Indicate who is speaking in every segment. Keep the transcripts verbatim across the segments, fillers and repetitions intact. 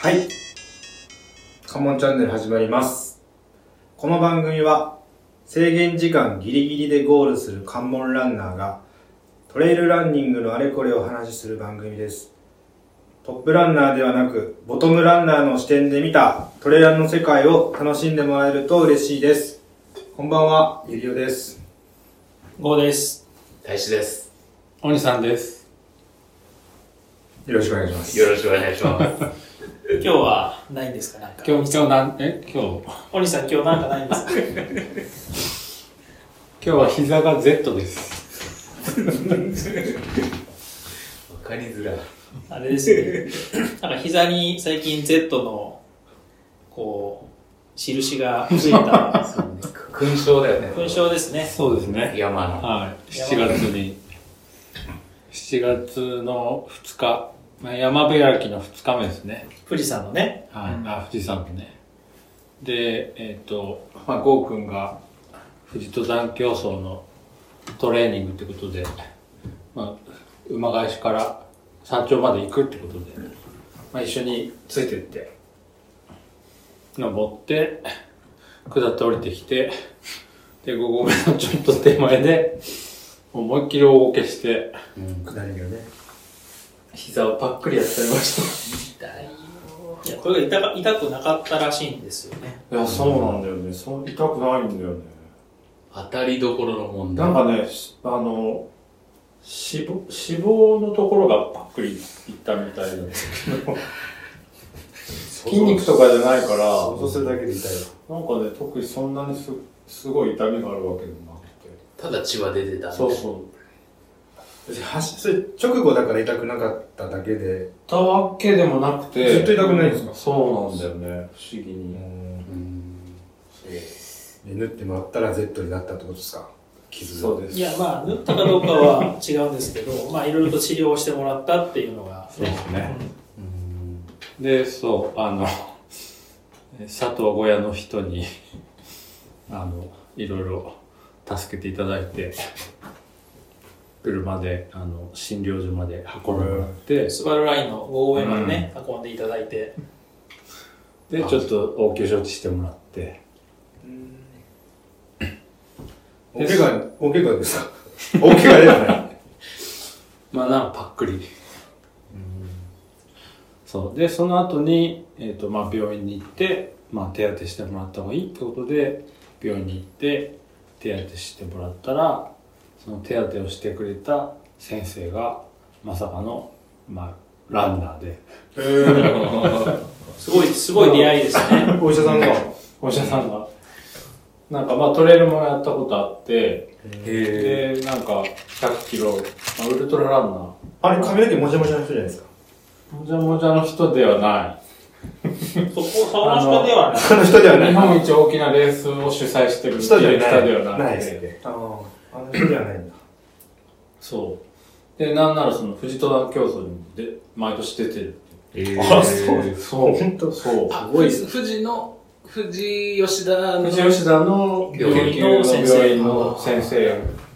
Speaker 1: はい。関門チャンネル始まります。この番組は制限時間ギリギリでゴールする関門ランナーがトレイルランニングのあれこれを話しする番組です。トップランナーではなくボトムランナーの視点で見たトレランの世界を楽しんでもらえると嬉しいです。こんばんは、ゆりおです。
Speaker 2: ゴーです。
Speaker 3: 大志です。
Speaker 4: 鬼さんです。
Speaker 1: よろしくお願いします。
Speaker 3: よろしくお願いします。
Speaker 2: 今日はないんですか？なんか
Speaker 4: 今日今日なんえ今日
Speaker 2: 鬼さん今日なんかないんですか？
Speaker 4: 今日は膝が Z です。
Speaker 3: わかりづらい。
Speaker 2: あれですね。なんか膝に最近 Z のこう印がついた
Speaker 3: 勲章だよね。
Speaker 2: 勲章ですね。
Speaker 4: そうですね。
Speaker 3: 山の。
Speaker 4: はい。しちがつにしちがつのふつか、まあ、山開きのふつかめですね。
Speaker 2: 富士山のね。
Speaker 4: はい。あ、富士山のね。で、えっ、ー、と、まあ、ゴーくんが富士登山競争のトレーニングってことで、まあ、馬返しから山頂まで行くってことで、まあ、一緒についてって、登って、下って降りてきて、で、ご合目のちょっと手前で、思いっきり大ごけして、
Speaker 1: うん、下りがね。
Speaker 4: 膝をパックリやっちゃいまし
Speaker 2: た。痛いよ。いや、これが 痛, 痛くなかったらしいんですよね。
Speaker 4: た。いや、そうなんだよね。そう痛くないんだよね。
Speaker 3: 当たりどころの問題。
Speaker 4: なんかね、あの、脂肪、脂肪のところがパックリいったみたいなんですけど、筋肉とかじゃないから、
Speaker 1: そうするだけで痛い
Speaker 4: わ。なんかね、特にそんなに す, すごい痛みがあるわけでもなくて。
Speaker 3: ただ血は出てたんで。
Speaker 4: そうそう。
Speaker 1: それ直後だから痛くなかっただけで。
Speaker 4: たわけでもなくて。
Speaker 1: ずっと痛くないんですか？
Speaker 4: そうなんだよね。不思議に。
Speaker 1: うんで縫ってもらったら Z になったってことですか？傷。
Speaker 4: そうです。
Speaker 2: いや、まあ、縫ったかどうかは違うんですけど、まあ、いろいろと治療をしてもらったっていうのが、ね。
Speaker 4: そうですね。うん、で、そう、あの、佐藤小屋の人に、あの、いろいろ助けていただいて、車で、あの、診療所まで運んでもらって、
Speaker 2: スバルラインのご合目までね、うん、運んでいただいて。
Speaker 4: で、ちょっと応急処置してもらって、
Speaker 1: 大怪我、大怪我ですか？大怪我ではない。
Speaker 4: まあなんかパックリ。うんそう。で、その後に、えっと、まあ病院に行って、まあ手当てしてもらった方がいいってことで、病院に行って手当てしてもらったら、その手当てをしてくれた先生が、まさかの、まあ、ランナーで。
Speaker 1: へー
Speaker 2: すごい、すごい出会いですね。
Speaker 1: お医者さんが。
Speaker 4: お医者さんが。なんかまあトレイルもやったことあって、で、なんかひゃくキロ、まあ、ウルトラランナー。
Speaker 1: あれ髪の毛もじゃもじゃの人じゃないですか？
Speaker 4: もじゃもじゃの人ではない。
Speaker 2: そこ、その人ではない。
Speaker 1: その人ではない。
Speaker 4: 日本一大きなレースを主催してる
Speaker 1: 人で
Speaker 4: はなくて。
Speaker 1: ないですね。ああ、あの人ではないんだ。
Speaker 4: そう。で、なんならその富士登山競争にで毎年出てる。
Speaker 1: えー、あ、そう。
Speaker 4: そう。本当そう。すごい。
Speaker 3: 富士の、富士吉田の。
Speaker 4: 富士吉田の
Speaker 2: 病院の先生。
Speaker 4: 病院の先生。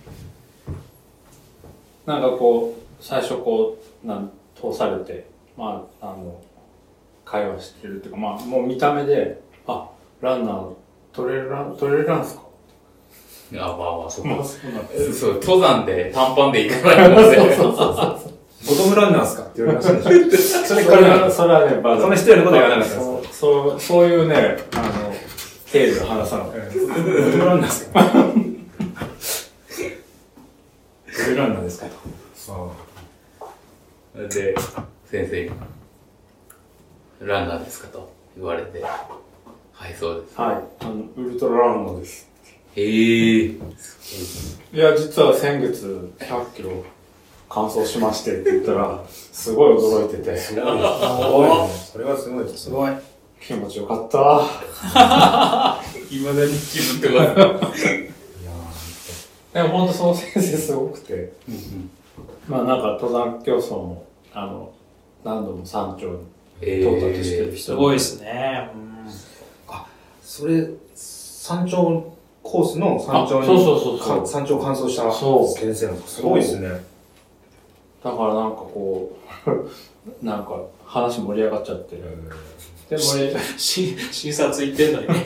Speaker 4: なんかこう、最初こう、なん通されて、まあ、あの、会話してるっていうか、まあ、もう見た目で、あ、ランナー、トレイルラン、トレイルランですか？
Speaker 3: いや、まあまあ、そこ。
Speaker 4: まあ、そうなんです。
Speaker 3: そう、登山で短パンで行かないので。
Speaker 1: そうそうそうそう。ボトムランナーですかって言われましたでしょ。それから、
Speaker 4: それはね、
Speaker 1: その失礼なことは言わなかったです。
Speaker 4: そう、そういうね、あの、経緯で話さなかった。
Speaker 1: ボトムランナーですか？トレイルランナーですかと。
Speaker 3: で、先生に、ランナーですかと言われて、はい、そうです。
Speaker 4: はい、あの、ウルトラランナーです。
Speaker 3: へー。
Speaker 4: いや、実は先月ひゃっキロ完走しましてって言ったら、すごい驚いてて。
Speaker 1: すごい。すごいね。それはすごいです。
Speaker 2: すごい。
Speaker 4: 気持ちよかった。
Speaker 3: 未だに気づってます。いや
Speaker 4: ーでも本当その先生すごくて、まあなんか登山競争も、あの、何度も山頂に到達してる人、
Speaker 2: えー、すごいですね。うん、
Speaker 1: あ、それ、山頂コースの山頂に、
Speaker 4: そうそうそうそう
Speaker 1: 山頂を完走した先生なんですか？すごいですね。
Speaker 4: だからなんかこう、なんか、 話盛り上がっちゃって。で、盛り、
Speaker 2: し診察行ってんのにね。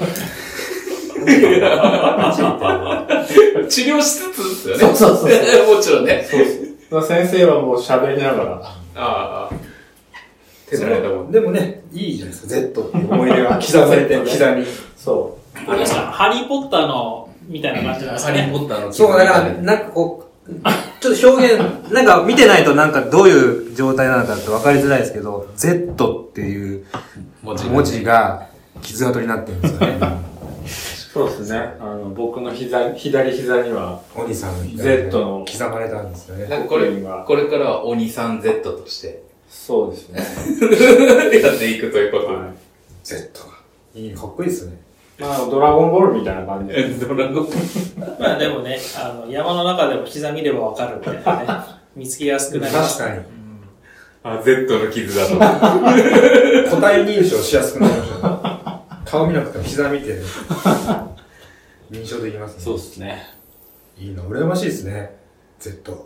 Speaker 3: 治療しつつですよね。
Speaker 4: そうそうそう。
Speaker 3: もちろんね。
Speaker 4: そうそう。先生はもう喋りながら。
Speaker 3: ああ。手慣れたもん。
Speaker 1: でもね、いいじゃないですか、Z っていう思い出が刻まれて、膝に。
Speaker 4: そう。
Speaker 2: あれですか、ハリーポッターの、みたいな感じなんですかね。
Speaker 3: ハリーポッターの。
Speaker 1: そう、だから、なんかこう、ちょっと表現、なんか見てないとなんかどういう状態なのかって分かりづらいですけど、Z っていう文字が傷跡になってるんですよね。
Speaker 4: そうですね。あの、僕の膝、左膝には、
Speaker 1: 鬼さんの膝
Speaker 4: Z の
Speaker 1: 刻まれたんですよね。
Speaker 3: なんかこれ、これからは鬼さん Z として。
Speaker 4: そうですね。
Speaker 3: やっていくということ。はい、
Speaker 1: Z が。いい、かっこいいですね。
Speaker 4: まあ、ドラゴンボールみたいな感じで。
Speaker 3: ドラゴンボ
Speaker 2: ール。まあでもね、あの、山の中でも膝見ればわかるみたいなね。見つけやすくなりました。
Speaker 1: 確かに。
Speaker 3: うん、あ、Z の傷だと。
Speaker 1: 個体認証しやすくなりましたね。顔見なくても膝見て、ね、認証できますね。
Speaker 4: そうですね。
Speaker 1: いいな、羨ましいですね。Z。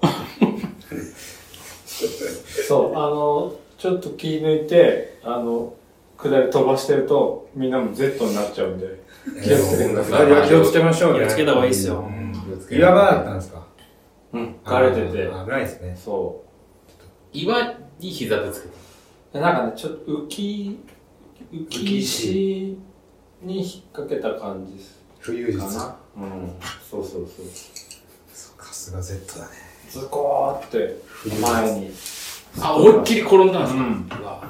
Speaker 4: そう、あの、ちょっと気抜いて、あの、下り飛ばしてると、みんなも Z になっちゃうんで、
Speaker 1: 気をつけてください。気をつけましょうね。
Speaker 2: 気をつけた方がいいですよ。
Speaker 1: 岩場だったんですか？
Speaker 4: うん、枯れてて。
Speaker 1: 危ないですね。
Speaker 4: そう。
Speaker 3: 岩に膝ぶつけ
Speaker 4: た。なんかね、ちょっと浮き、浮き石に引っ掛けた感じです。
Speaker 1: 浮遊術。うん。
Speaker 4: そうそうそう。
Speaker 1: さすが Z だね。
Speaker 4: ズコーって前に。
Speaker 3: あ、思いっきり転んだんですか？うん。うわ。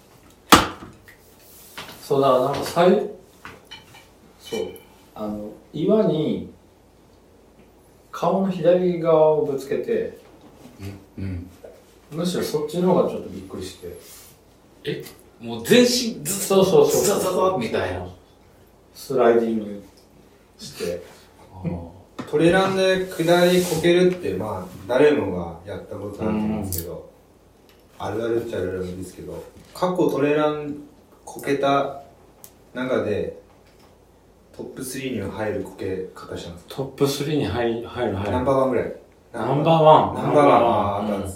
Speaker 4: そうだ、なんか最、そう、あの、岩に顔の左側をぶつけて、うん。むしろそっちの方がちょっとびっくりして。
Speaker 3: え？もう全身ずっと、
Speaker 4: そうそうそう。
Speaker 3: ザザザみたいな。
Speaker 4: スライディングして。
Speaker 1: トレランで下りこけるって、まあ、誰もがやったことあると思うんですけど、あるあるっちゃあるあるですけど、過去トレランこけた中で、トップスリーには入るこけ方したんですか？
Speaker 4: トップスリーに入る、入る、入る。
Speaker 1: ナンバーワンぐらい。
Speaker 4: ナンバーワン。
Speaker 1: ナンバーワン。ああ、あったんです。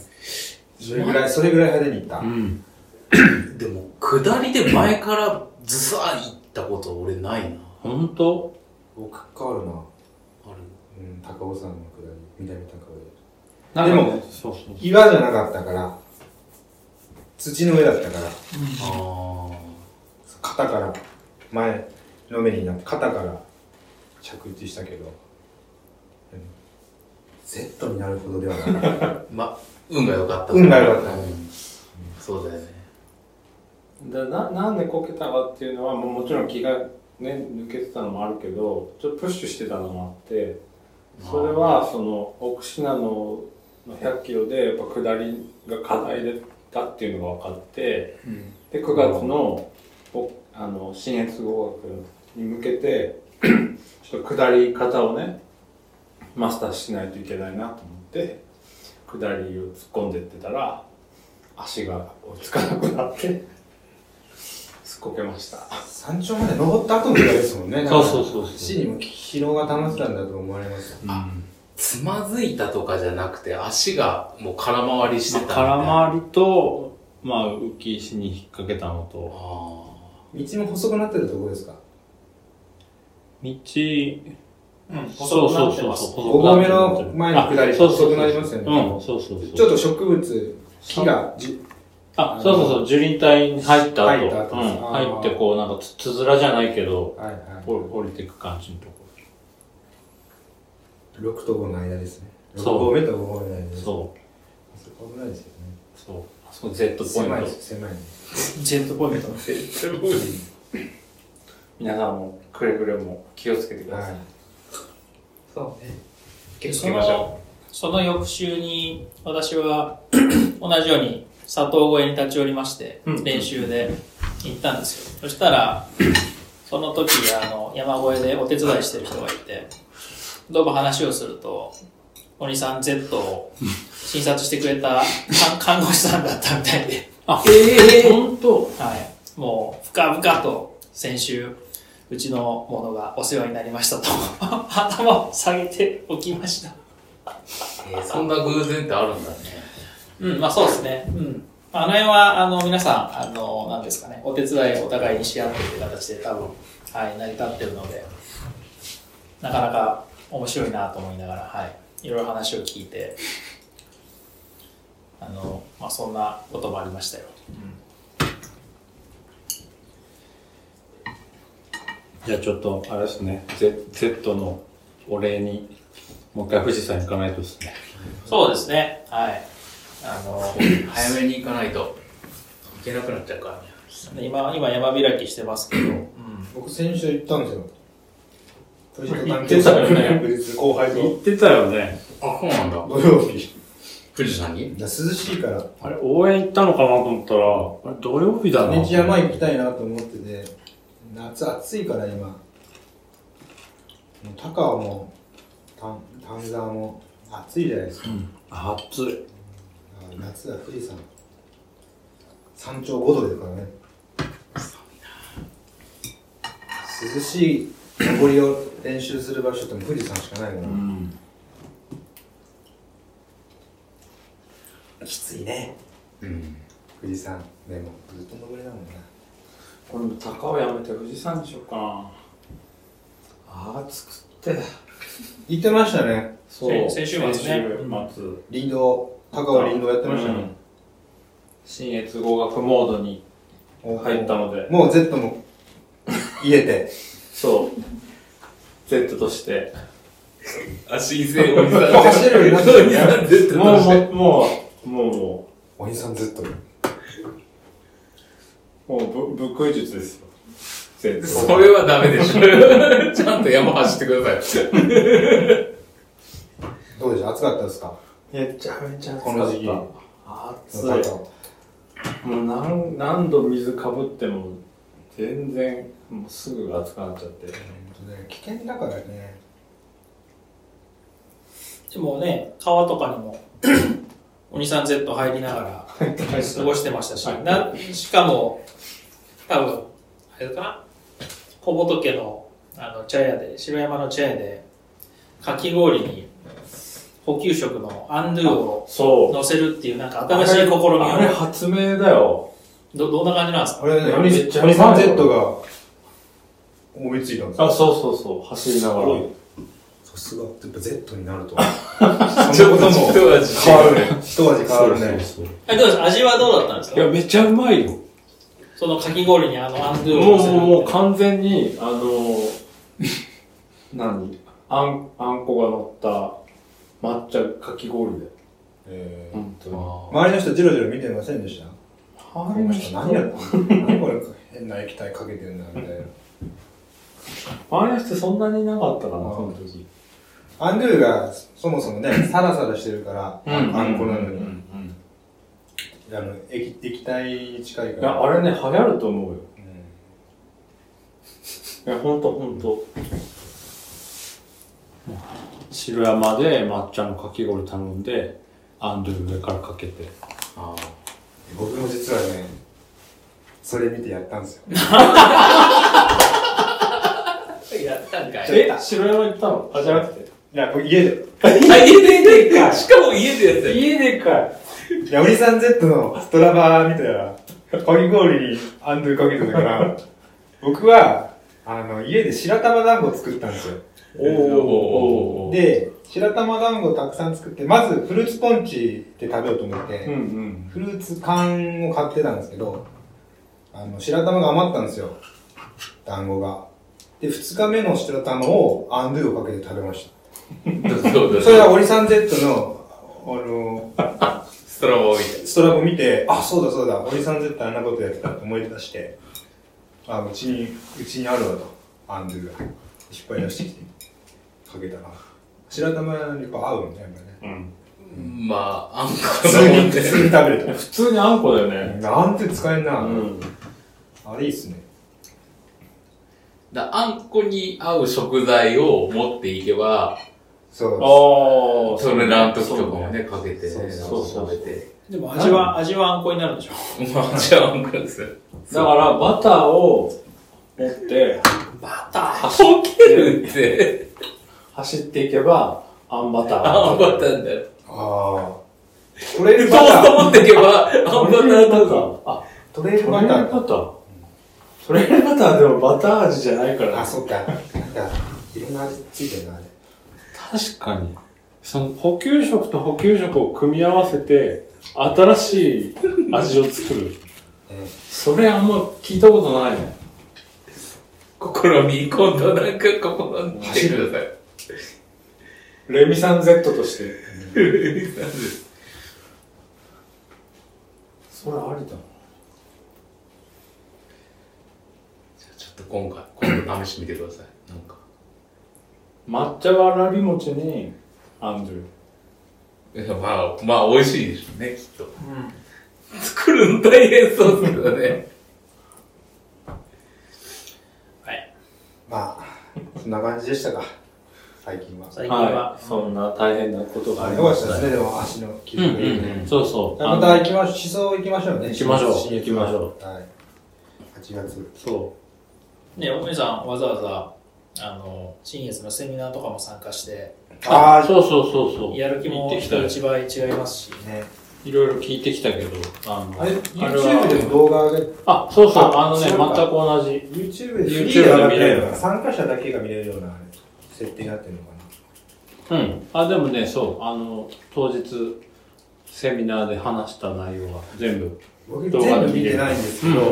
Speaker 1: それぐらい、それぐらい派手にいった。うん。
Speaker 3: でも、下りで前からズサー行ったこと俺ないな。
Speaker 4: ほんと？
Speaker 1: 僕変わるな。
Speaker 3: ある。
Speaker 1: うん、高尾山の下り、南高
Speaker 4: 尾で。でも、そうそう。
Speaker 1: 岩じゃなかったから、土の上だったから、うん、
Speaker 3: あ
Speaker 1: 肩から前のめりになって肩から着地したけど、うん、Z になるほどではなかった。
Speaker 3: ま、運が良かった。
Speaker 1: 運が良かった、ね、うん。
Speaker 3: そうだよね。
Speaker 4: だな、なんでこけたかっていうのは、もうもちろん気がね、抜けてたのもあるけど、ちょっとプッシュしてたのもあって、それはその奥信濃のひゃっキロでやっぱ下りが課題だっていうのが分かって、うん、でくがつのあの信越合格に向けてちょっと下り方をねマスターしないといけないなと思って下りを突っ込んでってたら足が追いつかなくなってすっこけました。
Speaker 1: 山頂まで登った後の下りですもんね。
Speaker 4: そうそうそうそう。
Speaker 1: 足にも疲労が溜まってたんだと思われます。
Speaker 3: うん、あ、つまずいたとかじゃなくて足がもう空回りしてたみたいな。
Speaker 4: 空回りと、まあ浮き石に引っ掛けたのと。
Speaker 1: あ道も細くなってるところですか？
Speaker 4: 道、
Speaker 2: うん、細くなってます。
Speaker 1: ご合目の前の下り細くなりますよね。
Speaker 4: うん、そうそうそう。
Speaker 1: ちょっと植物、木がじ、
Speaker 4: あ、そうそうそう、樹林帯に入った後、入った後、うん、入ってこう、なんかつ、つづらじゃないけど、はいはい、降りていく感じのとこ
Speaker 1: ろ。ろくとごの間ですね。ろく合目とご合目の間です。そう。そこ危ないですよね。
Speaker 4: そう。あそこ Z ポイント。
Speaker 1: 狭いです、狭いね。
Speaker 2: Z ポイント。
Speaker 4: Z ポイント。皆さんもくれぐれも気をつけてください。はい、
Speaker 2: そうね。気をつけましょう。その翌週に私は同じように佐藤越えに立ち寄りまして、うん、練習で行ったんですよ。そしたら、その時あの山越えでお手伝いしてる人がいて、どうも話をすると、お兄さん Z を診察してくれた看護師さんだったみたいで。
Speaker 4: あ、えぇ、ー、ほんと？
Speaker 2: はい。もう、深々と先週、うちの者がお世話になりましたと、頭を下げておきました。
Speaker 3: えー、そんな偶然ってあるんだね。
Speaker 2: うん、まあそうですね。うん。 あの辺は、あの、皆さん、あの、なんですかね、お手伝いをお互いにし合っている形で多分、はい、成り立ってるので、なかなか面白いなと思いながら、はい、いろいろ話を聞いて、あの、まあ、そんなこともありましたよ。
Speaker 4: じゃあちょっと、あれですね、Z, Z のお礼に、もう一回富士山行かないとですね。
Speaker 2: そうですね、はい。あの、
Speaker 3: 早めに行かないと行けなくなっちゃうからね。
Speaker 2: 今、今山開きしてますけど、うん、
Speaker 1: 僕先週行ったんですよ。
Speaker 4: 行ってたよね。
Speaker 1: 後輩と。
Speaker 4: 行ってたよね。
Speaker 3: あ、そうなんだ。
Speaker 1: 土曜日。
Speaker 3: 富士山に
Speaker 1: 涼しいから。
Speaker 4: あれ、応援行ったのかなと思ったら、あれ土曜日だな。
Speaker 1: ネジ山行きたいなと思ってて、夏暑いから今。高尾も、丹沢も暑いじゃないですか。うん、
Speaker 4: 暑い。
Speaker 1: 夏は富士山。山頂ごどですからね。涼しい登りを練習する場所っても富士山しかないから、うん、きついね、うん、富士山でもずっと登りだもんな。
Speaker 4: 今度高尾やめて富士山にしようかな。あー暑くって
Speaker 1: 行ってましたね。
Speaker 2: そう、先週末ね、先週
Speaker 1: 末林道、高尾林道やってましたね、うん、
Speaker 4: 新越合学モードに入ったので
Speaker 1: もう Z も入れて
Speaker 4: そう Z として
Speaker 3: あ、新生おじさん
Speaker 1: 走るようになってるね。
Speaker 4: もうもうもうも
Speaker 1: うおじさん Z
Speaker 4: もうぶ武空術ですよ。Z
Speaker 3: それはダメでしょちゃんと山走ってください
Speaker 1: どうでしょう、暑かったですか。
Speaker 4: めちゃめちゃ暑かった。
Speaker 1: この時期
Speaker 4: 暑い。もう 何, 何度水かぶっても全然もうすぐ暑くなっちゃって、ね、
Speaker 1: 危険だからね。
Speaker 2: でもね、川とかにもおにさん Z 入りながら過ごしてましたし、なしかも多分あれかな、小仏のあの茶屋で、城山の茶屋でかき氷に補給食のアンドゥを乗せるっていうなんか新しい試みを。
Speaker 4: あれ発明だよ。
Speaker 2: ど、どんな感じなんですか。
Speaker 1: あれね、おにさん Z が思いついたんですよ。
Speaker 4: あ、そうそうそう、走りながら。
Speaker 1: さすが、やっぱ Z になると。そんなことも
Speaker 3: 一味
Speaker 1: 変わるね。一味変わるね。
Speaker 2: そうそうそう。え、どうですか、味はどうだったんですか。
Speaker 4: いや、めっちゃうまいよ。
Speaker 2: そのかき氷にあのアンドゥ
Speaker 4: を乗せる。もう、もう完全に、あの、何あん、あんこが乗った抹茶かき氷で。
Speaker 1: えー、
Speaker 4: 本当に。
Speaker 1: 周りの人ジロジロ見てませんでした。
Speaker 4: 周りの人
Speaker 1: 何やった何これ変な液体かけてるんだみたいな。
Speaker 4: 周りの人そんなになかったかな、その時。
Speaker 1: アンドゥがそもそもね、サラサラしてるから、あんこなのに。あの液、液体に近いから。
Speaker 4: いや、あれね、流行ると思うよ。うん、いや、ほんとほんと。城山で抹茶のかき氷頼んで、アンドゥ上からかけて。
Speaker 1: ああ、僕も実はね、それ見てやったんですよ。
Speaker 2: やったんかい。
Speaker 4: え、城山行ったの？あ、じゃなくて。
Speaker 1: いや、これ家で。
Speaker 3: あ、家でか。しかも家でやったよ。
Speaker 4: 家でかい。
Speaker 1: いや、おりさん Z のストラバー見たら、かき氷にアンドゥかけてたから、僕は、あの、家で白玉団子作ったんですよ。
Speaker 4: おー。
Speaker 1: で、白玉団子たくさん作って、まずフルーツポンチで食べようと思って、
Speaker 4: うんうん、
Speaker 1: フルーツ缶を買ってたんですけど、あの、白玉が余ったんですよ。団子が。で、二日目の白玉をアンドゥをかけて食べました。それはオリさん Z の、あの、
Speaker 3: ストラボを見て。
Speaker 1: ストラボ見て、あ、そうだそうだ、オリさん Z あんなことやってたと思い出して、あ、うちに、うちにあるわと、アンドゥが。引っ張り出してきて、かけたら、白玉にやっぱ合うんだよね。
Speaker 3: うん。まあ、あんこ
Speaker 1: 普通に、普通に食べれた。
Speaker 4: 普通にあんこだよね。
Speaker 1: なんて使えんな。
Speaker 4: うん。
Speaker 1: あれいいっすね。
Speaker 3: だあんこに合う食材を持っていけば、
Speaker 1: そう
Speaker 3: です。それラン時とかもね、かけて、ね、そう食べて。
Speaker 2: でも味は、味はあんこになるでしょ。
Speaker 3: まあ、味はあんこですよ。
Speaker 4: だからバターを持って、
Speaker 2: バター
Speaker 3: 走ってって、
Speaker 4: 走っていけば、あんバター。
Speaker 3: あんバターだよ。
Speaker 1: ああ。 トレイル
Speaker 3: トー
Speaker 1: バター。
Speaker 3: スト持っていけば、あんバターと
Speaker 4: あ、
Speaker 1: トレイル
Speaker 4: トレイル
Speaker 1: バター。
Speaker 4: バター。トレイルバターでもバター味じゃないから。
Speaker 1: あ、そっか。なんか、いろんな味ついてるな、あれ。
Speaker 4: 確かに。その補給食と補給食を組み合わせて、新しい味を作る。
Speaker 1: え
Speaker 4: それあんま聞いたことないね。
Speaker 3: 試み、今度なんかここに来てください。
Speaker 4: レミさん Z として。それありだな。
Speaker 3: じゃあちょっと今回、今度試してみてください。なんか。
Speaker 4: 抹茶わらび餅に、アンドゥ。
Speaker 3: いやまあ、まあ、美味しいでしょうね、きっと。うん。作るの大変そうですけどね。
Speaker 2: はい。
Speaker 1: まあ、そんな感じでしたか。最近は。
Speaker 2: 最近は、
Speaker 4: はい。そんな大変なことがあり
Speaker 1: よかったですね、
Speaker 4: ましたね。
Speaker 1: でも足の傷
Speaker 4: うん
Speaker 1: がいいね。
Speaker 4: そうそう。
Speaker 1: また行きましょう、思想行きましょうね。
Speaker 4: 行きましょう
Speaker 1: 新越
Speaker 4: 行きましょ
Speaker 1: う。はい。はちがつ。
Speaker 4: そ
Speaker 2: ね、おめさんわざわざ、あの、新越のセミナーとかも参加して、
Speaker 4: う。
Speaker 1: あ
Speaker 4: そうそうそうそう。
Speaker 2: やる気も
Speaker 4: 聞いてきたよ
Speaker 2: 人一倍違いますし、
Speaker 1: ね。
Speaker 4: いろいろ聞いてきたけど、あの、
Speaker 1: あれ、
Speaker 4: あれは
Speaker 1: YouTube でも動画が、
Speaker 4: あ、そうそう、あのね、全く
Speaker 1: あそうか
Speaker 4: 同じ。
Speaker 1: YouTube でフリ
Speaker 4: YouTube
Speaker 1: ーで上がって
Speaker 4: で見れる
Speaker 1: るのかな。参加者だけが見れるような設定になってるのか
Speaker 4: うん。あ、でもね、そう、あの、当日、セミナーで話した内容は全部。
Speaker 1: な。僕
Speaker 4: 動画
Speaker 1: 全
Speaker 4: で見れる
Speaker 1: 部見てないんですけど、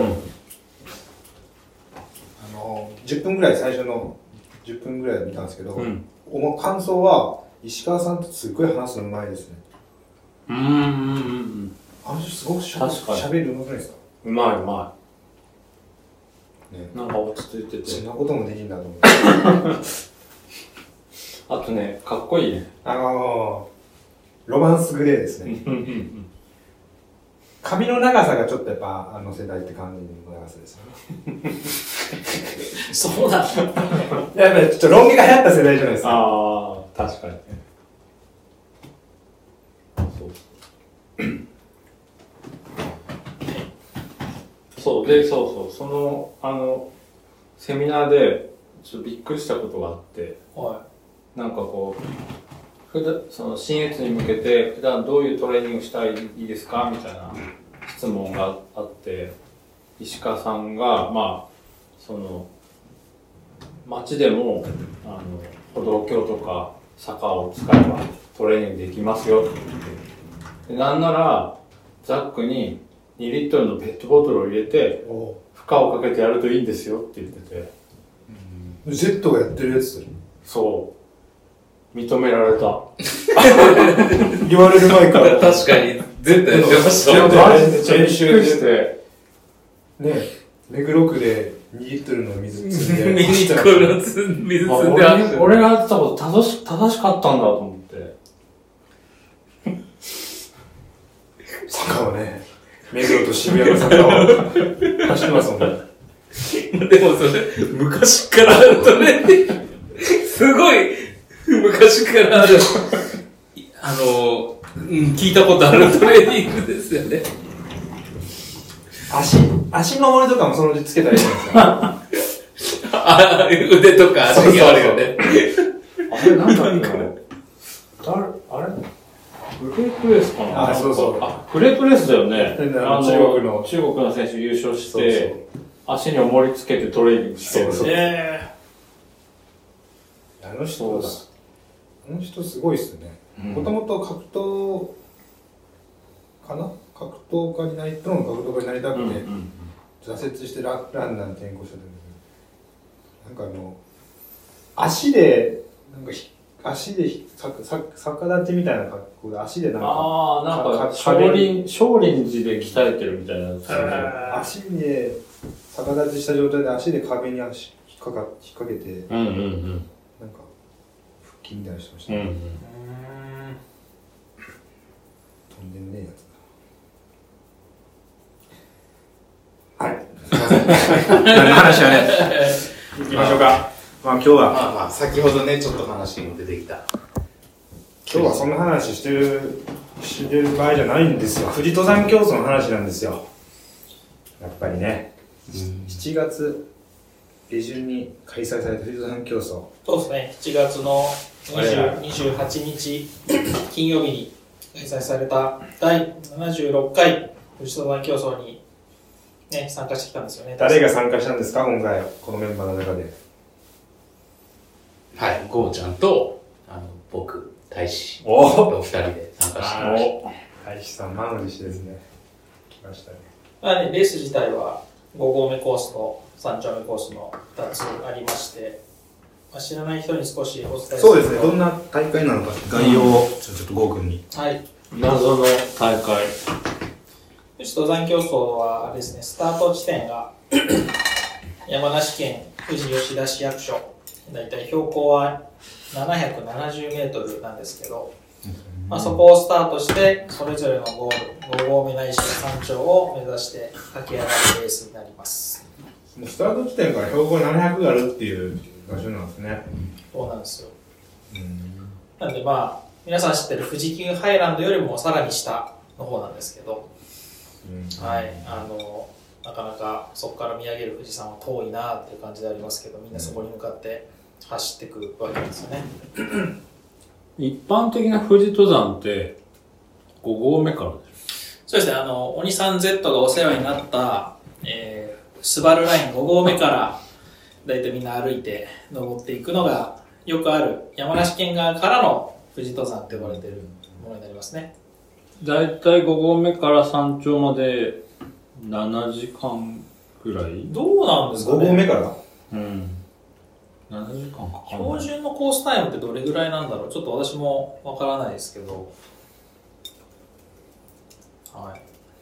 Speaker 1: あの、じゅっぷんぐらい最初のじゅっぷんぐらい見たんですけど、
Speaker 4: うん。
Speaker 1: おも感想は、石川さんとすっごい話すのうまいですね。
Speaker 4: うん。うん。うん。
Speaker 1: あの人すごくしゃ
Speaker 4: 確かに
Speaker 1: 喋るうまくないですか
Speaker 4: うまいうま
Speaker 1: ね
Speaker 4: い。なんか落ち着いてて。
Speaker 1: そんなこともできるんだと思って。
Speaker 4: あとね、かっこいいね。
Speaker 1: あのー、ロマンスグレーですね。
Speaker 4: うんうんうん
Speaker 1: 髪の長さがちょっとやっぱあの世代って感じの長さですよね。
Speaker 2: そうだ。
Speaker 1: やっぱりちょっとロン毛が流行った世代じゃないですか。
Speaker 4: ああ、確かにね。そう。そう、で、そうそう、その、あの、セミナーで、ちょっとびっくりしたことがあって、
Speaker 2: は
Speaker 4: なんかこう、普段、その、新越に向けて、普段どういうトレーニングしたらいいですかみたいな質問があって、石川さんが、まあ、その、街でも、あの、歩道橋とか坂を使えばトレーニングできますよって言って、でなんなら、ザックににリットルのペットボトルを入れて、
Speaker 1: お
Speaker 4: 負荷をかけてやるといいんですよって言ってて、
Speaker 1: う Z がやってるやつ
Speaker 4: そう、認められた。
Speaker 1: 言われる前から。
Speaker 3: 確かに、絶対やってました
Speaker 1: やってま
Speaker 4: マジで練習して、
Speaker 1: ね、目黒区でにリットルの水積んで。
Speaker 3: ミニコの水積んで
Speaker 4: あ
Speaker 3: あ
Speaker 4: 俺俺がやってたこと正し正しかったんだと思って。
Speaker 1: 坂をね、目黒と渋谷の坂を走ってますもんね。
Speaker 3: でもそれ、昔からあるとね、すごい、昔からある、あの、うん聞いたことあるトレーニングですよね。
Speaker 1: 足、足の守りとかもそのうちつけたらいいじゃないですか。
Speaker 3: あ腕とか足にあるよね。
Speaker 4: あれなんだっけあれあれあれフレープレスかな
Speaker 1: あそうそう
Speaker 4: あ、フレープレスだよね。
Speaker 1: あの中国の
Speaker 4: 中国の選手優勝し
Speaker 1: そう
Speaker 4: て、足に重りつけてトレーニングしてる。
Speaker 1: そうそう
Speaker 2: え
Speaker 1: あの人、あの人すごいっすね。もともと格闘かな格闘家になり、プロの格闘家になりたくて、
Speaker 4: うんうん
Speaker 1: 挫折してラランナーに転向したんだけど、なんかあの、足で、なんかひ、足でひ、さ、さ、逆立ちみたいな格好で、足でなんか、
Speaker 4: ああ、なんか、
Speaker 1: か
Speaker 4: 少林、少林寺で鍛えてるみたいなやつ。
Speaker 2: ー
Speaker 1: 足で、逆立ちした状態で足で壁に足引っかか、引っ掛けて、
Speaker 4: うんうんうん。
Speaker 1: なんか、腹筋みたいなのしてました、
Speaker 4: うんうん。
Speaker 1: とんでもねえやつだ。はい。すいません。何の話はね、行きましょうか。まあ今日は、
Speaker 3: まあまあ、先ほどね、ちょっと話にも出てきた。
Speaker 1: 今日はそんな話してる、してる場合じゃないんですよ。富士登山競争の話なんですよ。やっぱりね、しちがつ下旬に開催された富士登山競争。
Speaker 2: そうですね、しちがつの
Speaker 1: 我々
Speaker 2: にじゅうはちにち金曜日に開催されただいななじゅうろっかい富士登山競争に、ね、参加してきたんですよね。
Speaker 1: 誰が参加したんですか、今回、このメンバーの中で。
Speaker 3: はい、ゴーちゃんと、あの、僕、大使、
Speaker 1: お
Speaker 3: お二人で参加してました。
Speaker 1: 大使さん、満を持してですね。来ましたね。
Speaker 2: まあね、レース自体はご合目コースとさん丁目コースのふたつありまして、まあ、知らない人に少しお伝えすると。
Speaker 1: そうですね、どんな大会なのか、概要をちょっとゴー君に。
Speaker 2: はい。
Speaker 4: 謎の大会。
Speaker 2: 富士登山競争はあれですね、スタート地点が山梨県富士吉田市役所、だいたい標高はななひゃくななじゅうメートルなんですけど、まあ、そこをスタートしてそれぞれのゴールご合目ないし山頂を目指して駆け上がるレースになります。
Speaker 1: もうスタート地点から標高ななひゃくがあるっていう場所なんですね。
Speaker 2: そうなんですよ。うんなのでまあ皆さん知ってる富士急ハイランドよりもさらに下の方なんですけど、うん、はい、あのなかなかそこから見上げる富士山は遠いなっていう感じでありますけど、みんなそこに向かって走ってくるわけですよね。
Speaker 4: 一般的な富士登山ってご合目からでしょ？
Speaker 2: そうですね、あの鬼さん Z がお世話になった、えー、スバルラインご合目からだいたいみんな歩いて登っていくのがよくある山梨県側からの富士登山って呼ばれているものになりますね。
Speaker 4: だいたいご合目から山頂までななじかんぐらい？
Speaker 2: どうなんですかね。
Speaker 1: ご合目から？
Speaker 4: うん。ななじかんかかんない。
Speaker 2: 標準のコースタイムってどれぐらいなんだろう。ちょっと私もわからないですけど。はい。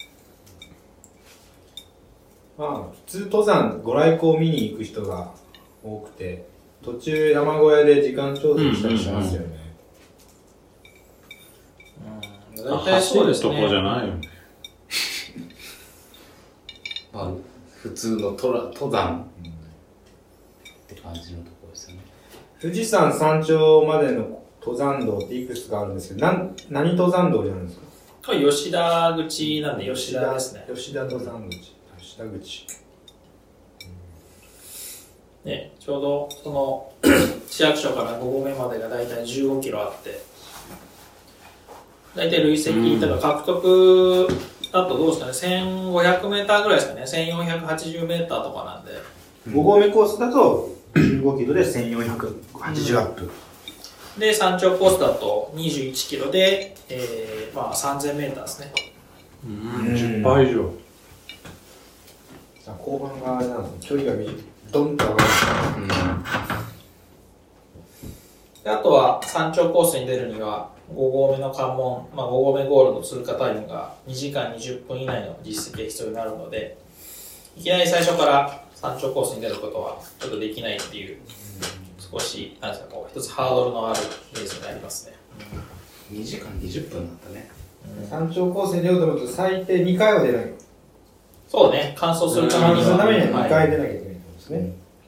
Speaker 1: まあ、普通登山、ご来光を見に行く人が多くて、途中山小屋で時間調整したりしますよね。
Speaker 2: うん、大体そうですね。
Speaker 4: 走るとこじゃないよね。
Speaker 3: まあ、普通のトラ登山って感じのところですよね。
Speaker 1: 富士山山頂までの登山道っていくつかあるんですけど、なん、何登山道じゃないですか？
Speaker 2: これ吉田口なんで吉田ですね。
Speaker 1: 吉田登山口。吉田口。
Speaker 2: ね、ちょうどその市役所からご合目までがだいたいじゅうごキロあって、だいたい累積とか獲得だとどうですかね、せんごひゃくメーターぐらいですかね、せんよんひゃくはちじゅうメーターとかなんで。
Speaker 1: ご合目コースだとじゅうごキロでせんよんひゃくはちじゅうアップ。
Speaker 2: うん、で、山頂コースだとにじゅういちキロで、えー、まあさんぜんメーターですね。
Speaker 4: うん、じゅっぱい以上。
Speaker 1: 後半があれなんですね、距離が短い。ドンと上がる、うん、
Speaker 2: であとは山頂コースに出るにはご合目の関門、まあ、ご合目ゴールの通過タイムがにじかんにじゅっぷん以内の実績が必要になるので、いきなり最初から山頂コースに出ることはちょっとできないっていう、少しなんですか、こう一つハードルのあるレースになりますね。
Speaker 3: うん、にじかんにじゅっぷんだったね。
Speaker 1: うん、山頂コースに出ようと思うと最低にかいは出ない。
Speaker 2: そうね、完走するためには、
Speaker 1: 完走するためにはにかい出なきゃいけないんですね。はい、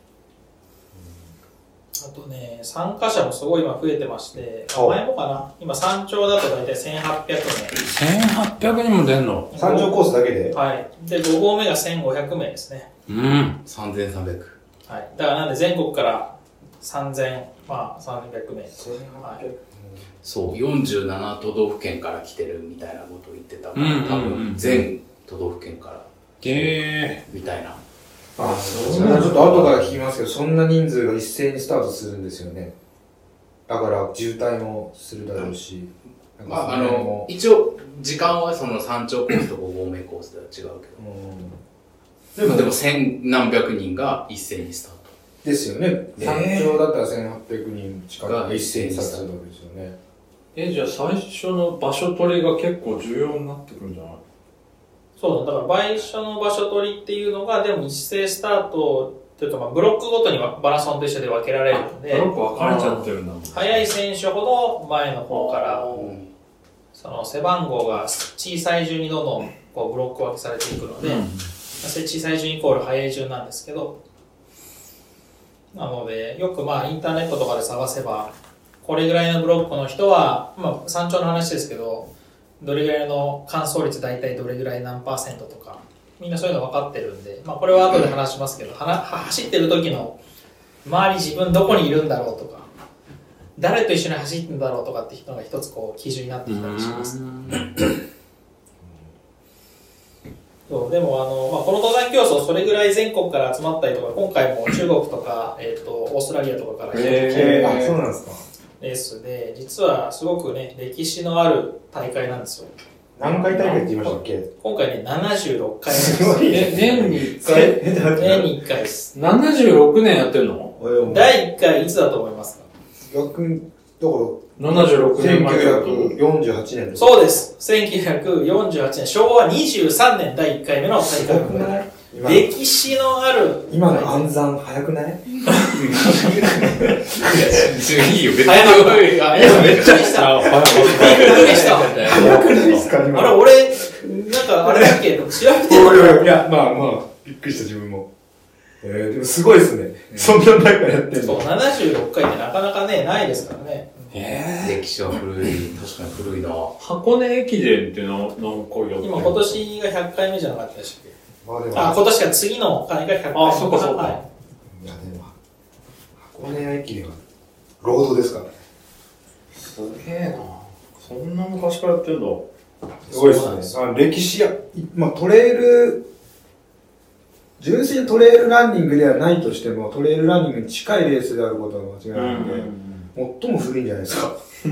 Speaker 2: あとね、参加者もすごい今増えてまして、前もかな、今山頂だと大体せんはっぴゃくめい。
Speaker 4: せんはっぴゃくにんも出んの？
Speaker 1: 山頂コースだけで？
Speaker 2: はい。で、ご合目がせんごひゃくめいですね。
Speaker 4: うん。
Speaker 3: さんぜんさんびゃく。
Speaker 2: はい。だからなんで全国からさんぜん、まあさんびゃくめい。
Speaker 1: せんはっぴゃく、はい、
Speaker 3: そう、よんじゅうなな都道府県から来てるみたいなことを言ってたから、
Speaker 4: うん、
Speaker 3: 多分全都道府県から
Speaker 4: へ
Speaker 3: みたいな。
Speaker 1: あ、そんなちょっと後から聞きますけど、そんな人数が一斉にスタートするんですよね。だから渋滞もするだろうし。
Speaker 3: まあ、あの、一応時間はその山頂コースとご合目コースでは違うけど、でもでも千何百人が一斉にスタート。
Speaker 1: ですよね。山頂だったらせんはっぴゃくにん近くが一斉にスタートするわけですよね。
Speaker 4: え、じゃあ最初の場所取りが結構重要になってくるんじゃない？
Speaker 2: そうだ、だから最初の場所取りっていうのが、でも一斉スタートというか、まあブロックごとにマラソンと一緒で分けられるので、
Speaker 4: ブロック分かれちゃってるんだもん。
Speaker 2: 速い選手ほど前の方から、その背番号が小さい順にどんどんこうブロック分けされていくので、うん、小さい順イコール速い順なんですけど、なので、よくまあインターネットとかで探せば、これぐらいのブロックの人は、まあ山頂の話ですけど、どれぐらいの完走率大体どれぐらい何パーセントとか、みんなそういうの分かってるんで、まあこれは後で話しますけど、はな走ってる時の周り自分どこにいるんだろうとか、 誰と一緒に走ってんだろうとかってのが一つこう基準になってきたりします。そうでもあの、まあ、この登山競争それぐらい全国から集まったりとか、今回も中国とか、えー、とオーストラリアとかから来て
Speaker 1: えー、あ、そうなんですか。
Speaker 2: レースで、実はすごくね、歴史のある大会なんですよ。
Speaker 1: 何回大会って言いましたっけ？
Speaker 2: 今回ね、ななじゅうろっかいめです。
Speaker 1: すごい
Speaker 4: え、年にいっかい
Speaker 2: 年にいっかいです。
Speaker 4: ななじゅうろくねんやってるの？
Speaker 2: だいいっかいいつだと思いますか？
Speaker 1: 逆に、だから、
Speaker 4: ななじゅうろくねん
Speaker 1: せんきゅうひゃくよんじゅうはちねんです。
Speaker 2: そうです。せんきゅうひゃくよんじゅうはちねん、しょうわにじゅうさんねんだいいっかいめの大会。歴史のある。
Speaker 1: 今の暗算早くない？
Speaker 3: いいよ、別に。
Speaker 2: 早かった。いや、めっちゃした。びっくりした。
Speaker 1: 早くないですか今。
Speaker 2: あれ、俺、なんか、あれだっけ調べて
Speaker 1: る。いや、まあまあ、びっくりした自分も。えー、でもすごいですね。そんな前からやってんの。
Speaker 2: そう、ななじゅうろっかいってなかなかね、ないですからね。
Speaker 3: えー、歴史は古い。確かに古いな。
Speaker 4: 箱根駅伝って何回やってる？
Speaker 2: 今、今年がひゃっかいめじゃなかったでしたっけ？
Speaker 1: まあでも。
Speaker 2: あ、今年か次の回がひゃっかいめ。
Speaker 4: あ、そっかそっか。
Speaker 2: はい。
Speaker 1: いやでも、箱根駅伝は、ロードですからね。
Speaker 4: すげえな。そんな昔からやってるの？
Speaker 1: すごいですね。あ、歴史や、まあトレイル、純粋にトレイルランニングではないとしても、トレイルランニングに近いレースであることは間違いないので、最も古いんじゃないですか。
Speaker 2: うん、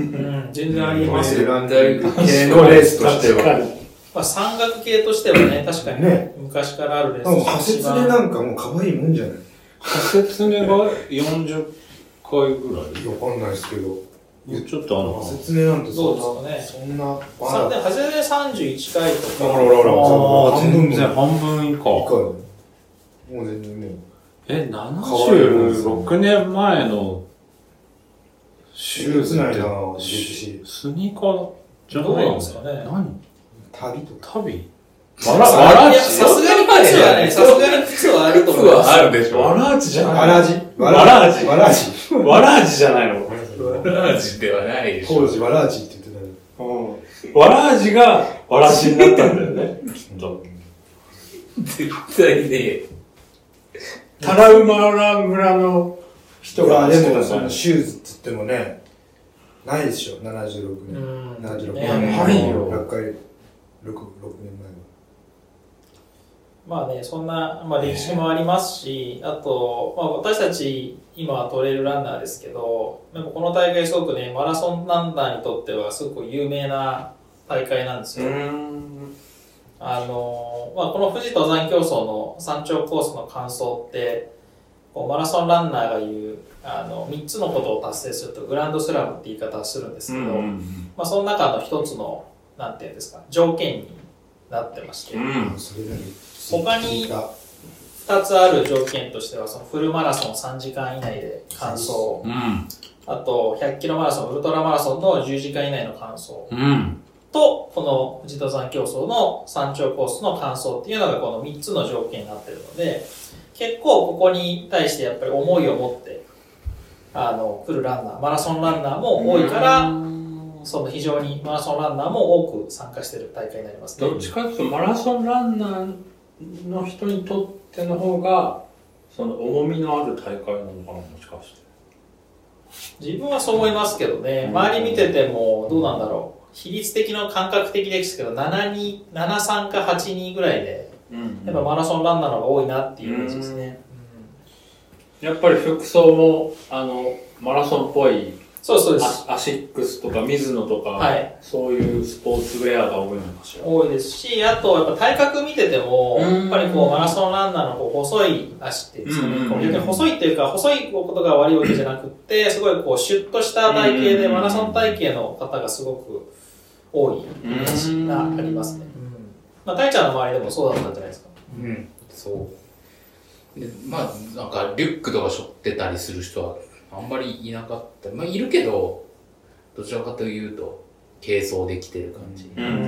Speaker 2: 全然ありますよ。
Speaker 1: トレイルランニング系のレースとしては。
Speaker 2: まあ、山岳系としてはね、確かにね、昔からあるレース。
Speaker 1: もう、派切ねなんかもう可愛いもんじゃない？
Speaker 4: 派切ねがよんじゅっかいぐらい？
Speaker 1: わかんないですけど。
Speaker 4: ちょっとあの、
Speaker 1: 派切ねなんて
Speaker 2: そ
Speaker 1: そんな、
Speaker 2: うですかね。
Speaker 1: そんな、
Speaker 2: さで、派切ねさんじゅういっかいとか。
Speaker 1: ほらほらほら、
Speaker 4: 全然半分以下。
Speaker 1: もう全然もう。
Speaker 4: え、ななじゅうろくねんまえの
Speaker 1: シューズって
Speaker 4: スニーカーじゃないんですかね。何？
Speaker 1: 旅とか。
Speaker 4: 旅？わら、わら
Speaker 2: いや、さすがに靴はね、さすがに靴はあると思います。
Speaker 3: あるでしょ。
Speaker 4: わらあじじゃない。
Speaker 1: わらあじ
Speaker 4: わらあじ。
Speaker 1: わらあじ。
Speaker 4: わらあじじゃないの。
Speaker 3: わらあじではないでしょ。
Speaker 1: 当時わらあじって言ってた
Speaker 4: の。うん。わらあじがわらしになったんだよね。きっと。
Speaker 3: 絶対ね。
Speaker 4: タラウマラ村の人が。
Speaker 1: でも、そのシューズって言ってもね、ないでしょ、ななじゅうろくねん。ななじゅうろくねん。
Speaker 4: ないよ。
Speaker 1: ろっかい、ろく、ろくねんまえは。
Speaker 2: まあね、そんな、まあ、歴史もありますし、あと、まあ、私たち今はトレイルランナーですけど、でもこの大会すごくね、マラソンランナーにとってはすごく有名な大会なんですよ。あの、まあ、この富士登山競争の山頂コースの完走って、こうマラソンランナーが言うあのみっつのことを達成するとグランドスラムって言い方をするんですけど、まあ、その中の一つのなんていうんですか条件になってまして、うん、他にふたつある条件としてはそのフルマラソンさんじかん以内で完走、うん、あとひゃっキロマラソンウルトラマラソンのじゅうじかん以内の完走、うん、とこの富士登山競争の山頂コースの完走っていうのがこのみっつの条件になっているので、結構ここに対してやっぱり思いを持ってあの来るランナー、マラソンランナーも多いから、その非常にマラソンランナーも多く参加している大会になりますね。
Speaker 4: どっちかというとマラソンランナーの人にとっての方がその重みのある大会なのかな、もしかして。
Speaker 2: 自分はそう思いますけどね。周り見ててもどうなんだろう。比率的な感覚的ですけど、ななに、ななさんかはちにぐらいで。やっぱマラソンランナーの方が多いなっていうイメージですね、
Speaker 4: うん、やっぱり服装もあのマラソンっぽい、
Speaker 2: そうそうです。
Speaker 4: アシックスとかミズノとか、はい、そういうスポーツウェアが多いのかしら。
Speaker 2: 多いですし、あとやっぱ体格見ててもやっぱりこうマラソンランナーのこう細い足っていうんですかね、逆に細いっていうか細いことが悪いわけじゃなくってすごいこうシュッとした体型でマラソン体型の方がすごく多いイメージがありますね。まあ、大ちゃんの周りでもそうだったんじゃないですか。
Speaker 3: うん、そうで、まあなんかリュックとか背負ってたりする人はあんまりいなかった。まあいるけど、どちらかというと軽装できてる感じ、うんうん、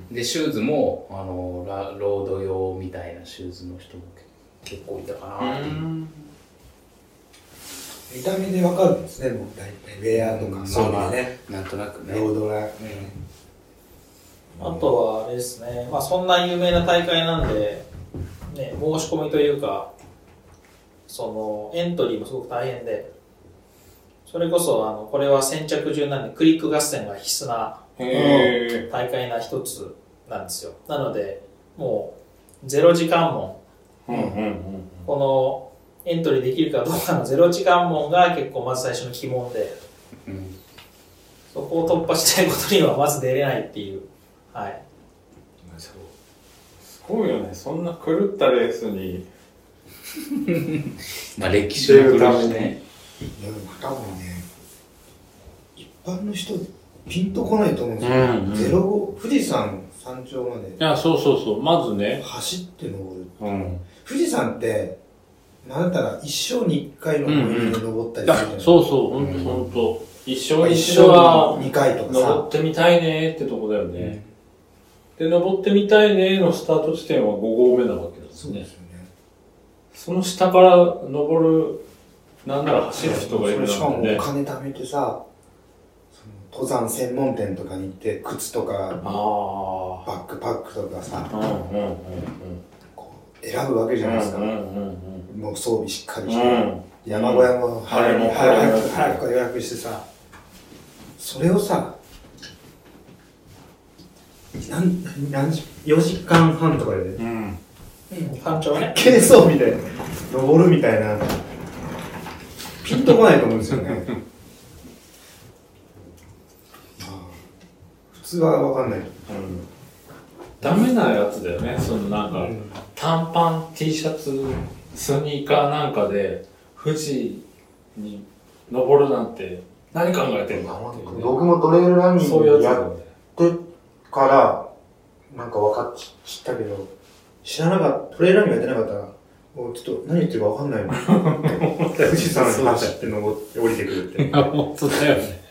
Speaker 3: でシューズもあのラロード用みたいなシューズの人も結構いたかなっていう、うん、
Speaker 1: 見た目でわかるんですね。もう大体ウェアとか、うん、そういうね、
Speaker 3: なんとなくね、
Speaker 1: ロードが、うん、
Speaker 2: あとはあれですね、まあ、そんな有名な大会なんで、ね、申し込みというかそのエントリーもすごく大変で、 それこそ、あの、これは先着順なんで、クリック合戦が必須な
Speaker 4: へ
Speaker 2: 大会な一つなんですよ。なので、もう、ゼロ時間門。
Speaker 4: うんうんうん、
Speaker 2: この、エントリーできるかどうかのゼロ時間門が結構まず最初の鬼門で、うん、そこを突破したいことにはまず出れないっていう。はい。
Speaker 4: すごいよね。そんな狂ったレースに。
Speaker 3: まあ歴史のためにね。
Speaker 1: いや、多分ね、一般の人、ピンとこないと思うんですよ。うんうん、ゼロご、富士山山頂まで。い
Speaker 4: や、そうそうそう。まずね。
Speaker 1: 走って登る。
Speaker 4: うん、
Speaker 1: 富士山って、なんだったら一生に一回の思い出で登ったりするじゃない、うんうん、
Speaker 4: そうそう、ほんとほんと。一生に一度は、
Speaker 1: 二回とかさ。
Speaker 4: 登ってみたいねーってとこだよね。うん、で、登ってみたいねーのスタート地点はご合目なわけですね。そうですよね。その下から登る、なんなら走る人がいるので、ね。
Speaker 1: しかもお金貯めてさ、登山専門店とかに行って、靴とか、バックパックとかさ、うんうんうんうん、こう選ぶわけじゃないですか。うんうんうん、もう装備しっかりして、うん、山小屋も早く早く早く予約してさ、それをさ、なん何よじかんはんとかで、ね、うん、
Speaker 2: 山頂ね、
Speaker 1: 軽装備で登るみたいな、ピンとこないと思うんですよね。普通はわかんない、うん。
Speaker 4: ダメなやつだよね。そのなんか、うん、短パン T シャツ、スニーカーなんかで富士に登るなんて何考えてんだっていう、ね。
Speaker 1: 僕もトレイルランニングやってからなんか分かっ知ったけど、知らなかった、トレイルランニングやってなかったら、もうちょっと何言ってるか分かんないの。富士山に走って登って降りてくるって。
Speaker 4: 本当だよね。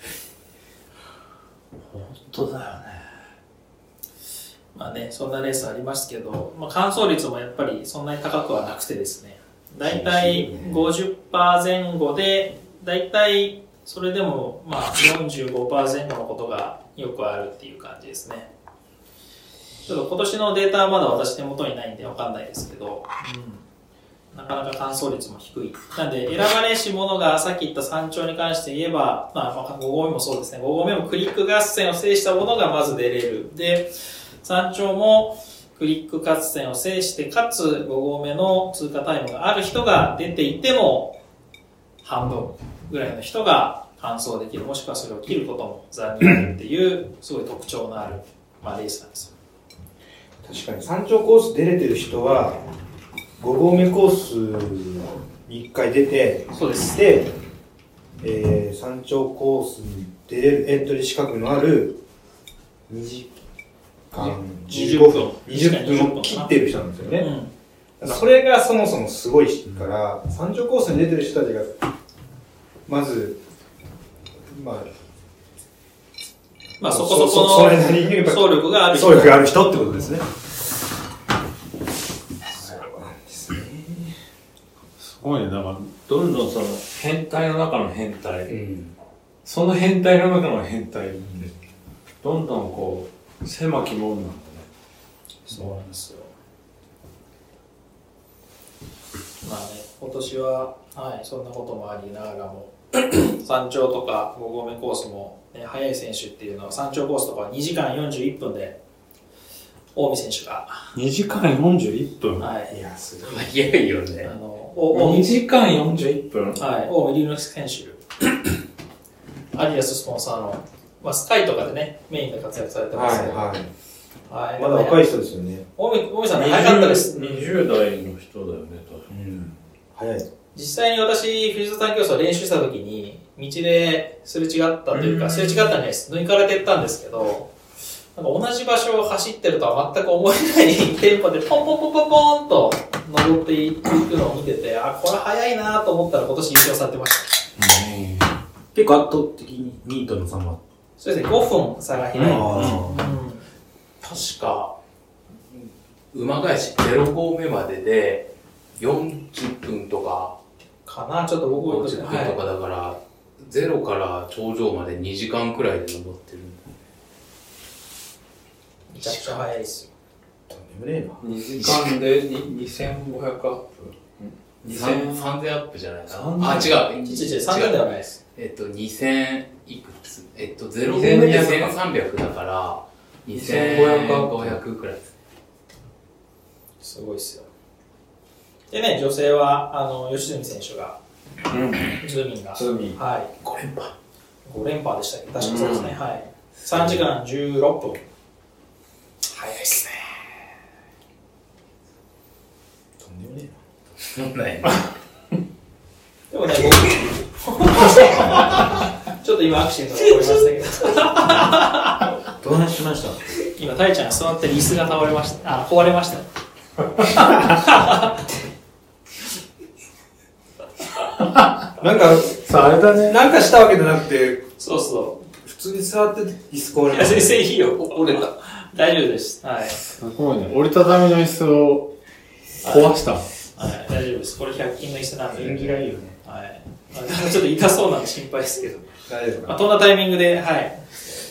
Speaker 4: 本当だよね。
Speaker 2: まあね、そんなレースありますけど、まあ、完走率もやっぱりそんなに高くはなくてですね、だいたい ごじゅっパーセント 前後で、だいたいそれでもまあ よんじゅうごパーセント 前後のことがよくあるっていう感じですね。ちょっと今年のデータはまだ私手元にないんでわかんないですけど、うん、なかなか完走率も低い。なんで選ばれし者がさっき言った山頂に関して言えば、まあご合目もそうですね、ご合目もクリック合戦を制した者がまず出れる。で、山頂もクリック合戦を制して、かつご合目の通過タイムがある人が出ていても、半分ぐらいの人が完走できる、もしくはそれを切ることも残念あるっていう、すごい特徴のある、まあ、レースなんですよ。
Speaker 1: 確かに山頂コース出れてる人は、ご合目コースにいっかい出て、
Speaker 2: そうです。
Speaker 1: で、えー、山頂コースに出れるエントリー資格のあるにじかんじゅうごふん、にじゅっぷんを切ってる人なんですよね。うん、だからそれがそもそもすごいから、山頂コースに出てる人たちが、まず、まあ、
Speaker 2: まあそこそこの走力がある人。
Speaker 1: 走力がある人ってことですね。
Speaker 4: すごいね。だから、どんどんその変態の中の変態、うん、その変態の中の変態って、どんどんこう、狭き門なんだね。
Speaker 2: そうなんですよ。まあね、今年は、はい、そんなこともありながらも、山頂とかご合目コースも、ね、速い選手っていうのは、山頂コースとかはにじかんよんじゅういっぷんで、近江選手が。
Speaker 4: にじかんよんじゅういっぷん？
Speaker 2: はい。
Speaker 3: いや、すごい。早いよね。あ
Speaker 4: の、にじかんよんじゅういっぷん？
Speaker 2: はい。近江龍之選手。アディダススポンサーの、まあ、スカイとかでね、メインで活躍されてますけど。はい、はい。はい。
Speaker 1: まだ若い人ですよね。
Speaker 2: 近江、近江さん早かったです。
Speaker 4: にじゅう代の人だよね、確かに。うん。
Speaker 1: 早い。
Speaker 2: 実際に私、富士山競争練習した時に、道ですれ違ったというか、すれ違ったんじゃないです。抜かれていったんですけど、なんか同じ場所を走ってるとは全く思えないテンポでポンポンポンポンポンと登っていくのを見てて、あ、これ早いなと思ったら今年優勝されてました。
Speaker 1: うん、結構圧倒的ににいとの差も。
Speaker 2: そうですね、ごふん差が開いて、うんうん、
Speaker 3: 確か、馬返しゼロ合目まででよんじゅっぷんとか、
Speaker 2: かな、ちょっと僕
Speaker 3: よんじゅっぷんとかだから、はい、ゼロから頂上までにじかんくらいで登ってる。
Speaker 2: めちゃくちゃ早いですよ。
Speaker 1: とんでもねえ
Speaker 4: な。にじかんでにせんごひゃくアップ？
Speaker 3: さんぜんアップじゃないかな。
Speaker 2: あ、違う。違う違う、さんぜんではないです。
Speaker 3: えっと、にせんいくつえっと、ゼロごめでせんさんびゃくだから、にせんごひゃくくらいです。
Speaker 2: すごいっすよ。でね、女性は、あの、吉住選手が、うん、ズーミンが、
Speaker 4: ズーミン。
Speaker 2: はい。
Speaker 3: ご連覇。
Speaker 2: ご連覇でしたっけ？確かそうですね。うん、はい。さんじかんじゅうろっぷん。早いですね。
Speaker 1: とんでもね
Speaker 3: えな。とんでもないな。
Speaker 2: でもね、僕、ちょっと今アクシデントが起こりましたけど。
Speaker 1: どうなしました？
Speaker 2: 今、タイちゃんが座ってる椅子が倒れました。あ、壊れました。
Speaker 1: なんか、
Speaker 4: さあ、あれだね。
Speaker 1: なんかしたわけじゃなくて、
Speaker 2: そうそう。
Speaker 1: 普通に座って椅子壊れ
Speaker 2: いや、先生いいよ。折れた。大丈夫です。はい。
Speaker 4: すごいね。折りたたみの椅子を壊した。
Speaker 2: はい、大丈夫です。これひゃく均の椅子なんで。
Speaker 1: 縁起がいいよね。
Speaker 2: はい。まあ、ちょっと痛そうなんで心配ですけど。
Speaker 1: 大丈夫か。
Speaker 2: まあ、こんなタイミングで、はい。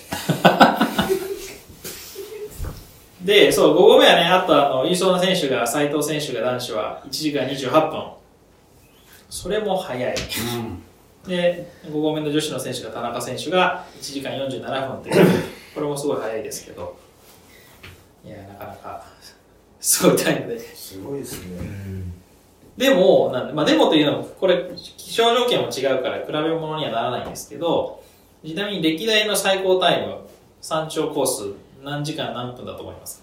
Speaker 2: で、そう、ご合目はね、あとあの、優勝の選手が、斉藤選手が男子はいちじかんにじゅうはっぷん。それも早い。うん、で、ご合目の女子の選手が田中選手がいちじかんよんじゅうななふんっていう、これもすごい早いですけど、いや、なかなか、すごいタイムで。
Speaker 1: すごいですね。
Speaker 2: うんでも、なんで、まあ、でもというのも、これ、気象条件も違うから比べ物にはならないんですけど、ちなみに歴代の最高タイム、山頂コース、何時間何分だと思いますか？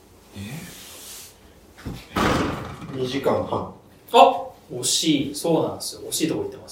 Speaker 1: えにじかんはん。
Speaker 2: あ、惜しい。そうなんですよ。惜しいとこ行ってます。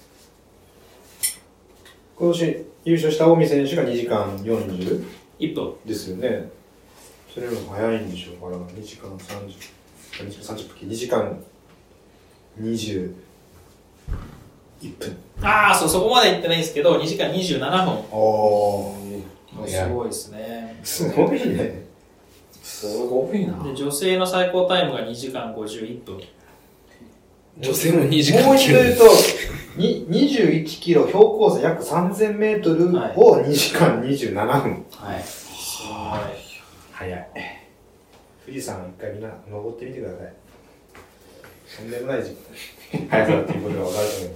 Speaker 1: 今年優勝した近江選手がにじかんよんじゅう
Speaker 2: いっぷん
Speaker 1: ですよね。それよりも早いんでしょうから、にじかんさんじゅう、にじかんさんじゅっぷん、にじかんにじゅういっぷん。
Speaker 2: ああ、そう、そこまで行ってないんですけど、にじかんにじゅうななふん。
Speaker 1: お
Speaker 2: ー、すごいですね。
Speaker 1: すごいね。
Speaker 4: すごいな。
Speaker 2: で、女性の最高タイムがにじかんごじゅういっぷん。
Speaker 3: 女性もにじかん。
Speaker 1: もう一度言うと、にじゅういちキロ標高差約さんぜんメートルをにじかんにじゅうななふん。
Speaker 2: はい。すごい。
Speaker 1: 早い。富士山一回みんな登ってみてください。とんでもない時間。速さっていうことが分かると思います。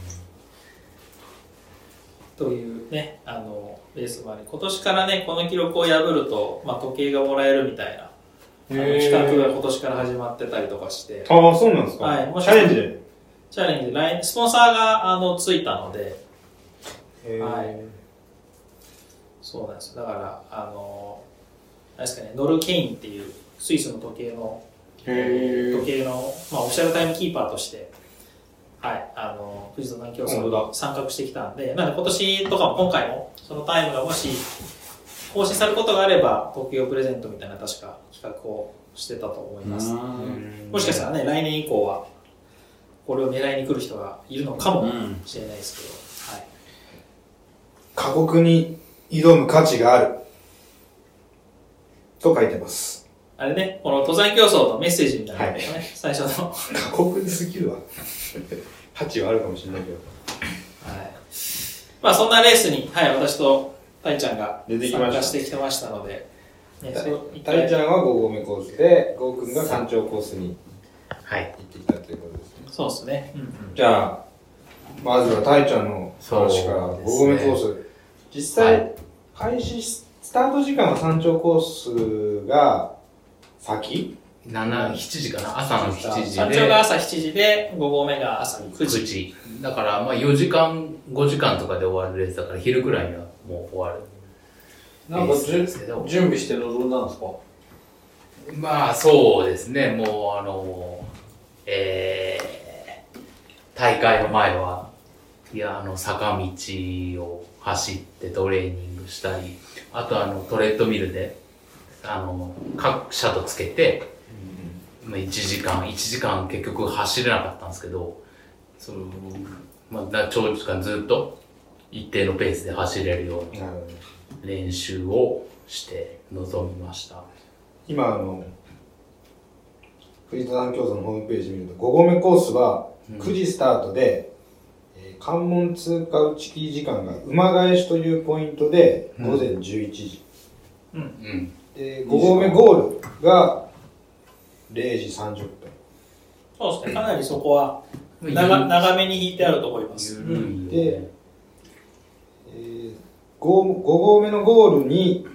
Speaker 2: というね、あの、レースもあり、今年からね、この記録を破ると、まあ、時計がもらえるみたいな、あの企画が今年から始まってたりとかして。
Speaker 1: ああ、そうなんですか。
Speaker 2: はい。もし
Speaker 1: チャレンジで。
Speaker 2: チャレンジで、来スポンサーが、あの、ついたので、はい。そうなんです。だから、あの、あれですかね、ノルケインっていうスイスの時計の、時計の、まあ、オフィシャルタイムキーパーとして、はい、あの、富士登山競争に参画してきたんで、なので今年とかも今回も、そのタイムがもし更新されることがあれば、時計をプレゼントみたいな確か企画をしてたと思います。もしかしたらね、来年以降は、これを狙いに来る人がいるのかもしれないですけど、はい。
Speaker 1: 過酷に挑む価値がある。と書いてます。
Speaker 2: あれね、この登山競争のメッセージみたいなのね、はい、最初の。
Speaker 1: 過酷にすぎるわ。価値はあるかもしれないけど。
Speaker 2: はい。まあそんなレースに、はい、私とタイちゃんが
Speaker 1: 参加
Speaker 2: してきてましたので、
Speaker 1: ね、タイちゃんはご合目コースで、ゴーくんが山頂コースに行ってきたということですね。
Speaker 2: そうですね。うんうん、
Speaker 1: じゃあ、まずはタイちゃんの話からご合目コース。実際、開始し、スタート時間は山頂コースが先
Speaker 3: 七、しちじかな、朝のしちじで。
Speaker 2: 山頂が朝しちじで、ご合目が朝くじ。
Speaker 3: くじ。だから、まあよじかん、ごじかんとかで終わるレースだから、昼くらいにはもう終わる。
Speaker 4: なんか準備して臨んだんですか？
Speaker 3: まあ、そうですね。もう、あの、えー、大会の前は、いや、あの、坂道を走ってトレーニングしたり、あとあの、トレッドミルで、あの、各シャドウつけて、うん、いちじかん、いちじかん結局走れなかったんですけど、その、まあ、長時間ずっと一定のペースで走れるような練習をして臨みました。
Speaker 1: 今、あの、富士登山競争のホームページ見ると、ご合目コースはくじスタートで、うんえー、関門通過打ち切り時間が馬返しというポイントでごぜんじゅういちじ。
Speaker 2: うんうん
Speaker 1: で、ご合目ゴールがれいじさんじゅっぷん。
Speaker 2: そうですね、かなりそこは、 長長めに引いてあると思います。
Speaker 1: で、えー、ご, ご合目のゴールに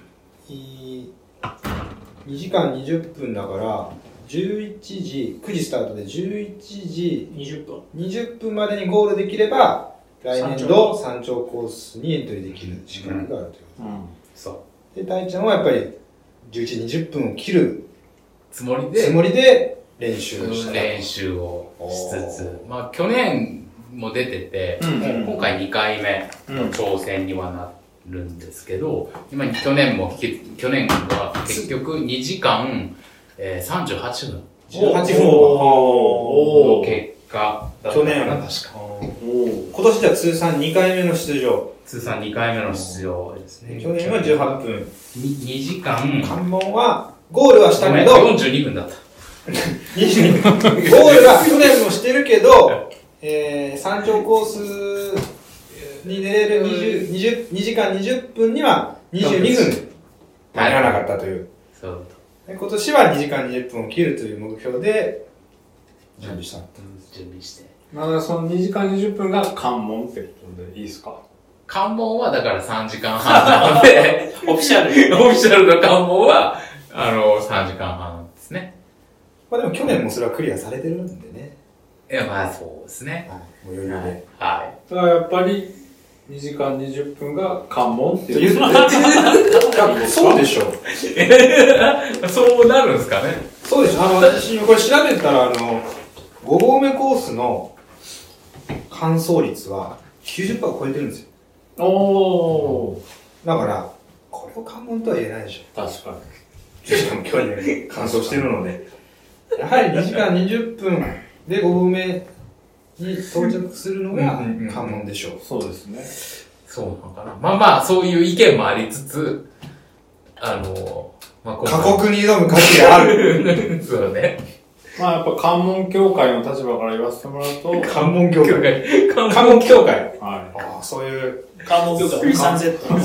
Speaker 1: にじかんにじゅっぷんだからじゅういちじくじスタートでじゅういちじ
Speaker 2: にじゅっぷん
Speaker 1: にじゅっぷんまでにゴールできれば来年度山頂コースにエントリーできる資格があるということ、うんうん、そうで大ちゃんはやっぱりじゅういちじにじゅっぷんを切る
Speaker 3: つもりで
Speaker 1: つもりで練習をした
Speaker 3: 練習をしつつまあ去年も出てて、うん、今回にかいめの挑戦にはなるんですけど、今去年も去年は結局にじかん、えー、さんじゅうはちふん
Speaker 1: じゅうはちふん
Speaker 3: の結果だった
Speaker 1: 去年は確か今年では通算にかいめの出場
Speaker 3: 通算にかいめの出場ですね。
Speaker 1: 去年はじゅうはっぷん
Speaker 3: 2, 2時間
Speaker 1: 関門はゴールはしたけど
Speaker 3: よんじゅうにふんだった
Speaker 1: にじゅうにふんゴールは去年もしてるけど、えー、山頂コースに出れる20 20 にじかんにじゅっぷんにはにじゅうにふん間に合わなかったという。
Speaker 3: そう
Speaker 1: で今年はにじかんにじゅっぷんを切るという目標で準備した。
Speaker 3: 準備して。
Speaker 4: まだそのにじかんにじゅっぷんが関門ってことでいいですか？
Speaker 3: 関門はだからさんじかんはんなので、
Speaker 2: オフィシャル。
Speaker 3: オフィシャルの関門は、あの、さんじかんはんですね。
Speaker 1: まあでも去年もそれはクリアされてるんでね。
Speaker 3: いや、まあそうですね。
Speaker 1: はい。もう余裕で。
Speaker 3: はい。
Speaker 4: だからやっぱり、にじかんにじゅっぷんが関門っていう。
Speaker 1: そうでしょう。
Speaker 3: そうなるんですかね。
Speaker 1: そうでしょ。あの、私、これ調べたら、あの、ご合目コースの完走率は きゅうじゅっパーセント を超えてるんですよ。
Speaker 4: おー。
Speaker 1: だから、これを関門とは言えないでしょ。
Speaker 4: 確か
Speaker 1: に。しかも去年完走してるので。やはりにじかんにじゅっぷんでご合目に到着するのが関門でしょう。
Speaker 4: そうですね。
Speaker 3: そうなのかな。まあまあ、そういう意見もありつつ、あの、まあ、
Speaker 1: 過酷に挑む価値がある。
Speaker 3: そうね。
Speaker 4: まあやっぱ関門協会の立場から言わせてもらうと、
Speaker 1: 関門協会。関門協会。
Speaker 4: はい。
Speaker 1: ああ、そういう。
Speaker 2: 関門協会、おじさん Z。
Speaker 3: Z。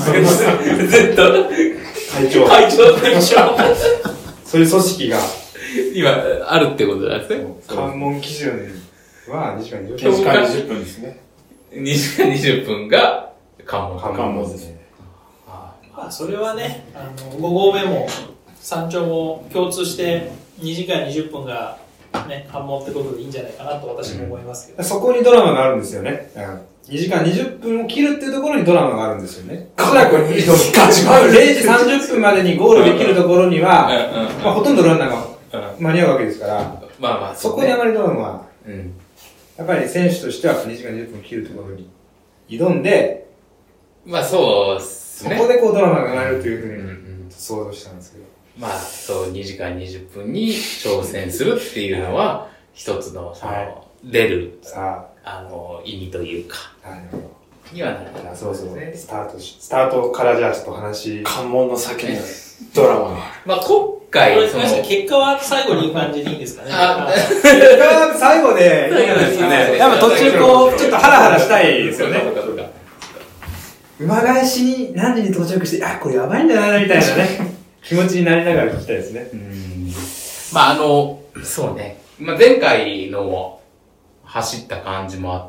Speaker 1: 会長。
Speaker 3: 会長、会長。
Speaker 1: そういう組織が。
Speaker 3: 今、あるってことなんですね。
Speaker 1: 関門基準はにじかんにじゅっぷん。
Speaker 4: にじかんにじゅっぷんですね。
Speaker 3: にじかんにじゅっぷんが関門。
Speaker 1: 関門ですね。
Speaker 2: まあ、それはね、あの、ご合目も、山頂も共通して、にじかんにじゅっぷんが、ね、関門ってことでいいんじゃないかなと私も思いますけど。
Speaker 1: そこにドラマがあるんですよね。にじかんにじゅっぷんを切るっていうところにドラマがあるんですよね。おそらくれいじさんじゅっぷんまでにゴールできるところには、まあほとんどランナーが間に合うわけですから、
Speaker 3: まあまあ、
Speaker 1: そこにあまりドラマは、やっぱり選手としてはにじかんにじゅっぷん切るところに挑んで、
Speaker 3: まあそうですね。
Speaker 1: そこでこうドラマが生まれるというふうに想像したんですけど。
Speaker 3: まあ、そう、にじかんにじゅっぷんに挑戦するっていうのは、一つの、その、出る、
Speaker 1: さ
Speaker 3: あ、あの、意味というか、にはなるかな。
Speaker 1: そうそう。スタートし、スタートからじゃあちょっと話。
Speaker 4: 関門の先にドラマが。
Speaker 3: まあ、今回、その、
Speaker 2: 結果は最後にいい感じでいいんですかね。
Speaker 1: 結果は最後でいいんですかね。やっぱ途中こう、ちょっとハラハラしたいですよね。馬返しに何時に到着して、あ、これやばいんだな、みたいなね。気持ちになりながら聞きたいですね。うん。
Speaker 3: まあ、あの、そうね。まあ、前回の走った感じもあって、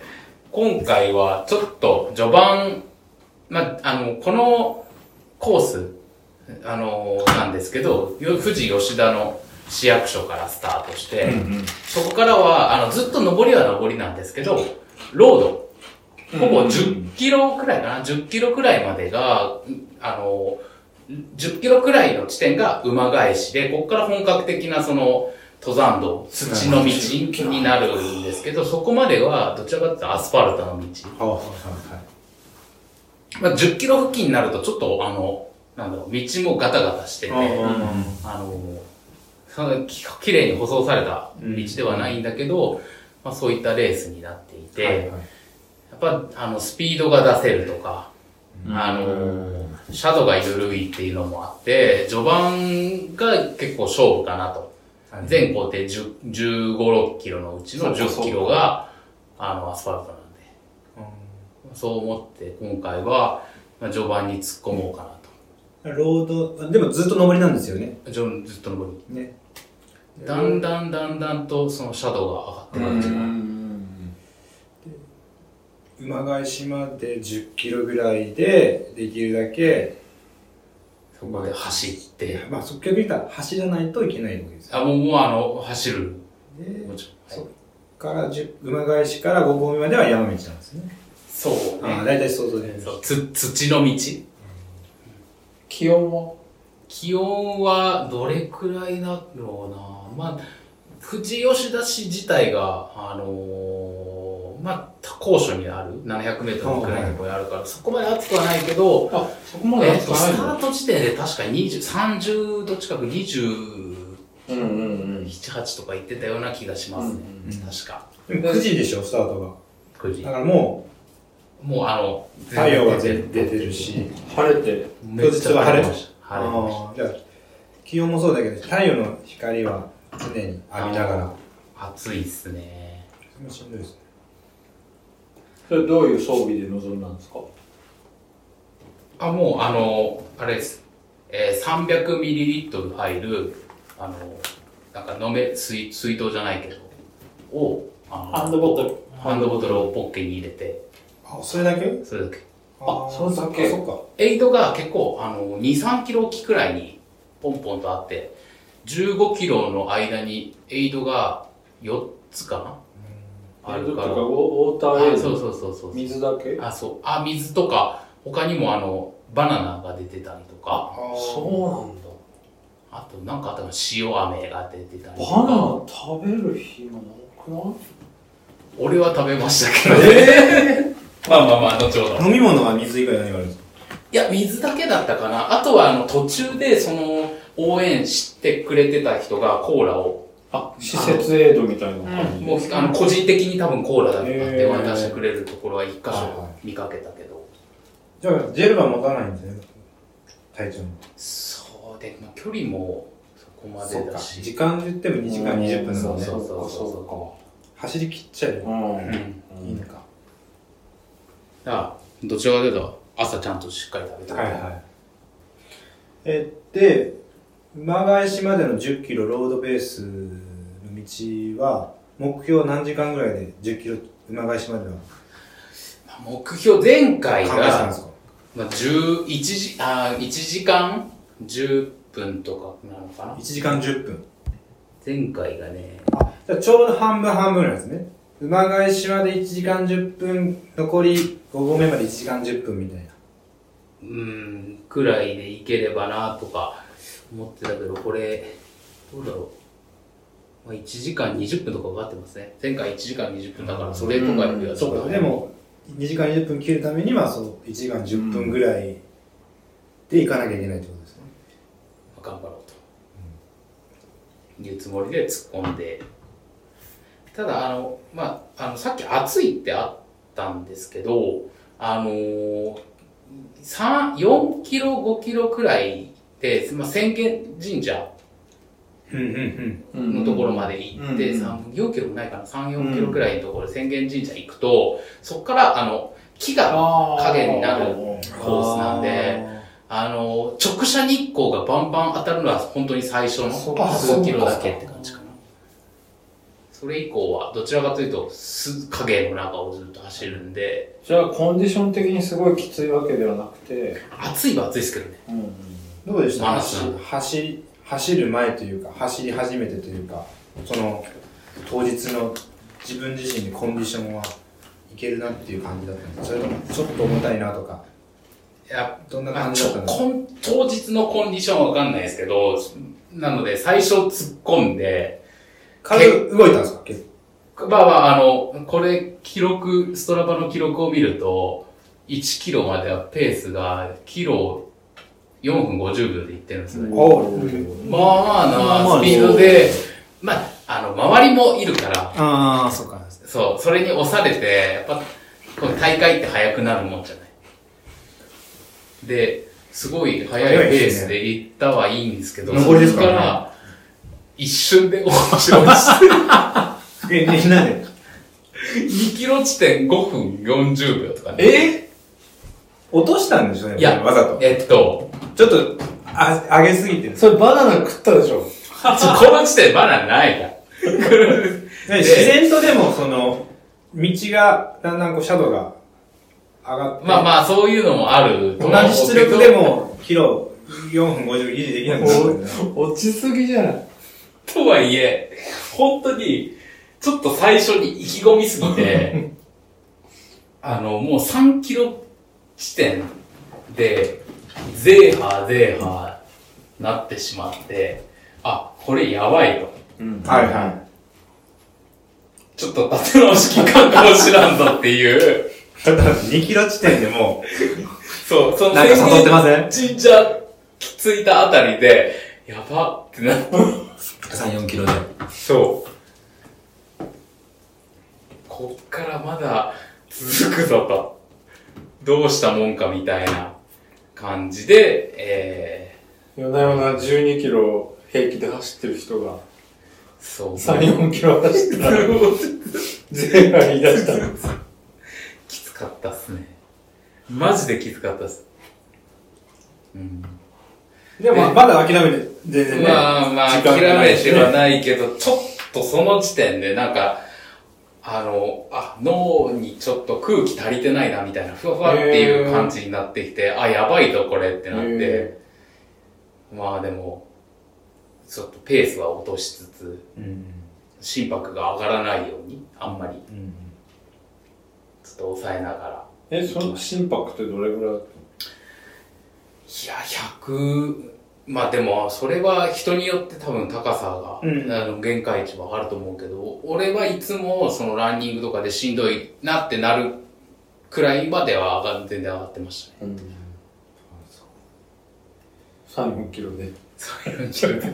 Speaker 3: 今回はちょっと序盤、まあ、あの、このコース、あの、なんですけど、富士吉田の市役所からスタートして、うんうん、そこからは、あの、ずっと上りは上りなんですけど、ロード、ほぼじゅっキロくらいかな、じゅっキロくらいまでが、あの、じゅっキロくらいの地点が馬返しで、ここから本格的なその登山道、土の道になるんですけど、そこまではどちらかというとアスファルトの道。まあ、じゅっキロ付近になるとちょっとあの、なんだろう、道もガタガタしてて、あの、そのきれいに舗装された道ではないんだけど、まあ、そういったレースになっていて、はいはい、やっぱあのスピードが出せるとか、あの、シャドウが緩いっていうのもあって、序盤が結構勝負かなと。はい、全工程じゅうご、ろっキロのうちのじゅっキロが、あの、アスファルトなんで。うん、そう思って今回は、まあ、序盤に突っ込もうかな
Speaker 1: と。ロード、でもずっと上りなんですよね。
Speaker 3: ずっと上り。ね。だんだんだんだんとそのシャドウが上がってくる感じが。
Speaker 1: 馬返しまでじゅっキロぐらいで、できるだけ、
Speaker 3: そこで走って。
Speaker 1: まあ、そっ逆に言ったら走らないといけないわけですよ。
Speaker 3: あ、もう、もうあの、走る。
Speaker 1: で、
Speaker 3: もちろん。
Speaker 1: そっからじゅ馬返しからご合目までは山道なんですね。
Speaker 3: そうね。
Speaker 1: ああ、大体想像で。
Speaker 3: そう、つ、土の道。
Speaker 4: 気温は
Speaker 3: 気温はどれくらいだろうな。まあ、富士吉田市自体が、あのー、まあ、高所にある、ななひゃくメートルくらいのところにあるから、そこまで暑くはないけど、
Speaker 4: あ、そこまで暑くないの、
Speaker 3: えっと、スタート時点で確かにじゅう、さんじゅうど近くにじゅうなな、
Speaker 4: うんうんうん、
Speaker 3: はちとか言ってたような気がしますね。うんうん、確か。
Speaker 1: でもくじでしょ、スタートが。
Speaker 3: くじ。
Speaker 1: だからも
Speaker 3: う、もうあの、
Speaker 1: 太陽が出てるし、
Speaker 4: 晴れて、
Speaker 1: 当日は晴れました。
Speaker 3: 晴れました。
Speaker 1: じゃあ、気温もそうだけど、太陽の光は常に浴びながら。
Speaker 3: 暑いっすね。
Speaker 1: それもしんどいですね。
Speaker 4: それどういう装備で臨んだんですか？
Speaker 3: あ、もう、あの、あれです。えー、さんびゃくミリリットル入る、あの、なんか飲め、水、水筒じゃないけど、を、あの、
Speaker 2: ハンドボトル。
Speaker 3: ハンドボトルをポッケに入れて。
Speaker 1: あ、それだけ？
Speaker 3: それだけ。
Speaker 1: あ、
Speaker 4: それだけ。
Speaker 1: そっか。
Speaker 3: エイドが結構、あの、に、さんキロ置きくらいに、ポンポンとあって、じゅうごキロの間にエイドがよっつかな、
Speaker 4: あるから。ウォーターエイド。
Speaker 3: そうそうそうそう。
Speaker 4: 水だけ？
Speaker 3: あ、そう。あ、水とか、他にもあの、バナナが出てたりとか。
Speaker 4: そうなんだ。
Speaker 3: あと、なんかあったの、塩飴が出てたりとか。
Speaker 4: バナナ食べる日もなくない？
Speaker 3: 俺は食べましたけど。えー、まあまあまあ、後ほど。
Speaker 1: 飲み物は水以外何があるんですか？
Speaker 3: いや、水だけだったかな。あとは、あの、途中で、その、応援してくれてた人がコーラを。
Speaker 4: あ、施設エイドみたいな感じ。
Speaker 3: もう、あの、個人的に多分コーラだとかって渡してくれるところは一箇所見かけたけど。
Speaker 1: じゃあ、ジェルは持たないんですね。体調も。
Speaker 3: そうで、まあ、距離もそこまでだし。
Speaker 1: 時間で言ってもにじかんにじゅっぷんなので。
Speaker 3: そうそうそうそう。
Speaker 1: 走り切っちゃえば。うん。いいのか。
Speaker 3: だから、どちらかというと、朝ちゃんとしっかり食べて。
Speaker 1: はいはい。え、で、馬返しまでのじゅっキロロードベースの道は、目標何時間ぐらいでじゅっキロ馬返しまでは
Speaker 3: 目標、前回が、
Speaker 1: ま
Speaker 3: あ、じゅういちじ、あ、いちじかんじゅっぷんとかなのかな？
Speaker 1: いち 時間じゅっぷん。
Speaker 3: 前回がね。
Speaker 1: あ、じゃあちょうど半分半分なんですね。馬返しまでいちじかんじゅっぷん、残りご合目までいちじかんじゅっぷんみたいな。
Speaker 3: うーん、くらいでいければなとか思ってたけど、これ、どうだろう。まあ、いちじかんにじゅっぷんとかかかってますね。前回いちじかんにじゅっぷんだから、それとかよりは
Speaker 1: ちょっと。そうか、でも、にじかんにじゅっぷん切るためには、そう、いちじかんじゅっぷんぐらいで行かなきゃいけないってことですね。
Speaker 3: うん、頑張ろうと。いうつもりで突っ込んで。ただ、あの、まあ、あの、さっき暑いってあったんですけど、あのー、さん、よんキロ、ごキロくらいで、まあ、浅間神社のところまで行って、さん、よんキロもないかな、さん、よんキロくらいのところで浅間神社行くと、そこから、あの、木が影になるコースなんで、あの、直射日光がバンバン当たるのは本当に最初の数キロだけって感じかな。それ以降は、どちらかというと、影の中をずっと走るんで。
Speaker 4: じゃあ、コンディション的にすごいきついわけではなくて。
Speaker 3: 暑いは暑いですけどね。
Speaker 1: うんうん、どうでした走り、走る前というか、走り始めてというか、その、当日の自分自身でコンディションはいけるなっていう感じだったんですか？それとも、ちょっと重たいなとか。
Speaker 3: いや、
Speaker 1: どんな感じだったんですか？
Speaker 3: 当日のコンディションはわかんないですけど、なので、最初突っ込んで、
Speaker 1: 体動いたんですか？結
Speaker 3: 構。まあまあ、あの、これ、記録、ストラバの記録を見ると、いちキロまではペースが、キロよんぷんごじゅうびょうでいってるんですね。まあまあなスピードで、まあ、あの、周りもいるから。
Speaker 1: ああ、そうか。
Speaker 3: そう、それに押されて、やっぱ、この大会って速くなるもんじゃない。で、すごい速いペースで行ったはいいんですけど、
Speaker 1: それから、
Speaker 3: 一瞬で面白いです。
Speaker 1: え、ね、なんで ?
Speaker 3: に キロ地点ごふんよんじゅうびょうとかね。
Speaker 1: え落としたんでしょうね。
Speaker 3: いや、
Speaker 1: わざと。
Speaker 3: えっと、
Speaker 1: ちょっと、あ、上げすぎてる。
Speaker 4: それバナナ食ったでしょ？
Speaker 3: この地点バナナないから。
Speaker 1: 自然とでも、その、道が、だんだんこう、シャドウが上がって。
Speaker 3: まあまあ、そういうのもあると
Speaker 1: 同じ出力でも、キロよんぷんごじゅう維持できなくなるんだよね。
Speaker 4: 落ちすぎじゃない。
Speaker 3: とはいえ、本当に、ちょっと最初に意気込みすぎて、あの、もうさんキロ地点で、ゼーハーゼーハーなってしまって、あ、これやばいと。
Speaker 4: うん、
Speaker 1: はいはい。
Speaker 3: ちょっと立て直し期間かもしらんぞっていう。
Speaker 1: にキロ地点でも
Speaker 3: そう、その
Speaker 1: なんか悟ってません？
Speaker 3: 神社ついたあたりで、やばってなって。
Speaker 1: さん、よんキロで。
Speaker 3: そう。こっからまだ続くぞと。どうしたもんかみたいな感じで、え
Speaker 4: ー。夜な夜なじゅうにキロ平気で走ってる人が、
Speaker 3: そう。
Speaker 4: さん、よんキロ走ったら、全が言い出したの。
Speaker 3: きつかったっすね。マジできつかったっす。うん。
Speaker 1: でも、まだ諦めて、全然ね。
Speaker 3: まあまあ、諦めてはないけど、ちょっとその時点でなんか、あの、あ、脳にちょっと空気足りてないなみたいな、ふわふわっていう感じになってきて、あ、やばいとこれってなって、まあでも、ちょっとペースは落としつつ、うん、心拍が上がらないように、あんまり、うん、ちょっと抑えながら。
Speaker 4: え、その心拍ってどれぐらいだったの？
Speaker 3: いや、ひゃく、まあでも、それは人によって多分高さが、うん、あの限界値はあると思うけど、俺はいつもそのランニングとかでしんどいなってなるくらいまでは上が全然上がってましたね。うん、
Speaker 4: さん、よんキロで。
Speaker 3: さん、よんキロで。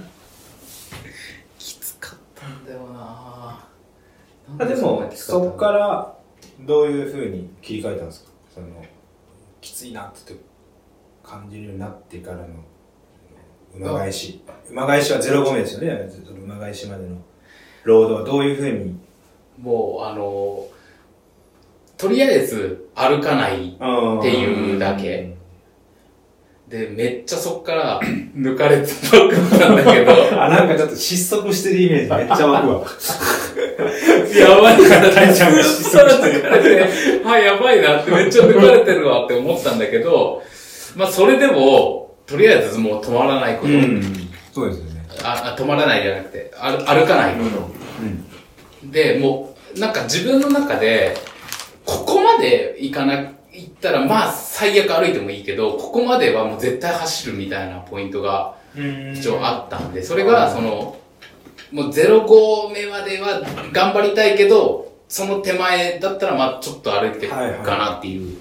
Speaker 3: きつかったんだよなぁ。
Speaker 1: あでも、そこからどういう風に切り替えたんですか？その、きついなって感じるようになってからの馬返し。馬返しはゼロごめですよね。馬返しまでのロードはどういう風に？
Speaker 3: もう、あの、とりあえず歩かないっていうだけ。で、めっちゃそっから抜かれてばっかったんだけど。
Speaker 1: あ、なんかちょっと失速してるイメージめっちゃ湧くわ。
Speaker 3: やばいから、大ちゃんが失速してる。はい、やばいなってめっちゃ抜かれてるわって思ったんだけど、まあそれでも、とりあえずもう止まらないこと。うん、
Speaker 1: そうですよね。
Speaker 3: あ、止まらないじゃなくて、歩歩かないこと。うん、で、もう、なんか自分の中で、ここまで行かな、行ったらまあ最悪歩いてもいいけど、ここまではもう絶対走るみたいなポイントが一応あったんで、それがその、もうゼロごめまでは頑張りたいけど、その手前だったらまあちょっと歩いていくかなっていう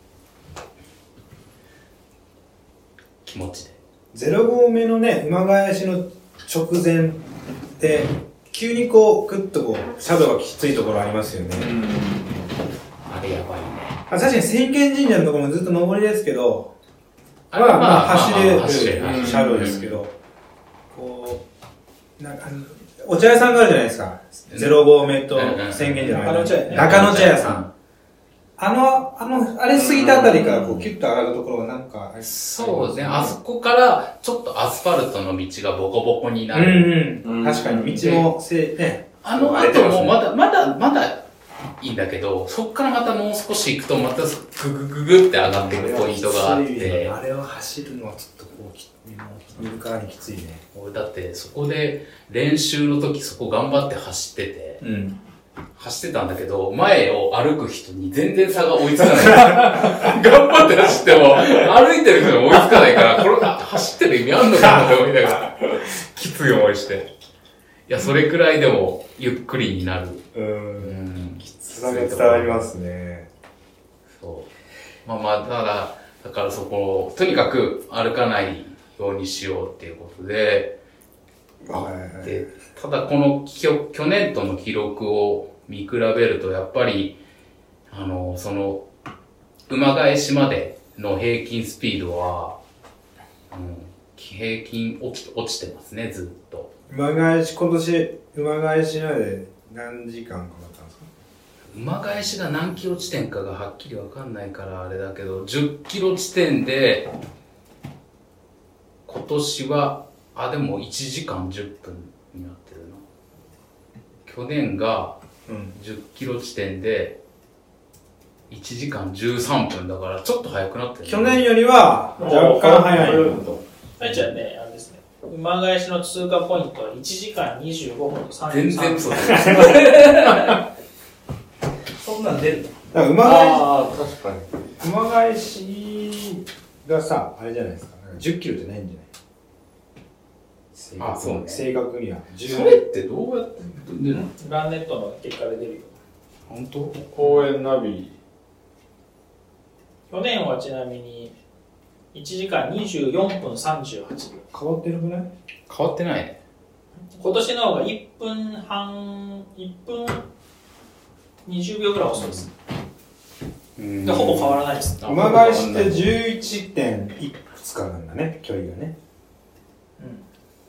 Speaker 3: 気持ちで。
Speaker 1: ゼロごめのね、馬返しの直前で、急にこう、ぐっとこう、シャドウがきついところありますよね。
Speaker 3: あれやばいね。
Speaker 1: あ、確かに浅間神社のところもずっと上りですけど、まあまあ走れるシャドウですけど、こう、なんか、お茶屋さんがあるじゃないですか。ゼロごめと浅間神社の間。中野茶屋さん。あの、あの、あれ過ぎたあたりからこう、キュッと上がるところがなんか、
Speaker 3: そうですね。あそこからちょっとアスファルトの道がボコボコにな
Speaker 1: る。うんうん。確かに道もせ、ね。
Speaker 3: あの後もまだ、まだ、まだ、いいんだけど、そっからまたもう少し行くとまたググググって上がっていくポイントがあって。
Speaker 1: あれを走るのはちょっとこう、見るからにきついね。
Speaker 3: 俺だってそこで練習の時そこ頑張って走ってて、うん、走ってたんだけど、前を歩く人に全然差が追いつかない。頑張って走っても、歩いてる人に追いつかないから、これ走ってる意味あんのかなって思いながら、きつい思いして。いや、それくらいでもゆっくりになる。
Speaker 1: うん。きつさが伝わりますね。
Speaker 3: そう。まあまあ、ただ、だからそこを、とにかく歩かないようにしようっていうことで、はいはい、でただこの去年との記録を見比べると、やっぱり、あの、その、馬返しまでの平均スピードは、うん、平均落ち、落ちてますね、ずっと。
Speaker 1: 馬返し、今年、馬返しまで何時間かかったんですか？
Speaker 3: 馬返しが何キロ地点かがはっきりわかんないからあれだけど、じゅっキロ地点で、今年は、あ、でもいちじかんじゅっぷんになってるな。去年がじゅっキロ地点でいちじかんじゅうさんぷんだからちょっと早くなってる、ね。
Speaker 1: 去年よりは若干早い。
Speaker 2: はい、じゃあね、あれですね。馬返しの通過ポイントは、いちじかんにじゅうごふんさんじゅうさんぷん。
Speaker 3: 全然そうだ。そんなん出るの？
Speaker 1: だから馬返し、
Speaker 4: ああ、確かに。
Speaker 1: 馬返しがさ、あれじゃないですか。じゅっキロじゃないんじゃない正確
Speaker 3: あそうね
Speaker 1: 正確には。
Speaker 3: それってどうやって出るの？
Speaker 2: ランネットの結果で出るよ。
Speaker 3: 本当？
Speaker 4: 公園ナビ。
Speaker 2: 去年はちなみに、いちじかんにじゅうよんぷんさんじゅうはちびょう。
Speaker 1: 変わってるくない？
Speaker 3: 変わってないね。
Speaker 2: 今年の方がいっぷんはん、いっぷんにじゅうびょうぐらい遅いです。
Speaker 3: うん
Speaker 2: で、ほぼ変わらないです。
Speaker 1: 馬返しってじゅういちてんいくつかなんだね、距離がね。
Speaker 2: うん。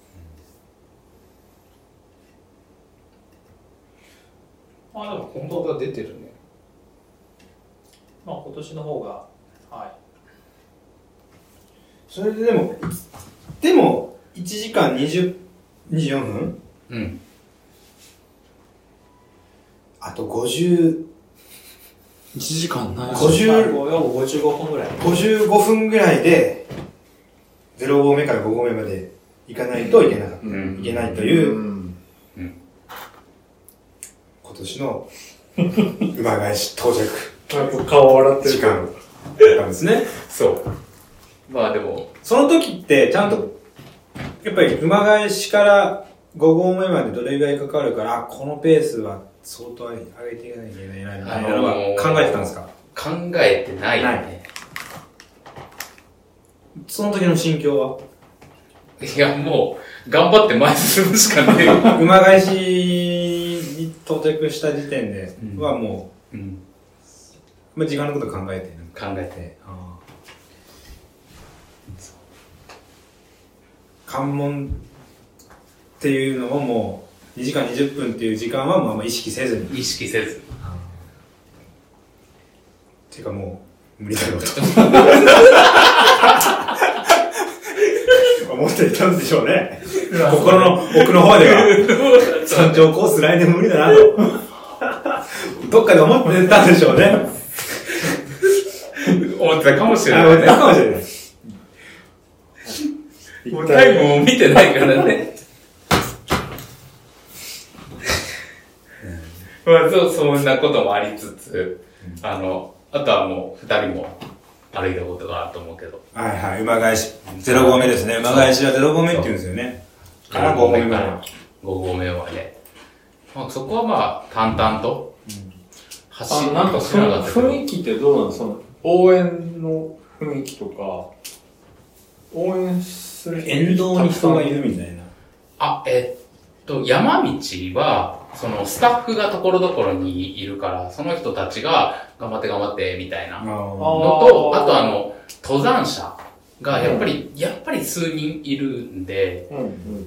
Speaker 2: まあでも今度、
Speaker 3: 本当だ、出てるね。
Speaker 2: まあ今年の方が、はい。
Speaker 1: それででも、でも、いちじかんにじゅう、にじゅうよんふん
Speaker 3: うん。
Speaker 1: あとごじゅう、
Speaker 4: いちじかんない。
Speaker 1: ごじゅう
Speaker 2: ごじゅうごふんぐらい。
Speaker 1: ごじゅうごふんぐらいで、ゼロごうめからごごうめまで行かないといけなかった。
Speaker 3: うん
Speaker 1: いけないという、
Speaker 4: うん。
Speaker 1: 今年の馬返し到着
Speaker 4: やっぱ顔笑ってる。
Speaker 1: 時間だったんですね。
Speaker 3: そう。まあでも、
Speaker 1: その時ってちゃんと、やっぱり馬返しからごごうめまでどれぐらいかかるから、あこのペースは相当上げていかなきゃいけないな、みたいなのは考えてたんですか？
Speaker 3: 考えてないよ
Speaker 1: な
Speaker 3: ね。
Speaker 1: その時の心境はい
Speaker 3: や、もう、頑張って前進むしかないよ。
Speaker 1: 馬返しに到着した時点ではも
Speaker 3: うん。
Speaker 1: う、まあ、時間のこと考えてる
Speaker 3: 考えて。
Speaker 1: あ関門っていうのをもうにじかんにじゅっぷんっていう時間はもうあんま意識せずに
Speaker 3: 意識せず。
Speaker 1: ていうかもう無理だろうと思っていたんでしょうね。心の奥の方では山頂コース来年無理だなとどっかで思ってたんでしょうね。
Speaker 3: 思ってたかもしれ
Speaker 1: あ思って
Speaker 3: ないね。
Speaker 1: たかもしれない。
Speaker 3: もうタイムも見てないからね。まあ、そ、そんなこともありつつ、あの、あとはもう二人も歩いたことがあると思うけど。
Speaker 1: はいはい、馬返し。ゼロごうめですね。馬返しはゼロごうめって言うんですよね。からごごうめから
Speaker 3: ごごうめまで。まあ、そこはまあ、淡々と走
Speaker 4: あ、なんかその雰囲気ってどうなの？その、応援の雰囲気とか、応援する人
Speaker 1: 沿道に人がいるみたいな。
Speaker 3: あ、えっと、山道は、そのスタッフがところどころにいるから、その人たちが頑張って頑張ってみたいなのと、あとあの、登山者がやっぱり、うん、やっぱり数人いるんで、うんうん、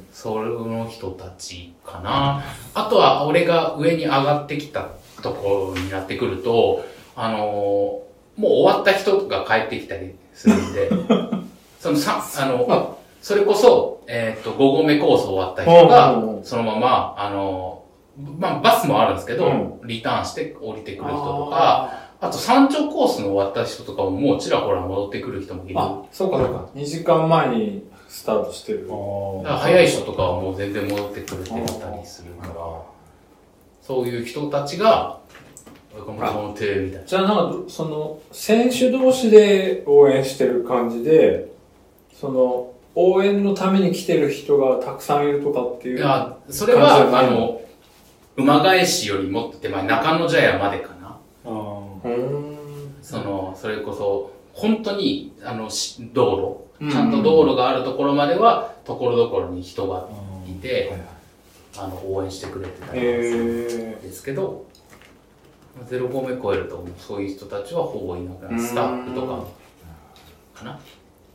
Speaker 3: その人たちかな。あとは俺が上に上がってきたところになってくると、あのー、もう終わった人が帰ってきたりするんで、そのさ、あの、それこそ、えっと、ご合目コース終わった人が、そのまま、あの、まあ、バスもあるんですけど、うん、リターンして降りてくる人とか、あと山頂コースの終わった人とかももうちらほら戻ってくる人もいる。
Speaker 4: あ、そうかそうか。にじかんまえにスタートしてる。
Speaker 3: だから早い人とかはもう全然戻ってくれてたりするから、そういう人たちが、頑張ってみたいな。
Speaker 4: じゃあなんか、その、選手同士で応援してる感じで、その、応援のために来てる人がたくさんいるとかっていう。
Speaker 3: いや、それは、あの、馬返しよりもっと手前、中野茶屋までかな。あその、それこそ、本当に、あの、道路、ちゃんと道路があるところまでは、ところどころに人がいて、あの、応援してくれてたりするんですけど、ゼロ合目超えると、そういう人たちはほぼいなくなる。スタッフとか、かな。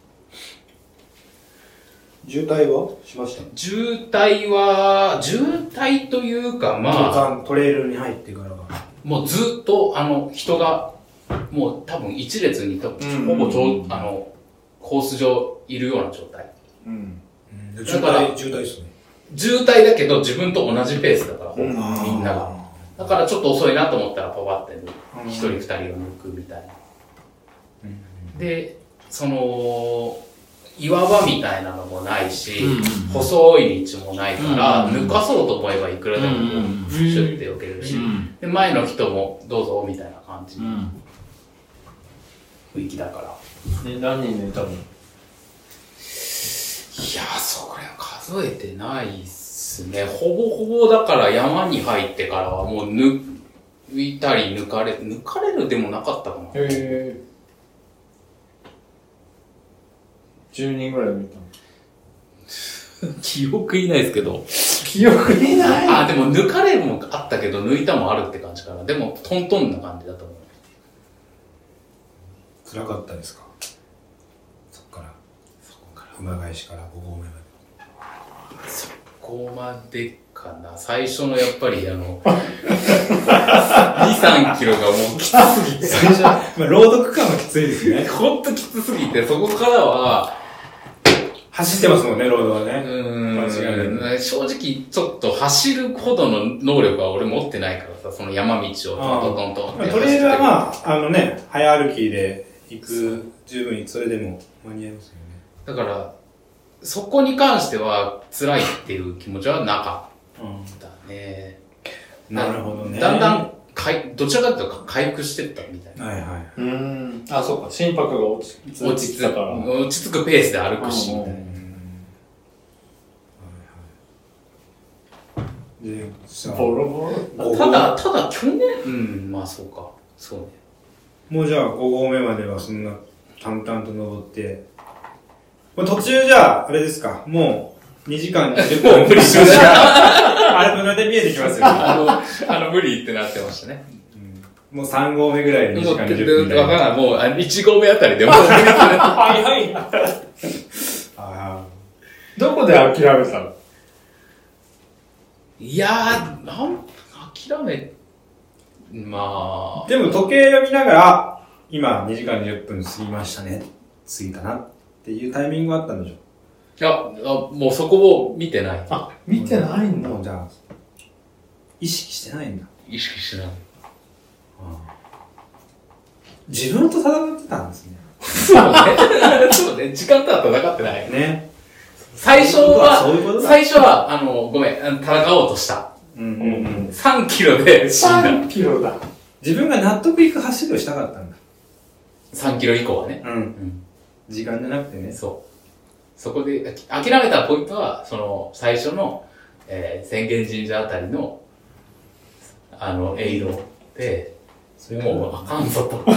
Speaker 1: 渋滞はしました？
Speaker 3: 渋滞は、渋滞というか、ま
Speaker 1: あ、トレイルに入ってからは。
Speaker 3: もうずっと、あの、人が、もう多分一列に多分、ほぼちょ、あの、コース上いるような状態。うん。
Speaker 1: だから、渋滞ですね。
Speaker 3: 渋滞だけど自分と同じペースだから、みんなが。 だからちょっと遅いなと思ったらパパって一人二人を抜くみたいな。で、その、岩場みたいなのもないし、うんうん、細い道もないから、うんうん、抜かそうと思えばいくらでもこう、シュッて避けるし、うんうん、で、前の人もどうぞみたいな感じの雰囲気だから。
Speaker 4: で、何人抜いたの？いや
Speaker 3: ー、それは数えてないっすね。ほぼほぼだから山に入ってからはもう抜いたり抜かれ、抜かれるでもなかったかな。
Speaker 4: へー。じゅうにんぐらい抜いたの？
Speaker 3: 記憶いないですけど。
Speaker 4: 記憶いない？
Speaker 3: あ、でも抜かれもあったけど、抜いたもあるって感じかな。でも、トントンな感じだと思う。
Speaker 1: 辛かったですか？そこから。そこから。熊谷市からご合目まで。
Speaker 3: そこまでかな。最初のやっぱりあの、に、さんキロがもうきつすぎて。
Speaker 1: 最初、まあ、ロード区間はきついですね。
Speaker 3: ほんときつすぎて、そこからは、
Speaker 1: 走ってますもんね、ロードはね。
Speaker 3: うーん。間違い正直、ちょっと走るほどの能力は俺持ってないからさ、その山道をトントントンって。
Speaker 1: トレイルはまあ、あのね、早歩きで行く、十分それでも間に合いますよね。
Speaker 3: だから、そこに関しては辛いっていう気持ちはなかったね。
Speaker 1: うん、なるほどね。
Speaker 3: だんだん、かい、どちらかというと回復してったみたいな。
Speaker 1: はいはい。
Speaker 4: うん。あ、そうか。心拍が落ち着
Speaker 3: 落ち着くから。落ち着くペースで歩くし、みたいな。
Speaker 1: で、
Speaker 4: ボロボロ
Speaker 3: ただ、ただ去年、うん、まあそうか。そうね。
Speaker 1: もうじゃあご合目まではそんな淡々と登って、途中じゃあ、あれですか、もうにじかんにじゅっぷん。
Speaker 3: もう無理しました。
Speaker 1: あれ、胸で見えてきますよね。
Speaker 3: あの、あの、無理ってなってましたね。
Speaker 1: うん、もうさん合目ぐらいににじかんにじゅっぷん。
Speaker 3: わからない。もう、あいち合目あたりでもう無理ですね。
Speaker 4: はいはい。
Speaker 1: あ
Speaker 4: どこで諦めたの？
Speaker 3: いやー、なん、諦め、まあ。
Speaker 1: でも時計を見ながら、今にじかんにじゅっぷん過ぎましたね。過ぎたなっていうタイミングがあったんでしょ？
Speaker 3: いや、あもうそこを見てない。
Speaker 4: あ、見てないんだ。
Speaker 1: もうじゃあ、意識してないんだ。
Speaker 3: 意識してない。あ
Speaker 1: あ、自分と戦ってたんですね。
Speaker 3: そうね。そうね。時間とは戦ってない。
Speaker 1: ね。
Speaker 3: 最初は、最初は、あの、ごめん、戦おうとした。うんうんうん。さんキロで死んだ。
Speaker 4: さんキロだ。
Speaker 1: 自分が納得いく走りをしたかったんだ。
Speaker 3: さんキロ以降はね。
Speaker 1: うん。うん、時間じゃなくてね。
Speaker 3: そう。そこで、諦めたポイントは、その、最初の、えー、浅間神社あたりの、あの、エイロで、もうあかんぞと。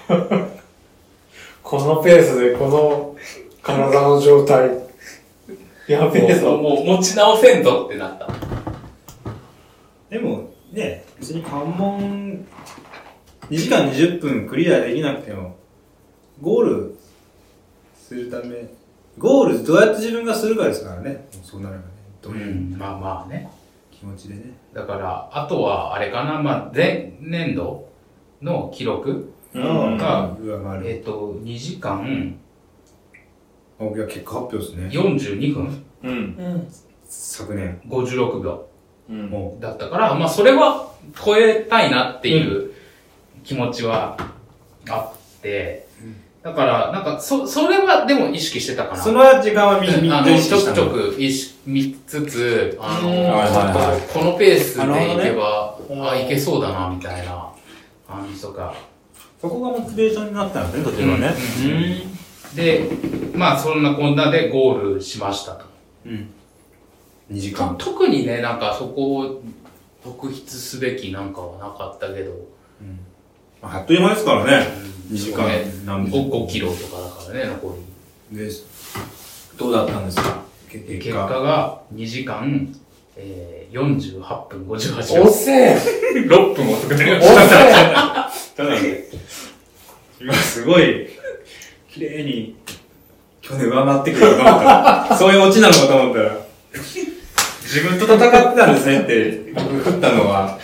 Speaker 4: このペースで、この体の状態。やべえぞ。
Speaker 3: もう持ち直せんぞってなった。
Speaker 1: でも、ね、別に関門、にじかんにじゅっぷんクリアできなくても、ゴールするため、ゴールどうやって自分がするかですからね。そうなればね。
Speaker 3: どういう、うん、まあまあね。
Speaker 1: 気持ちでね。
Speaker 3: だから、あとは、あれかな、まあ、前年度の記録が、うん、えっと、にじかん、
Speaker 1: あ、いや、結果発表ですね。
Speaker 3: よんじゅうにふん
Speaker 4: うん。
Speaker 1: 昨年。
Speaker 3: ごじゅうろくびょう。うん。だったから、まあ、それは超えたいなっていう気持ちはあって、うん、だから、なんか、そ、それはでも意識してたかな。
Speaker 1: その時間は見、見、
Speaker 3: あの、ちょくちょく意識、見つつ、あの、はいはいはい、このペースでいけば、ね、あ、いけそうだな、みたいな感じとか。
Speaker 1: そこがモチベーションになったんですね、途中はね。
Speaker 3: うん。うんで、まあそんなこんなでゴールしましたと。
Speaker 1: うん。にじかん。
Speaker 3: 特にね、なんかそこを特筆すべきなんかはなかったけど。うん。
Speaker 1: まあ、あっという間ですからね。うん、にじかん
Speaker 3: 何分。ごキロとかだからね、残
Speaker 1: り。で、どうだったんですか？
Speaker 3: 結果。結果がにじかん、えー、よんじゅうはっぷんごじゅうはちびょう。
Speaker 4: 遅え
Speaker 3: ろっぷん遅くなりました。
Speaker 1: 遅えただね。今すごい、綺麗に、去年上回ってくるのかと思ったら、そういうオチなのかと思ったら、自分と戦ってたんですねって、僕振ったのは、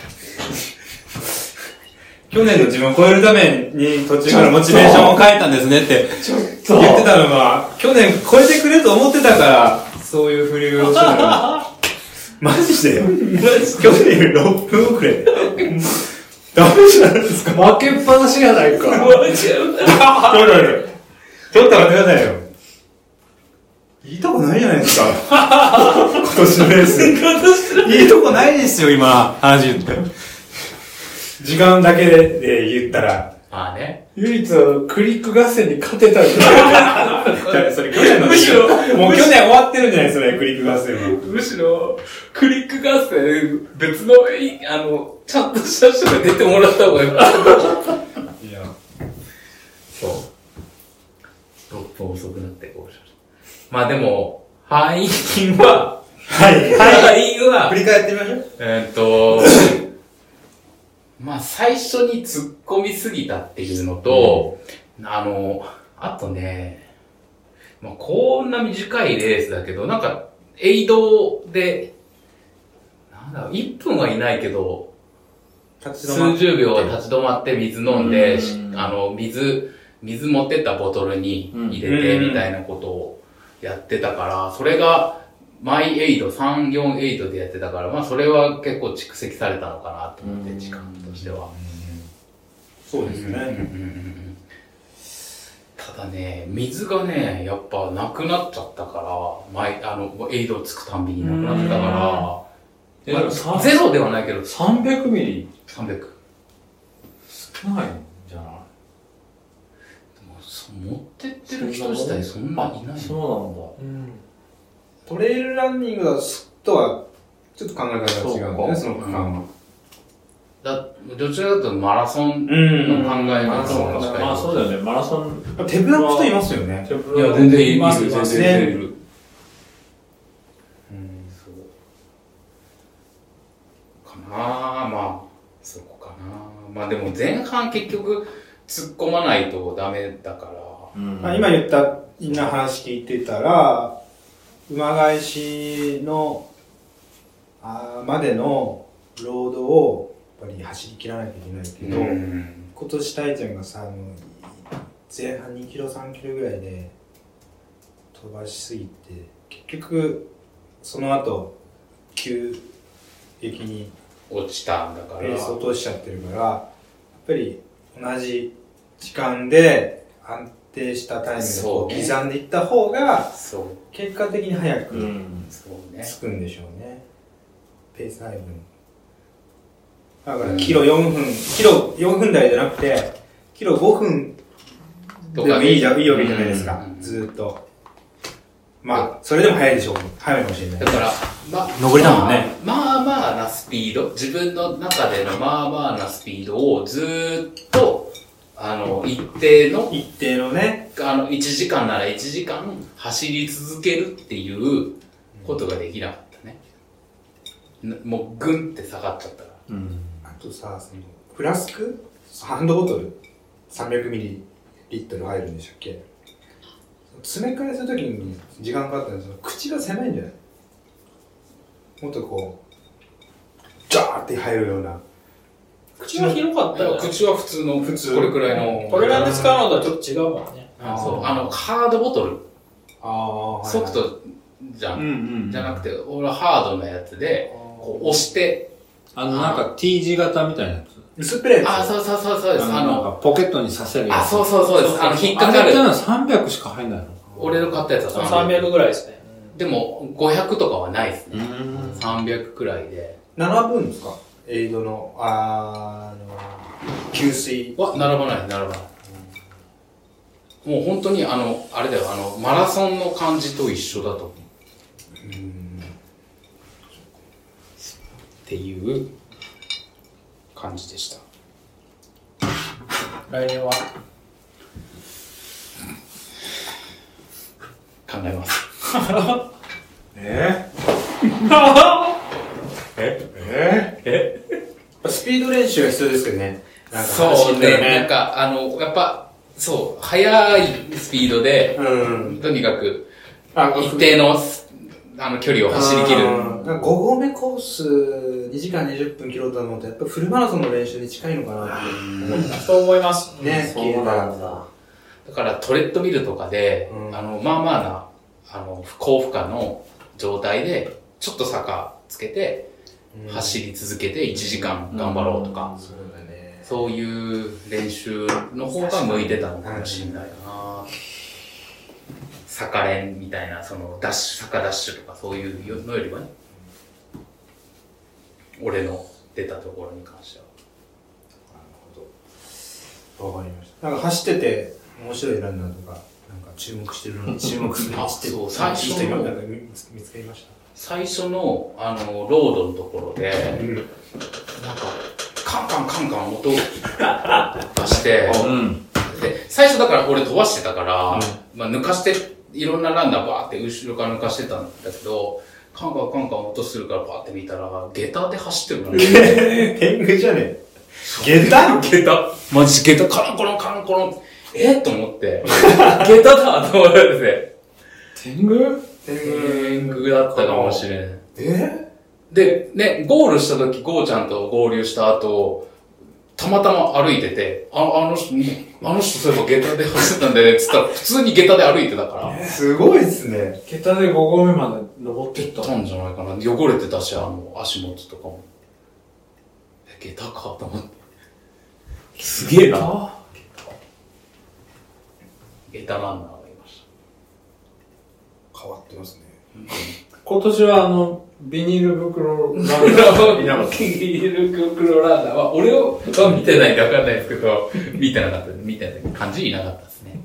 Speaker 1: 去年の自分を超えるために途中からモチベーションを変えたんですねって言ってたのは、去年超えてくれと思ってたから、そういう振りをしてたの。 マジでよ。去年よりろっぷん遅れ。ダメじゃないですか。
Speaker 4: 負けっぱなしやないか。
Speaker 3: マジやな。
Speaker 1: ちょっと待ってくださいよ。いいとこないじゃないですか。今年のレース。いいとこないですよ、今、話言って。時間だけで、で言ったら。
Speaker 3: まあね。
Speaker 4: 唯一クリック合戦に勝てたんだ。
Speaker 1: じゃあ、それ去年の
Speaker 3: むしろ、
Speaker 1: もう去年終わってるんじゃないですかね、クリック合戦は。
Speaker 3: むしろ、クリック合戦、別の、あの、ちゃんとした人が出てもらった方がよかった。
Speaker 1: いや。
Speaker 3: そう。ろっぷん遅くなってゴールしました。まあでも、敗因は、
Speaker 1: はい。
Speaker 3: 敗因は、
Speaker 1: 振り返ってみましょう。
Speaker 3: えーっと、まあ最初に突っ込みすぎたっていうのと、うん、あの、あとね、まあこんな短いレースだけど、なんか、エイドで、なんだろう、いっぷんはいないけど、数十秒は立ち止まって水飲んで、んあの、水、水持ってったボトルに入れてみたいなことをやってたから、それが、マイエイド、さん、よんエイドでやってたから、まあそれは結構蓄積されたのかなと思って、時間としては。
Speaker 1: そうですね。
Speaker 3: ただね、水がね、やっぱなくなっちゃったから、マイ、あの、エイドつくたんびになくなってたから、まあ、ゼロではないけど、
Speaker 4: さんびゃくミリ ?
Speaker 3: さんびゃく。
Speaker 4: 少ないんじゃない？
Speaker 3: でも持ってってる人自体そんないない。
Speaker 4: そうなんだ。
Speaker 1: うんトレイルランニングとはちょっと考え方が違うんだよね、その区間は。
Speaker 3: だどちらかというとマラソンの考え方
Speaker 4: が近い。まあそうだよね、マラソン。
Speaker 1: 手ぶらの人いますよね。
Speaker 3: いや、全然います、全然いる。うん、そう。かなぁ、まあ、そこかなぁ。まあでも前半結局突っ込まないとダメだから。
Speaker 1: うんまあ、今言ったみんな話聞いてたら、馬返しのあまでのロードをやっぱり走り切らなきゃいけないけど、うん、今年タイちゃんがさあの前半にキロさんキロぐらいで飛ばしすぎて結局その後急激に
Speaker 3: 落ちたんだから
Speaker 1: レース落としちゃってるからやっぱり同じ時間で安定したタイムでこう刻んでいった方が結果的に早くつくんでしょうね。ペース配分。だからキロよんぷん、キロよんぷん台じゃなくてキロごふんでもいいじゃん、いいわけじゃないですか。ずーっと。まあそれでも早いでしょう。早いかもしれない。
Speaker 3: だからまあ
Speaker 1: 上りだもんね。
Speaker 3: まあまあなスピード、自分の中でのまあまあなスピードをずーっとあの、一定の、
Speaker 1: 一定のね、
Speaker 3: あの、いちじかんならいちじかん走り続けるっていうことができなかったね。うん、もう、ぐんって下がっちゃったから。
Speaker 1: うん。あとさ、その、フラスクハンドボトルさんびゃくミリリットル入るんでしたっけ？詰め替えするときに時間かかったんですけど、口が狭いんじゃない？もっとこう、ジャーって入るような。
Speaker 2: 口は広かったよ、ね。
Speaker 3: 口は普通の、普通これくらいの。
Speaker 2: これらで使うのとはちょっと違うもんね。
Speaker 3: あそう。あの、ハードボトル。
Speaker 1: ああ、
Speaker 3: ソフトじゃん。うんうんうん、じゃなくて、俺はハードなやつで、こう押して、
Speaker 4: あの、なんか T 字型みたいなやつ。
Speaker 1: 薄っぺらいやつ。
Speaker 3: あ、そうそうそうそうです。
Speaker 4: あの、ポケットに刺せるやつ。
Speaker 3: あ、そうそうそうです。あの、引っかかる。
Speaker 4: あれってのはさんびゃくしか入んないの？
Speaker 3: 俺の買ったやつは
Speaker 2: さんびゃくぐらいですね。
Speaker 3: でも、ごひゃくとかはないですね。さんびゃくくらいで。
Speaker 1: 並ぶんですか？エイドの、あー、あの、給水。
Speaker 3: は、並ばない、並ばない。うん、もう本当に、あの、あれだよ、あの、マラソンの感じと一緒だと思う。うん。っていう感じでした。
Speaker 2: 来年は
Speaker 3: 考えます。
Speaker 1: ええええスピード練習が必要ですよね。
Speaker 3: なんかそうね、なんか、あの、やっぱ、そう、速いスピードで、うん、とにかく、一定の、あの、距離を走り切る。
Speaker 1: ご合目コースにじかんにじゅっぷんキロと思うと、やっぱフルマラソンの練習に近いのかなって思った。
Speaker 2: そう思います。
Speaker 1: ね、
Speaker 3: そうなんだ。だからトレッドミルとかで、うん、あの、まあまあな、あの、高負荷の状態で、ちょっと坂つけて、走り続けていちじかん頑張ろうとか、
Speaker 1: そうだね。
Speaker 3: そういう練習の方が向いてたのかもしれないな。坂練みたいな、そのダッシュ、坂ダッシュとかそういうのよりはね、俺の出たところに関しては。
Speaker 1: なるほど。わかりました。なんか走ってて面白いランナーとか、なんか注目してるのに注目する
Speaker 3: あ、そう、最初の、
Speaker 1: なんか見つかりました。
Speaker 3: 最初の、あの、ロードのところで、
Speaker 1: うん、
Speaker 3: なんか、カンカンカンカン音出して、うん、で、最初だから俺飛ばしてたから、うん、まあ抜かして、いろんなランナーバーって後ろから抜かしてたんだけど、カンカンカンカン音するからバーって見たら、下駄で走ってるのね。
Speaker 1: えー、天狗じゃねえ。下駄
Speaker 3: 下駄。マジ下駄、カランコロンカランコロン。えと思って、下駄だと思って。
Speaker 4: 天狗
Speaker 3: 天狗だったかもしれん。
Speaker 1: え
Speaker 3: で、ね、ゴールした時、ゴーちゃんと合流した後、たまたま歩いてて、ああの人、あの人そういえば下駄で走ってたんだよね、つったら、普通に下駄で歩いてたから。
Speaker 1: えー、すごいっすね。
Speaker 4: 下駄でご合目まで登ってった
Speaker 3: たんじゃないかな。汚れてたし、あの、足元とかも。え、下駄かと思って。すげえな。下駄ランナーがいました。
Speaker 1: 変わってますね。
Speaker 4: 今年はあの、ビニール袋ランナー。
Speaker 3: ビニール袋ランナーは、俺をは見てないんでわかんないですけど、見てなかった、見てない感じいなかったですね。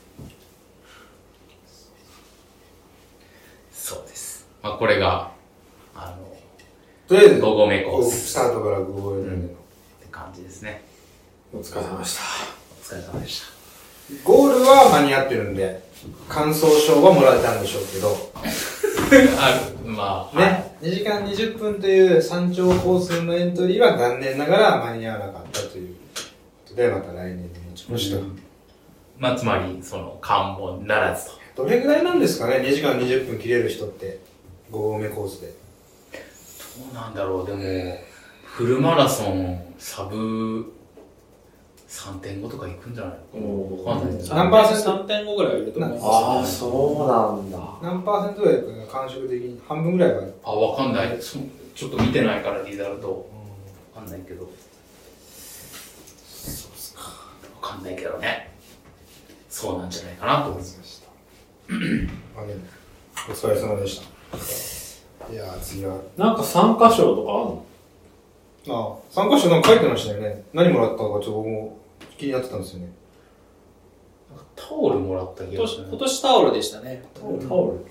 Speaker 3: そうです。まあこれが、あの、
Speaker 1: とりあえず、
Speaker 3: ご合目コース。
Speaker 1: スタートからご合目までの、うん、って
Speaker 3: 感じですね。
Speaker 1: お疲れ様でした。
Speaker 3: お疲れ様でした。
Speaker 1: ゴールは間に合ってるんで、感想賞はもらえたんでしょうけど。
Speaker 3: ある、まあ。
Speaker 1: ね。にじかんにじゅっぷんという山頂コースのエントリーは残念ながら間に合わなかったということで、また来年に持ちました。うん、
Speaker 3: まあ、つまり、その、関門ならず
Speaker 1: と。どれぐらいなんですかね、にじかんにじゅっぷん切れる人って、ご合目コースで。
Speaker 3: どうなんだろう、でも、フルマラソン、サブ、さんてんご とか行くんじゃないの？わかんないです。
Speaker 1: 何パーセント
Speaker 2: さんてんご ぐらいはいると思います。
Speaker 4: ああ、そうなんだ。
Speaker 1: 何パーセントぐらいかな、感触的に。半分ぐらいは。
Speaker 3: あ、わかんない。ちょっと見てないからリザルト。わかんないけど。そうっすか。わかんないけどね。そうなんじゃないかなと思いました。
Speaker 1: あね、お疲れ様でした。いやー、次は。
Speaker 4: なんか参加賞とかあるの？
Speaker 1: ああ、参加賞なんか書いてましたよね。何もらったかちょっと僕も気になってたんですよね。
Speaker 3: なんかタオルもらった気がする、ね。
Speaker 2: 今年タオルでしたね。
Speaker 4: タオル、タオル。うん。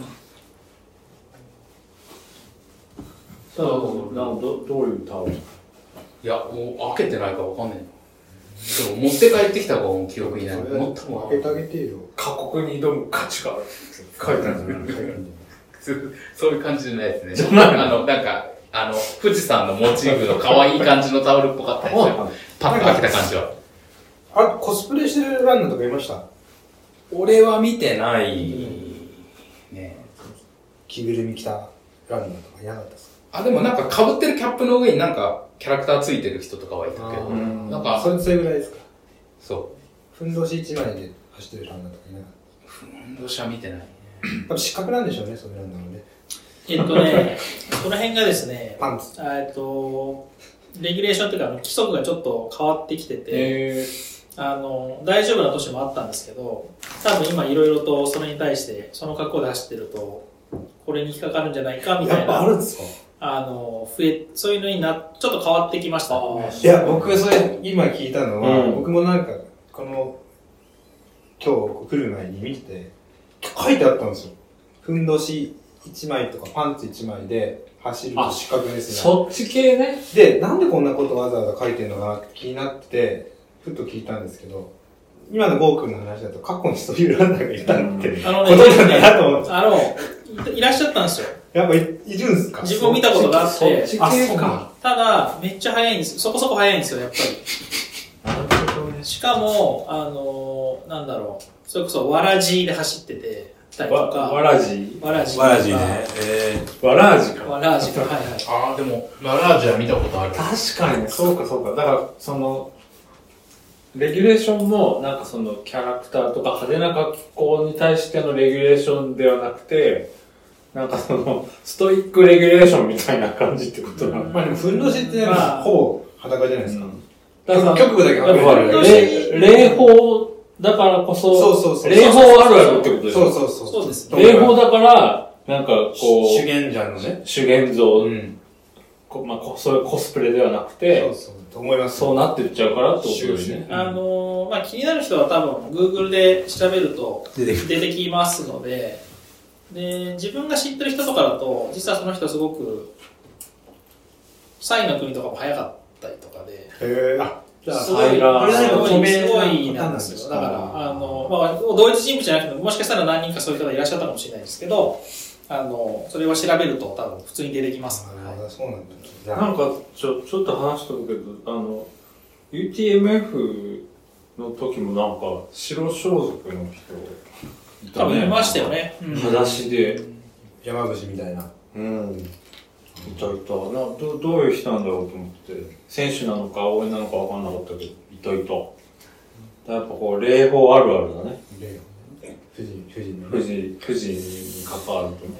Speaker 4: タオル、なんどどういうタオル？
Speaker 3: いや、もう開けてないかわかんない。でも持って帰ってきたかも記憶にない。
Speaker 1: 持ったもん開けてあげてよ。
Speaker 4: 過酷に挑む価値がある。書いてあるんですね。
Speaker 3: そういう感じじゃないですね。あの、なんか、あの、富士山のモチーフの可愛い感じのタオルっぽかったですよ。パッと開けた感じは。
Speaker 1: あ、コスプレしてるランナーとかいました？
Speaker 3: 俺は見てない、ね。
Speaker 1: 着ぐるみ着たランナーとかいなかったですか？
Speaker 3: あ、でもなんか被ってるキャップの上になんかキャラクターついてる人とかはいたけど、なんか、
Speaker 1: それそれぐらいですか？
Speaker 3: そう。
Speaker 1: ふんどし一枚で走ってるランナーとかいなかった？
Speaker 3: ふんどしは見てないね。
Speaker 1: 多分失格なんでしょうね、そういうランナーはね。
Speaker 2: えっとね、この辺がですね、
Speaker 1: パンツ。
Speaker 2: えっと、レギュレーションというか、規則がちょっと変わってきてて、あの、大丈夫な年もあったんですけど、多分今いろいろとそれに対して、その格好で走ってると、これに引っかかるんじゃないかみたいな。
Speaker 1: やっぱあるんですか？
Speaker 2: あの、増え、そういうのにな、ちょっと変わってきました。
Speaker 1: いや、僕それ今聞いたのは、うん、僕もなんか、この、今日来る前に見てて、書いてあったんですよ。ふんどし一枚とかパンツ一枚で走ると失格ですね。
Speaker 4: そっち系ね。
Speaker 1: で、なんでこんなことわざわざ書いてるのかなって気になってて、ふっと聞いたんですけど、今のゴーくんの話だと過去にそういうランナーがいたって、うん、あの、ね、ことなんだなと思って。
Speaker 2: あのい、いらっしゃったんですよ。
Speaker 1: やっぱい、いるんですか？
Speaker 2: 自分見たことがあって。
Speaker 1: そっち系か。
Speaker 2: ただ、めっちゃ速いんですよ。そこそこ速いんですよ、やっぱり。なるほどね。しかも、あの、なんだろう。それこそ、わらじで走ってて、たりとか。
Speaker 4: わらじ
Speaker 2: わらじ。
Speaker 1: わらじね。え
Speaker 4: ー、わらじか。
Speaker 2: わらじか。はいはい。
Speaker 3: ああ、でも、わらじは見たことある。
Speaker 4: 確かにね、そうかそうか。だから、その、レギュレーションも、なんかその、キャラクターとか派手な格好に対してのレギュレーションではなくて、 なんかその、ストイックレギュレーションみたいな感じってことなの。
Speaker 1: まあでも、ふんどしってまあ、ほぼ裸じゃないですか。
Speaker 4: だから、
Speaker 1: 局部だけ
Speaker 4: だから礼、礼法だからこそ、
Speaker 1: そうそうそう。
Speaker 4: 礼法あるあるってことです
Speaker 1: そうそうそう。
Speaker 2: そうです
Speaker 4: ね。礼法だから、なんかこう、
Speaker 1: 修験者のね。
Speaker 4: 修験像、
Speaker 1: うん。
Speaker 4: こまあ、こそういうコスプレではなくて、
Speaker 1: そうそう。と思います。
Speaker 4: そうなってっちゃうからってことですね。
Speaker 2: あのー、まあ気になる人は多分、Google で調べると出てきますので、で、自分が知ってる人とかだと、実はその人すごく、サイの国とかも早かったりとかで、
Speaker 1: へぇー、あ、
Speaker 2: じゃあ、すごい、すごい、すごいなんですよ。だから、あの、まあ、同一人物じゃなくても、もしかしたら何人かそういう方がいらっしゃったかもしれないですけど、あの、それを調べると多分普通に出てきます。
Speaker 1: ああ、そうなんだ。
Speaker 4: なんか、ちょ、ちょっと話しとくけど、あの、ユーティーエムエフ の時もなんか、白装束の人いたね。
Speaker 2: 多分いましたよね。
Speaker 4: 裸足で。
Speaker 1: 山伏みたいな。
Speaker 4: うん。いたいた。などどういう人なんだろうと思って、選手なのか応援なのか分かんなかったけど、いたいた。やっぱこう、礼法あるあるだね。
Speaker 1: 礼法。富士、富士の。
Speaker 4: 富士、富士に関わるとね。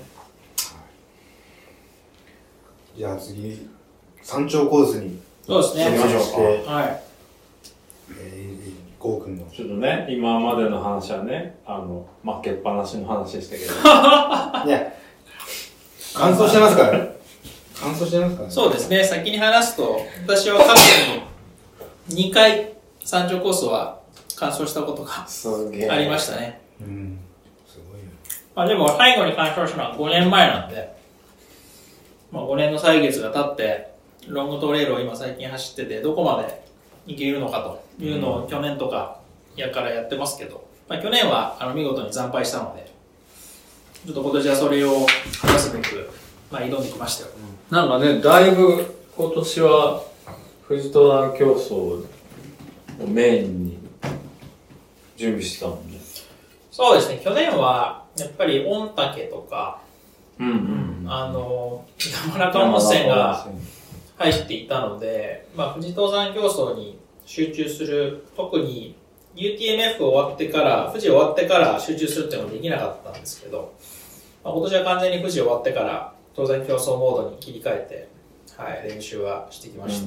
Speaker 1: じゃあ次、山頂コースに。
Speaker 2: そうですね。
Speaker 1: 行きましょうか。
Speaker 2: はい。
Speaker 1: えー、ゴーくんの。
Speaker 4: ちょっとね、今までの話はね、あの、負けっぱなしの話でしたけど。
Speaker 1: いや、乾燥してますからね。乾燥してますからね。
Speaker 2: そうですね。先に話すと、私は過去ににかい山頂コースは完走したことがありましたね。
Speaker 1: うん。すごいよ。
Speaker 2: まあでも最後に完走したのはごねんまえなんで、まあごねんの歳月が経って、ロングトレイルを今最近走ってて、どこまで行けるのかというのを去年とかやからやってますけど、まあ去年はあの見事に惨敗したので、ちょっと今年はそれを果たすべく、まあ挑んできましたよ。
Speaker 4: なんかね、だいぶ今年は富士登山競争をメインに準備してたもんね。
Speaker 2: そうですね、去年はやっぱり御嶽とか、
Speaker 4: うんうん、
Speaker 2: あの、山中温泉が入っていたので、まあ富士登山競争に集中する、特に ユーティーエムエフ 終わってから、富士終わってから集中するっていうのができなかったんですけど、まあ、今年は完全に富士終わってから登山競争モードに切り替えて、はい、練習はしてきました。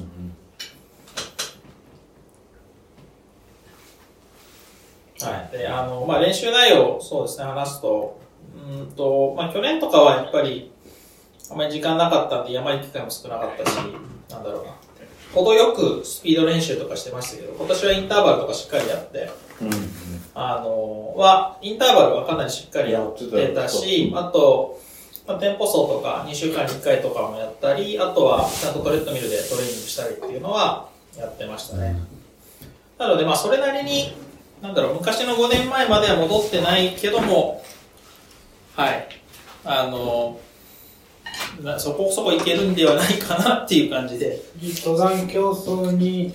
Speaker 2: うんうん、はい。で、あの、まあ、練習内容、そうですね、話すと、うんと、まあ、去年とかはやっぱり、あまり時間なかったんで、山行く機会も少なかったし、なんだろうな。程よくスピード練習とかしてましたけど、今年はインターバルとかしっかりやって、うんうん、あの、は、インターバルはかなりしっかりやってたし、あと、まあ、店舗走とかにしゅうかんにいっかいとかもやったり、あとはちゃんとトレッドミルでトレーニングしたりっていうのはやってましたね。なので、まあ、それなりに、なんだろう、昔のごねんまえまでは戻ってないけども、はい、あの、そこそこいけるんではないかなっていう感じで。
Speaker 1: 登山競争に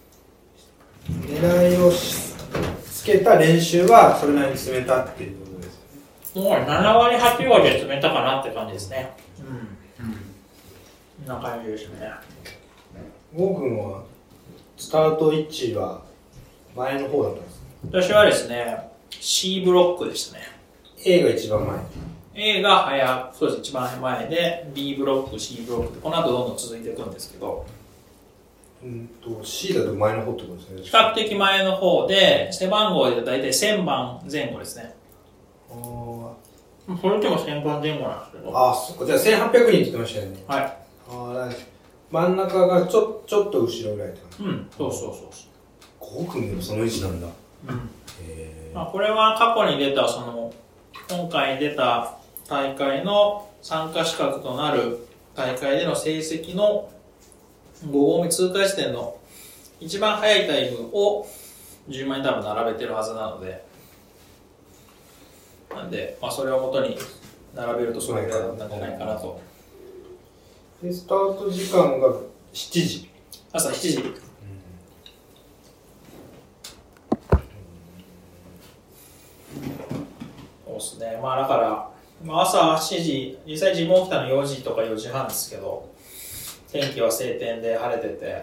Speaker 1: 狙いをつけた練習はそれなりに詰めたっていうことです
Speaker 2: よね。もうななわりはちわりで詰めたかなって感じですね。うん。うん。こんな感じですね。
Speaker 1: ゴー君はスタート位置は前の方だったんですか？
Speaker 2: 私はですね、C ブロックでしたね。
Speaker 1: A が一番前。
Speaker 2: A が早、そうです、一番前で、B ブロック、C ブロックって、この後どんどん続いていくんですけど、
Speaker 1: うんと C だと前の方ってことですね。
Speaker 2: 比較的前の方で、背番号でだいたいせんばんぜん後ですね。
Speaker 1: ああ。
Speaker 2: これでもせんばんぜん後なんですけど。
Speaker 1: ああ、そっか。じゃあせんはっぴゃくにんって言ってましたよね。
Speaker 2: はい。
Speaker 1: ああ、真ん中がちょ、ちょっと後ろぐらいって感じ。
Speaker 2: うん、そうそうそうそう。
Speaker 1: ゴー君でもその位置なんだ。
Speaker 2: うん。へまあ、これは過去に出た、その、今回出た大会の参加資格となる大会での成績のご合目通過地点の一番早いタイムをじゅうまんに多分並べてるはずなので、なんで、まあ、それをもとに並べるとそれぐらいだったんじゃないかなと。
Speaker 1: で、スタート時間がしちじ。
Speaker 2: 朝しちじ。そうですね。まあだから、まあ、朝しちじ、実際自分起きたのよじとかよじはんですけど、天気は晴天で晴れてて、うん、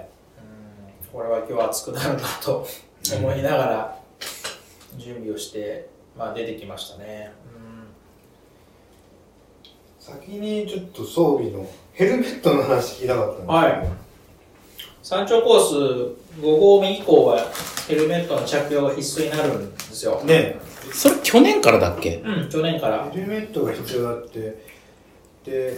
Speaker 2: これは今日は暑くなるなと思いながら準備をして、まあ出てきましたね。
Speaker 1: 先にちょっと装備のヘルメットの話聞きたかったんですけど、
Speaker 2: はい。山頂コースご合目以降はヘルメットの着用が必須になるんですよ。
Speaker 1: ね
Speaker 3: それ去年からだっけ？
Speaker 2: うん、去年から。
Speaker 1: ヘルメットが必要だって、で、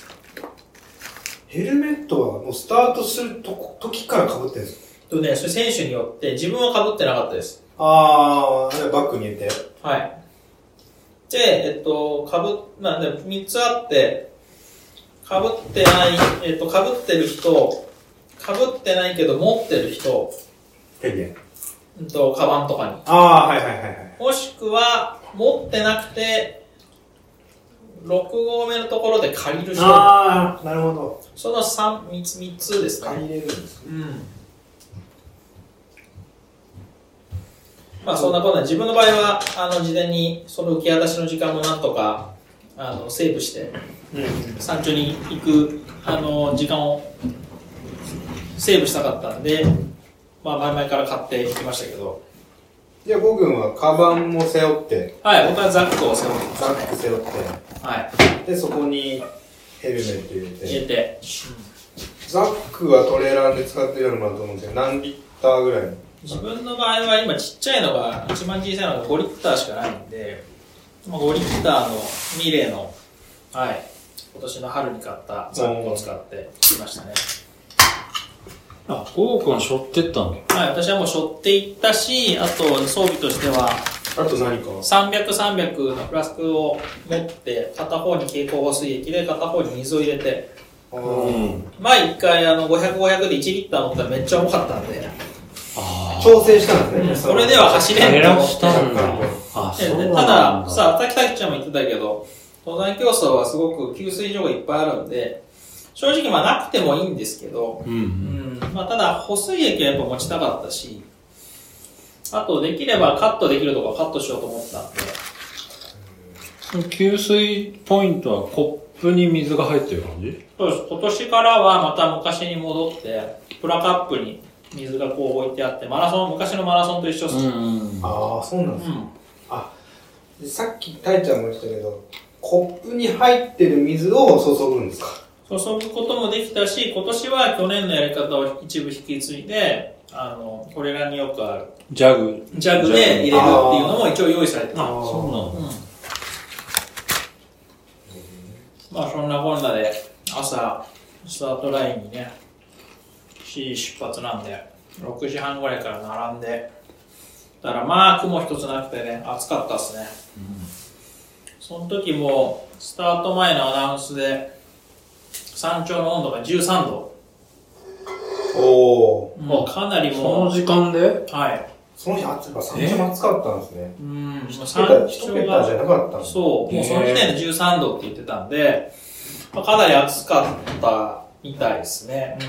Speaker 1: ヘルメットはもうスタートすると時から被ってるんですか？
Speaker 2: とね、それ選手によって自分は被ってなかったです。
Speaker 1: あー、バッグに入れて。
Speaker 2: はい。で、えっと、被っ、まあね、みっつあって、被ってない、えっと、被ってる人、被ってないけど持ってる人、
Speaker 1: 手で。
Speaker 2: うんと、カバンとかに。
Speaker 1: あー、はいはいはいはい。
Speaker 2: もしくは、持ってなくて、ろく合目のところで借りる人。
Speaker 1: あー、なるほど。
Speaker 2: その三、三つ、三つですね。
Speaker 1: 借りれるんですね。
Speaker 2: うん。まあそんなことない。自分の場合は、あの、事前にその受け渡しの時間もなんとか、あの、セーブして、うん、山頂に行く、あの、時間をセーブしたかったんで、まあ前々から買っていきましたけど。
Speaker 1: じゃあ、僕はカバンも背負って。
Speaker 2: はい、僕はザックを背負ってます、
Speaker 1: ね。ザック背負って。
Speaker 2: はい。
Speaker 1: で、そこにヘルメット入れて。
Speaker 2: 入れて。
Speaker 1: ザックはトレーラーで使ってるようなものだと思うんですけど、何リッターぐらいの？
Speaker 2: 自分の場合は今ちっちゃいのが、一番小さいのがごリッターしかないんで、ごリッターのミレーの、はい、今年の春に買ったザックを使ってきましたね。
Speaker 4: あ、ゴーくんは背負ってったんだ。
Speaker 2: はい、私はもう背負っていったし、あと装備としては、
Speaker 1: あと何か
Speaker 2: さんびゃく、さんびゃくのフラスクを持って、片方に経口補水液で片方に水を入れて、うん、前一回あのごひゃく、ごひゃくでいちリッター乗ったらめっちゃ重かったんで、
Speaker 1: 調整したんですね。
Speaker 2: それでは走れんと思って。
Speaker 4: あ、そうなんだ。
Speaker 2: ただ、さあ、滝滝ちゃんも言ってたけど、登山競争はすごく給水所がいっぱいあるんで、正直まあなくてもいいんですけど、うんうんまあ、ただ保水液はやっぱ持ちたかったし、あとできればカットできるとこはカットしようと思ったんで。
Speaker 4: 給水ポイントはコップに水が入ってる感じ？
Speaker 2: そうです。今年からはまた昔に戻って、プラカップに水がこう置いてあって、マラソン、昔のマラソンと一緒です。
Speaker 1: うんああ、そうなんですか、うん、あ、さっきタイちゃんも言ってたけど、コップに入ってる水を注ぐんですか？
Speaker 2: 注ぐこともできたし、今年は去年のやり方を一部引き継いで、あの、これらによくある。
Speaker 4: ジャグ。
Speaker 2: ジャグで入れるっていうのも一応用意されてます。
Speaker 4: ああ、そうなんだ。
Speaker 2: うん、まあそんなこんなで、朝、スタートラインにね、しちじ出発なんで、ろくじはんぐらいから並んで、だからまあ雲一つなくてね、暑かったっすね。うん、その時も、スタート前のアナウンスで、山頂の温度がじゅうさんど。
Speaker 1: おー。
Speaker 2: もうかなりもう。
Speaker 4: その時間で？
Speaker 2: はい。
Speaker 1: その日暑いから山頂も暑かったんですね。
Speaker 2: うん。
Speaker 1: 一桁じゃなかったんです。
Speaker 2: そう。もうその時点でじゅうさんどって言ってたんで、まあ、かなり暑かったみたいですね。うん。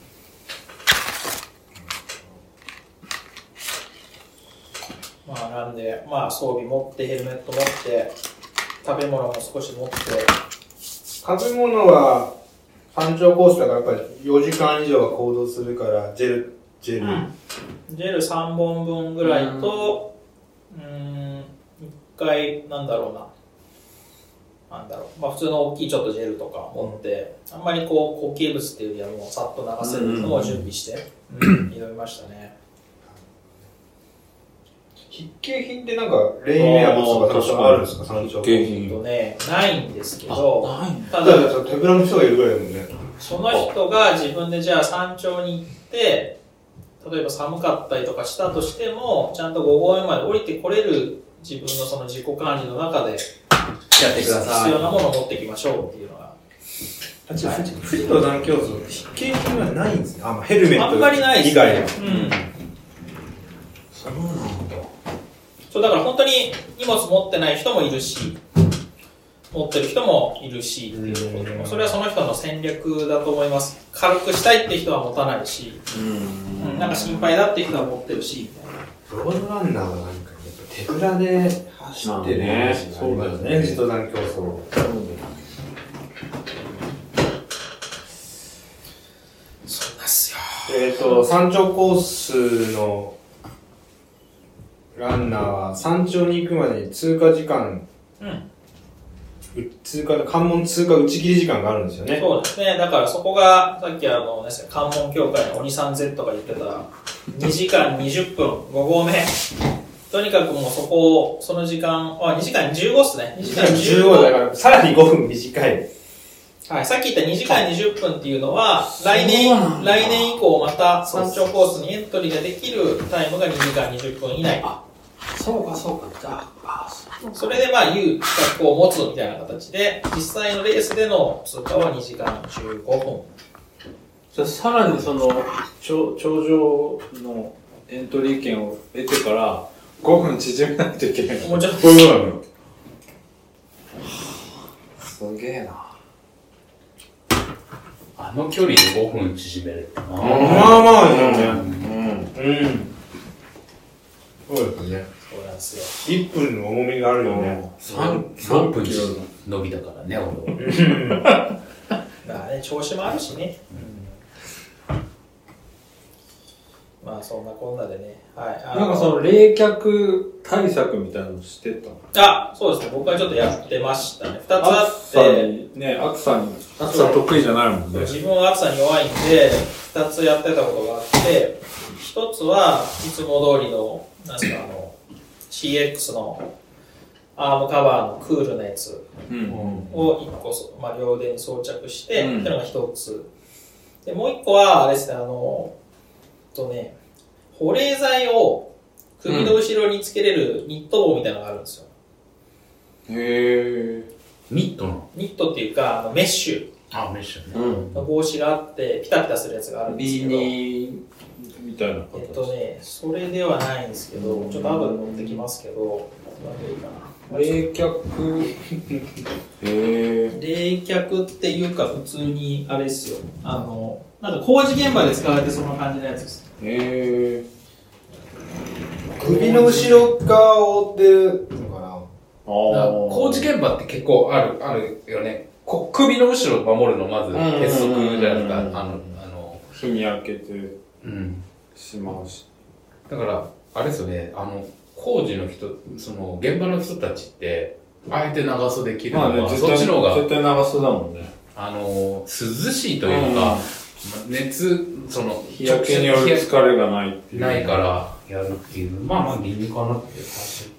Speaker 2: まあなんで、まあ装備持って、ヘルメット持って、食べ物も少し持って。
Speaker 1: 食べ物は、山頂コースだからやっぱりよじかん以上は行動するから、ジェル、ジェル。うん、
Speaker 2: ジェルさんぼんぶんぐらいと、うーん、いっかい、なんだろうな。なんだろう。まあ普通の大きいちょっとジェルとか持って、あんまりこう固形物っていうよりはもうさっと流せるのを準備して、うん、挑みましたね。
Speaker 1: 筆記品ってなんか、レインウェアとか確かあるんですか、山頂。
Speaker 2: 筆記品とね、ないんですけど、
Speaker 1: ただ、手ぶらの人がいるぐらいだもんね。
Speaker 2: その人が自分でじゃあ山頂に行って、例えば寒かったりとかしたとしても、ちゃんとご合目まで降りてこれる自分のその自己管理の中で、やってください。必要なものを持っていきましょうっていうのが。
Speaker 1: あ、ちょ、富士登山競争、筆記品はないんですね。あ、まあ、ヘルメット
Speaker 2: あんまりないですね。
Speaker 1: 以外は。うん。
Speaker 4: そうなんだ。
Speaker 2: そうだから本当に荷物持ってない人もいるし、持ってる人もいるしっていうことも、それはその人の戦略だと思います。軽くしたいって人は持たないし、うん、なんか心配だって人は持ってるし、
Speaker 1: ロードランナーはなんかやっぱ手ぶらで走ってるね。そうだよね。富士登山競争。
Speaker 2: そうなんすよ。
Speaker 1: えっと、山頂コースのランナーは山頂に行くまでに通過時間通過、関門通過打ち切り時間があるんですよね。
Speaker 2: そうですね。だからそこが、さっきあの、何ですか、関門協会の鬼さん Z が言ってた、にじかんにじゅっぷん、ご合目。とにかくもうそこを、その時間、あ、にじかんじゅうごっすね。にじかんじゅうごだから、
Speaker 1: さらにごふん短い。
Speaker 2: はい、さっき言ったにじかんにじゅっぷんっていうのは、来年、来年以降また山頂コースにエントリーができるタイムがにじかんにじゅっぷん以内。
Speaker 4: あ、そうかそうか。じゃあ、
Speaker 2: それでまあ、いう資格を持つみたいな形で、実際のレースでの通過はにじかんじゅうごふん。
Speaker 4: じゃあ、さらにその、頂上のエントリー権を得てから、ごふん縮めないといけない。
Speaker 2: もうちょっと。
Speaker 1: そうなの。
Speaker 4: すげえな。
Speaker 3: あの距離でごふん縮めるってな。
Speaker 1: まあまあですよね。
Speaker 4: うん。
Speaker 1: うん。そうですね。
Speaker 2: そうなんです
Speaker 1: よ。いっぷんの重みがあるよね。
Speaker 3: ろっぷん伸びだからね、俺は。
Speaker 2: だからね、調子もあるしね。うん、まあ、そんなこんなでね。はい。
Speaker 4: なんかその冷却対策みたいなのしてたの？
Speaker 2: あ、そうですね。僕はちょっとやってましたね。二つあって。
Speaker 4: ね、暑さに、暑さ得意じゃないもんね。
Speaker 2: 自分は暑さに弱いんで、二つやってたことがあって、一つはいつも通りの、なんですか、あの、シーエックス のアームカバーのクールなやつを一個、まあ、両腕に装着して、うん、っていうのが一つ。で、もう一個は、あれですね、あの、とね、保冷剤を首の後ろにつけれるニット帽みたいなのがあるんですよ。
Speaker 4: へー。
Speaker 3: ニットの
Speaker 2: ニットっていうか、あのメッシュ。
Speaker 3: あ、メッシュね。
Speaker 2: うん。帽子があって、ピタピタするやつがあるんですけど。
Speaker 4: ビーニーみたいな形。
Speaker 2: えっとね、それではないんですけど、ちょっと後で持ってきますけど、なんでいいかな。
Speaker 4: 冷却。へー。
Speaker 2: 冷却っていうか、普通に、あれですよ。あの、なんか工事現場で使われてそんな感じのやつです。
Speaker 4: へー。
Speaker 1: 首の後ろ側を覆ってるのかな。
Speaker 3: 工事現場って結構ある、あるよね。こ首の後ろを守るのまず鉄則じゃないですか。あの、あの、
Speaker 4: 日に焼けて
Speaker 3: うん
Speaker 4: しまうし。
Speaker 3: だから、あれですよね、あの、工事の人、その、現場の人たちって、あえて長袖着るのは、まあね、そっちの方が、
Speaker 4: 絶対長袖だもんね。
Speaker 3: あの、涼しいというか、うん、熱、その、
Speaker 4: 日焼けによる疲れがないっていう。
Speaker 3: ないから、やるっていう。まあまあ、理にかなっていう感じ。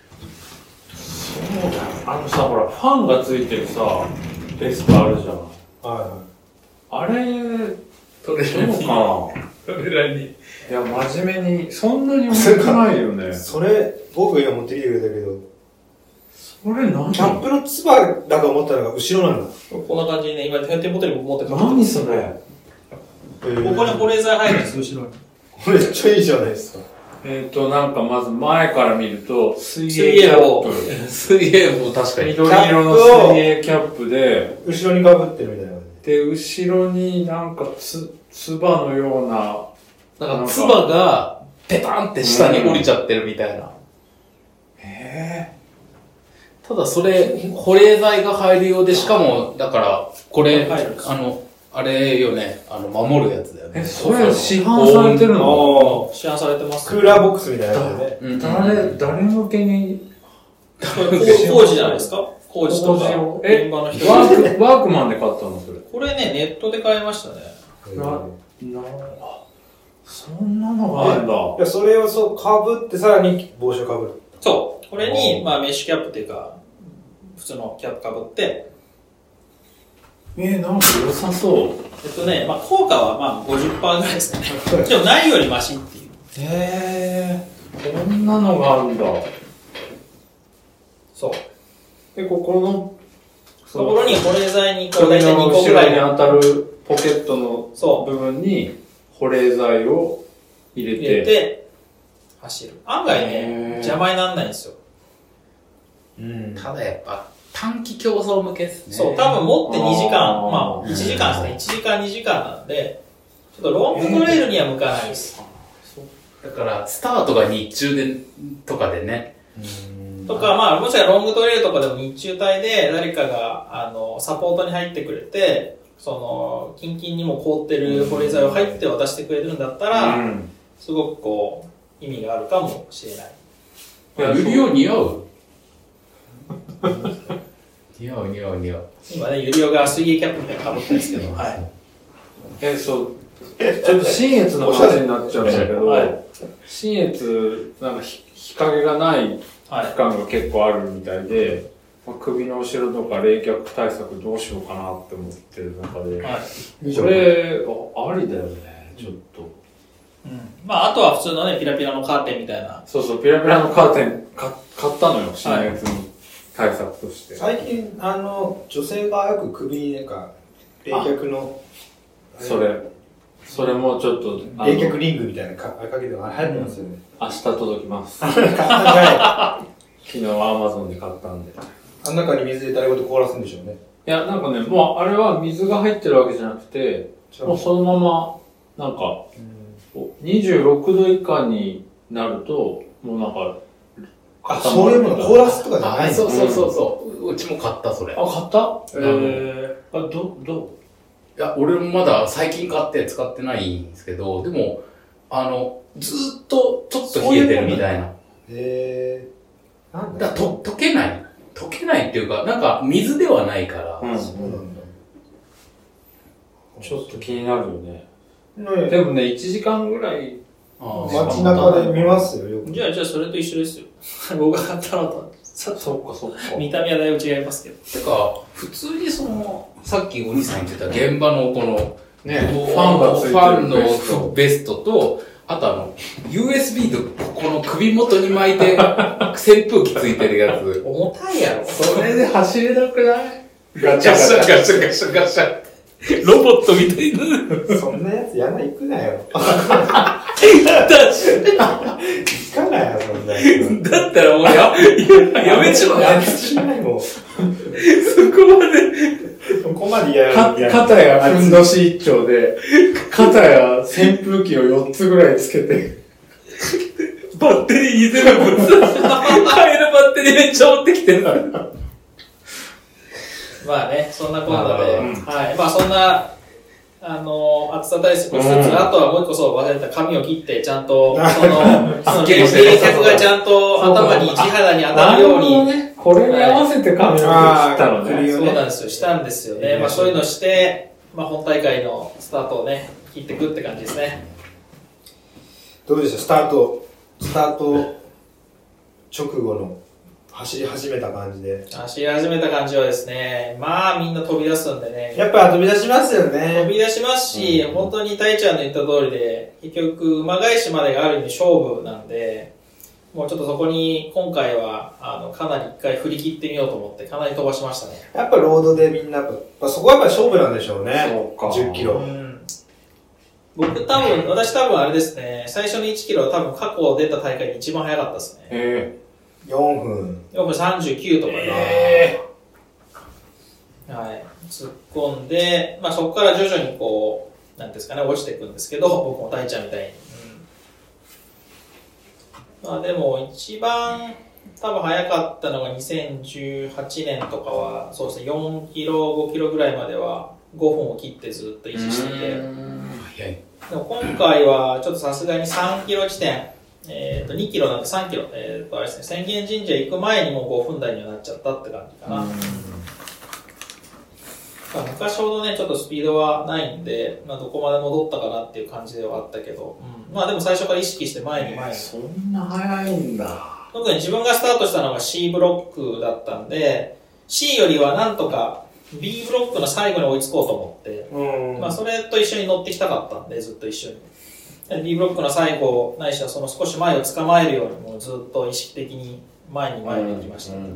Speaker 4: そうだよ。あのさ、ほら、ファンがついてるさ、ベストあるじゃん。
Speaker 1: はいはい。
Speaker 4: あれ、
Speaker 3: トレーラーに。
Speaker 4: かな
Speaker 3: トレーラーに。
Speaker 4: いや、真面目に、そんなに重くないよね。
Speaker 1: それ、僕が今持ってきてくれたけど、
Speaker 4: それ何？
Speaker 1: キャップのつばだと思ったのが後ろなんだ。
Speaker 2: こんな感じにね、今手元に僕持ってくる。
Speaker 4: 何それ？
Speaker 2: ここに保冷剤入るんです、後ろに。
Speaker 1: これめっちゃいいじゃないですか。
Speaker 4: えっと、なんかまず前から見ると、水泳
Speaker 2: キャップ。
Speaker 3: 水泳帽確かに。
Speaker 4: 緑色の水泳キャップで、
Speaker 1: 後ろにかぶってるみたいな感
Speaker 4: じ。で、後ろになんかつ、つばのような、
Speaker 3: なんかつばが、ペタンって下に降りちゃってるみたいな。
Speaker 4: へ
Speaker 3: ぇー。ただそれ、保冷剤が入るようで、しかも、だから、これ、あの、あれよね、あの、守るやつだよね。
Speaker 4: え、それ市販されてるの？
Speaker 2: 市販されてます。
Speaker 1: クーラーボックスみたいなやつでね。
Speaker 4: うん、誰、誰向けに
Speaker 2: 工事じゃないですか？工事とか。
Speaker 4: え、
Speaker 2: 現場の人
Speaker 4: ワーク、ワークマンで買ったのそれ。
Speaker 2: これね、ネットで買いましたね。
Speaker 4: な、な、そんなのがあるんだ。
Speaker 1: いや、それをそう、かぶって、さらに帽子をかぶる。
Speaker 2: そう。これに、まあ、メッシュキャップっていうか、普通のキャップかぶって、
Speaker 4: えー、なんか良さそう。
Speaker 2: えっとね、まあ、効果はまあ ごじゅっパーセント ぐらいですね。でもないよりマシっていう。
Speaker 4: へー、こんなのがあるんだ。
Speaker 2: そう。
Speaker 4: で、ここの、
Speaker 2: ところに保冷剤にこう大体にこぐらい
Speaker 4: に当たるポケットの部分に保冷剤を入れて、
Speaker 2: 入れて走る。案外ね、邪魔にならないんですよ。
Speaker 3: うん。ただやっぱ、短期競争向けですね。
Speaker 2: そう、多分持ってにじかん、まあいちじかんですね。いちじかんにじかんなんで、ちょっとロングトレイルには向かないです。
Speaker 3: だから、スタートが日中で、とかでね。
Speaker 2: とか、まあ、もしかしたらロングトレイルとかでも日中帯で誰かが、あの、サポートに入ってくれて、その、キンキンにも凍ってる保冷剤を入って渡してくれるんだったら、うん、すごくこう、意味があるかもしれない。
Speaker 3: いや、塗りよう似合う似合う似合う似合う。
Speaker 2: 今ね、ゆりおが水泳キャップみたいなの被ってるんですけど、はい。
Speaker 4: え、そう、ちょっと新越の話になっちゃうんだけど、はい、新越、なんか日陰がない期間が結構あるみたいで、まあ、首の後ろとか冷却対策どうしようかなって思ってる中で、はい、これ、ありだよね、ちょっと。
Speaker 2: うん、まあ、あとは普通のね、ピラピラのカーテンみたいな。
Speaker 4: そうそう、ピラピラのカーテン買ったのよ、新越の対策として。
Speaker 1: 最近、あの、女性がよく首になんか、冷却の、
Speaker 4: それ、それもちょっと、
Speaker 1: 冷却リングみたいなかかけても流行ってますよね。
Speaker 4: 明日届きます。
Speaker 1: 買ったんか
Speaker 4: い。昨日アマゾンで買ったんで。
Speaker 1: あん中に水でタレごと凍らすんでしょうね。
Speaker 4: いや、なんかね、もうあれは水が入ってるわけじゃなくて、もうそのまま、なんか、にじゅうろくど以下になると、もうなんか、
Speaker 1: あ、そういうもの凍らすとかじゃないの？
Speaker 3: そうそうそうそう。うちも買った、それ。
Speaker 4: あ、買ったえー、あ、ど、ど
Speaker 3: いや、俺もまだ最近買って使ってないんですけど、でも、あの、ずーっとちょっと冷えてるみたいな。
Speaker 1: へえー。なん
Speaker 3: だと、溶けない。溶けないっていうか、なんか水ではないから。
Speaker 1: うん、そうなんだ。
Speaker 4: ちょっと気になるよね。ねでもね、いちじかんぐらい。
Speaker 1: 街中で見ますよ、よく。
Speaker 2: じゃあ、じゃあそれと一緒ですよ。僕が買ったのと。
Speaker 4: そっかそっか。
Speaker 2: 見た目はだいぶ違いますけど。
Speaker 3: てか、普通にその、さっきお兄さん言ってた現場のこの、
Speaker 4: ね、ファンがついてる
Speaker 3: ファンのベストと、あとあの、ユーエスビー とこの首元に巻いて、扇風機ついてるやつ。
Speaker 2: 重たいやろ。
Speaker 4: それで走れなくない
Speaker 3: ガシャガシャガシャガシャガシャ。ロボットみたい
Speaker 1: な。そんなやつやな、行くなよ。行かなよ、そんなやつ。
Speaker 3: だったらもうや、やめちゃう。
Speaker 1: やめちゃうもう。そ
Speaker 3: こまで。
Speaker 1: そこまでやる。
Speaker 4: か、肩やふんどし一丁で、肩や扇風機をよっつぐらいつけて、
Speaker 3: バッテリーに全部ぶつ買えるバッテリーめっちゃ持ってきてる。
Speaker 2: まあね、そんなこんなで、うん、はい。まあそんな、あの、暑さ対策をしつつ、うん、あとはもう一個そう忘れた髪を切って、ちゃんと、その、その冷却がちゃんと頭に、地肌に当たるように。
Speaker 4: ね、これに合わせて髪を切ったのね、はい。
Speaker 2: そうなんですよ。したんですよね。まあそういうのして、まあ本大会のスタートをね、切っていくって感じですね。
Speaker 1: どうでしたスタート、スタート直後の走り始めた感じで。
Speaker 2: 走り始めた感じはですね、まあみんな飛び出すんでね。
Speaker 1: やっぱ飛び出しますよね。
Speaker 2: 飛び出しますし、うん、本当に大ちゃんの言った通りで、結局馬返しまでがある意味勝負なんで、もうちょっとそこに今回はあのかなり一回振り切ってみようと思ってかなり飛ばしましたね。
Speaker 1: やっぱロードでみんな、そこはやっぱ勝負なんでしょうね。
Speaker 4: そうか。
Speaker 1: じゅっキロ。
Speaker 2: うん僕多分、私多分あれですね、最初のいちキロは多分過去出た大会で一番早かったですね。
Speaker 4: へ
Speaker 1: ー。よんふん。
Speaker 2: よんふんさんじゅうきゅうとかで、
Speaker 1: へ
Speaker 2: ー。はい。突っ込んで、まあそこから徐々にこう、なんですかね、落ちていくんですけど、僕も大ちゃんみたいに。うん、まあでも一番多分早かったのがにせんじゅうはちねんとかは、そうですね、よんキロ、ごキロぐらいまではごふんを切ってずっと維持してて。
Speaker 3: 早い。
Speaker 2: でも今回はちょっとさすがにさんキロ地点、えー、とにキロなんでさんキロ、えー、とあれですね、浅間神社行く前にもうごふん台にはなっちゃったって感じかな。昔ほどね、ちょっとスピードはないんで、まあ、どこまで戻ったかなっていう感じではあったけど、うん、まあでも最初から意識して前に前に。
Speaker 4: そんな早いんだ。
Speaker 2: 特に自分がスタートしたのが C ブロックだったんで、C よりはなんとか B ブロックの最後に追いつこうと思って、うんまあそれと一緒に乗ってきたかったんで、ずっと一緒に。B ブロックの最後、ないしはその少し前を捕まえるように、もうずっと意識的に前に前に行きました。うんうん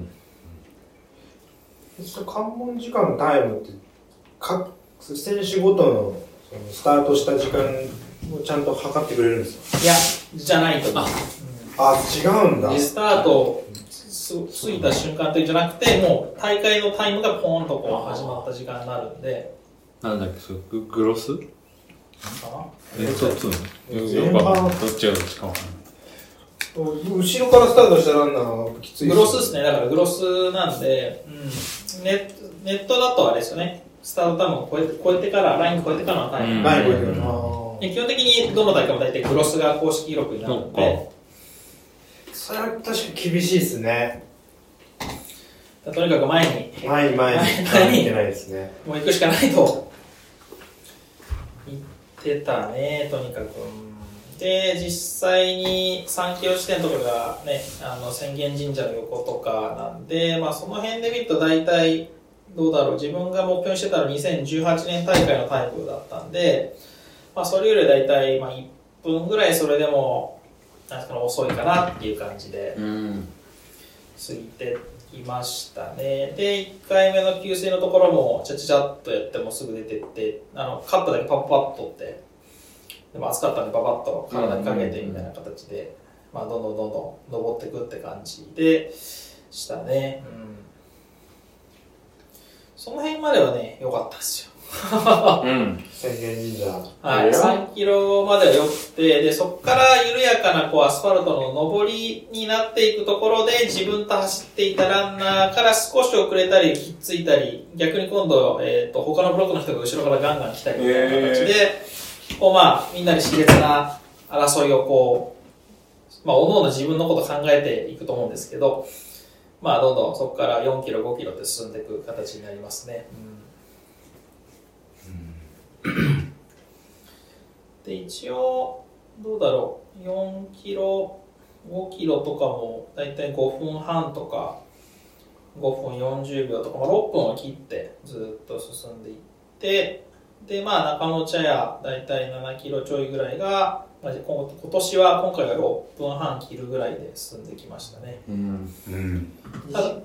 Speaker 1: うん、関門時間のタイムって、各選手ごとの、 そのスタートした時間をちゃんと測ってくれるんですか？
Speaker 2: いや、じゃないと思う。
Speaker 1: あ、違うんだ。
Speaker 2: リスタートついた瞬間というんじゃなくて、もう大会のタイムがポーンとこう始まった時間になるんで。
Speaker 4: なんだっけ、それグ、グロス？
Speaker 2: かな？
Speaker 4: え、そっちの？どっちがどっちかわかんない。
Speaker 1: 後ろからスタートしたランナーはきつい。
Speaker 2: グロスですね。だからグロスなんで、うん、ネ, ネットだとあれですよね。スタートタイムを超えて、超えてから、ライン超えてからのタイム。うん、
Speaker 1: ライン超えてから。
Speaker 2: 基本的にどの大会も大体グロスが公式記録になるので。
Speaker 1: それは確かに厳しいですね。
Speaker 2: とにかく前に。
Speaker 1: 前に前に。
Speaker 2: 前に。
Speaker 1: 行ってないですね。
Speaker 2: もう行くしかないと。言ってたね、とにかく。で、実際にさんキロ地点とかがね、あの、浅間神社の横とかなんで、まあその辺で見ると大体、どうだろう、自分が目標にしてたのはにせんじゅうはちねん大会のタイムだったんで、まあそれより大体、まあいっぷんぐらいそれでも、なんですかね、遅いかなっていう感じで、過ぎていましたね。で、いっかいめの給水のところも、ちゃちゃちゃっとやってもすぐ出てって、あの、カットだけパッパッとって、でも暑かったんでパパッと体にかけてみたいな形で、まあどんどんどんどん登っていくって感じでしたね。うん、その辺まではね、良かったですよ。
Speaker 1: うん。浅間神社。
Speaker 2: はい、さんキロまでは良くて、で、そこから緩やかなこうアスファルトの上りになっていくところで、自分と走っていたランナーから少し遅れたり、ひっついたり、逆に今度、えっと、他のブロックの人が後ろからガンガン来たりみたいな形で、こうまあ、みんなで熾烈な争いをこう、まあ、おのおの自分のこと考えていくと思うんですけど、まあ、どんどんそこからよんキロ、ごキロって進んでいく形になりますね。うん、で、一応、どうだろう、よんキロ、ごキロとかも、だいたいごふんはんとか、ごふんよんじゅうびょうとか、まあ、ろっぷんを切ってずっと進んでいって、で、まあ、中野茶屋、だいたいななキロちょいぐらいが、まあ、今年は、今回がろっぷんはん切るぐらいで進んできましたね。うん。うん、ただ、うん、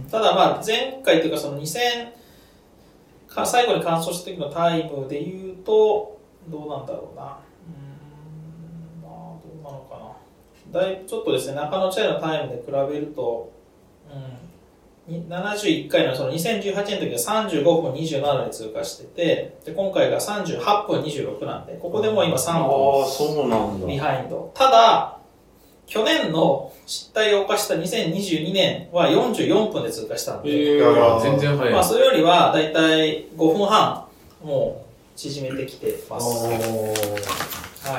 Speaker 2: ただまあ、前回というか、そのにせん、最後に完走した時のタイムで言うと、どうなんだろうな。うーん、まあ、どうなのかな。だいぶちょっとですね、中野茶屋のタイムで比べると、うん、ななじゅういっかいのそのにせんじゅうはちねんの時はさんじゅうごふんにじゅうななで通過してて、で今回がさんじゅうはっぷんにじゅうろくなんで、ここでもう今さんぷんビハインド。ただ、去年の失態を犯したにせんにじゅうにねんはよんじゅうよんぷんで通過したんで、
Speaker 3: えー、全然早い。
Speaker 2: まあそれよりはだいたいごふんはんもう縮めてきてます。はい、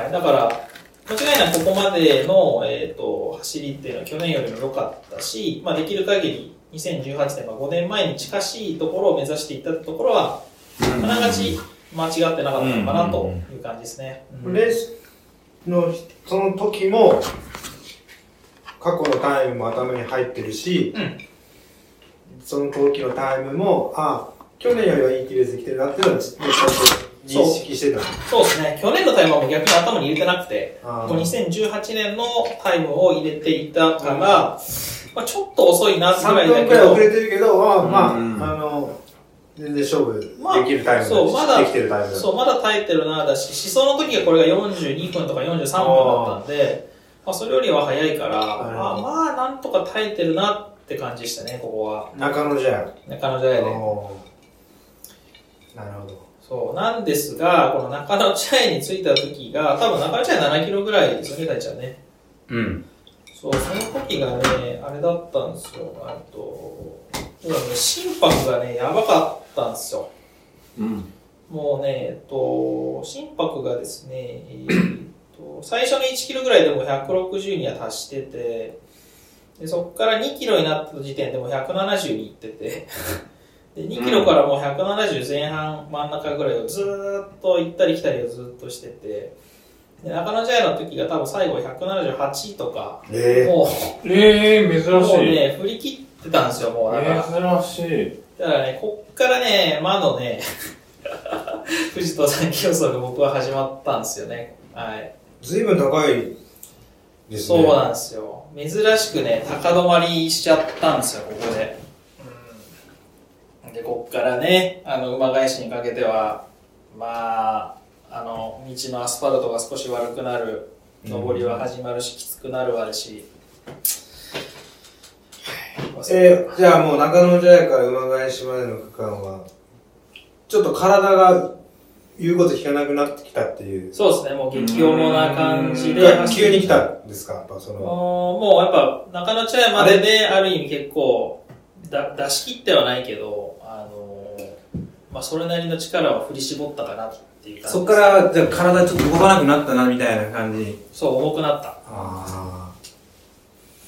Speaker 2: だから間違いなくここまでの、えー、と走りっていうのは去年よりも良かったし、まあ、できる限りにせんじゅうはちねん、まあ、ごねんまえに近しいところを目指していったところは、あながち間違ってなかったのかなという感じですね。
Speaker 1: うん、レースのその時も過去のタイムも頭に入ってるし、うん、その時のタイムも、あ、去年よりはいいレースできてるなっていうのはちょっと認識してた。
Speaker 2: そうですね。去年のタイムはもう逆に頭に入れてなくて、にせんじゅうはちねんのタイムを入れていたから、うん、まあ、ちょっと遅いなぐらいだけど。さんぷんくらい遅れてるけど、まあ、まあ、うん、あの、全然勝負できるタイムだし、まあ、そう、まだ、できてるタイムだ。そう、まだ耐えてるなだし、思想の時はこれがよんじゅうにふんとかよんじゅうさんぷんだったんで、まあ、それよりは早いから、まあ、まあ、なんとか耐えてるなって感じでしたね、ここは。
Speaker 1: 中野茶屋。
Speaker 2: 中野茶屋で。
Speaker 1: なるほど。
Speaker 2: そう。なんですが、この中野茶屋に着いた時が、多分中野茶屋ななキロぐらいですよね、大ちゃんね。
Speaker 3: うん。
Speaker 2: そう、その時がね、あれだったんですよ。あと、心拍がね、やばかったんですよ。
Speaker 3: うん。
Speaker 2: もうね、えっと、心拍がですね、えー、っと最初のいちキロぐらいでもひゃくろくじゅうには達してて、でそこからにキロになった時点でもひゃくななじゅうにいってて、でにキロからもうひゃくななじゅう前半真ん中ぐらいをずーっと行ったり来たりをずっとしてて、で中野茶屋の時が多分最後ひゃくななじゅうはちとか、
Speaker 1: えー、
Speaker 2: もう、
Speaker 3: えー、珍しい。
Speaker 2: もうね、振り切ってたんですよ、もうだから。
Speaker 3: 珍しい。
Speaker 2: だからね、こっからね、魔のね、富士登山競争が僕は始まったんですよね。はい。
Speaker 1: 随分高いですね。
Speaker 2: そうなんですよ。珍しくね、高止まりしちゃったんですよ、ここで。うん、で、こっからね、あの、馬返しにかけては、まあ、あの、道のアスファルトが少し悪くなる、上りは始まるし、うん、きつくなるわるし。
Speaker 1: えー、じゃあもう中野茶屋から馬返しまでの区間は、ちょっと体が言うこと聞かなくなってきたっていう。
Speaker 2: そうですね、もう激重な感じで。
Speaker 1: 急に来たんですか、やっぱその。
Speaker 2: もうやっぱ中野茶屋までである意味結構だ出し切ってはないけど、あのー、まあそれなりの力を振り絞ったかなっていう感じ。
Speaker 1: そっからじゃあ体ちょっと動かなくなったなみたいな感じ。
Speaker 2: そう、重くなった。
Speaker 1: あ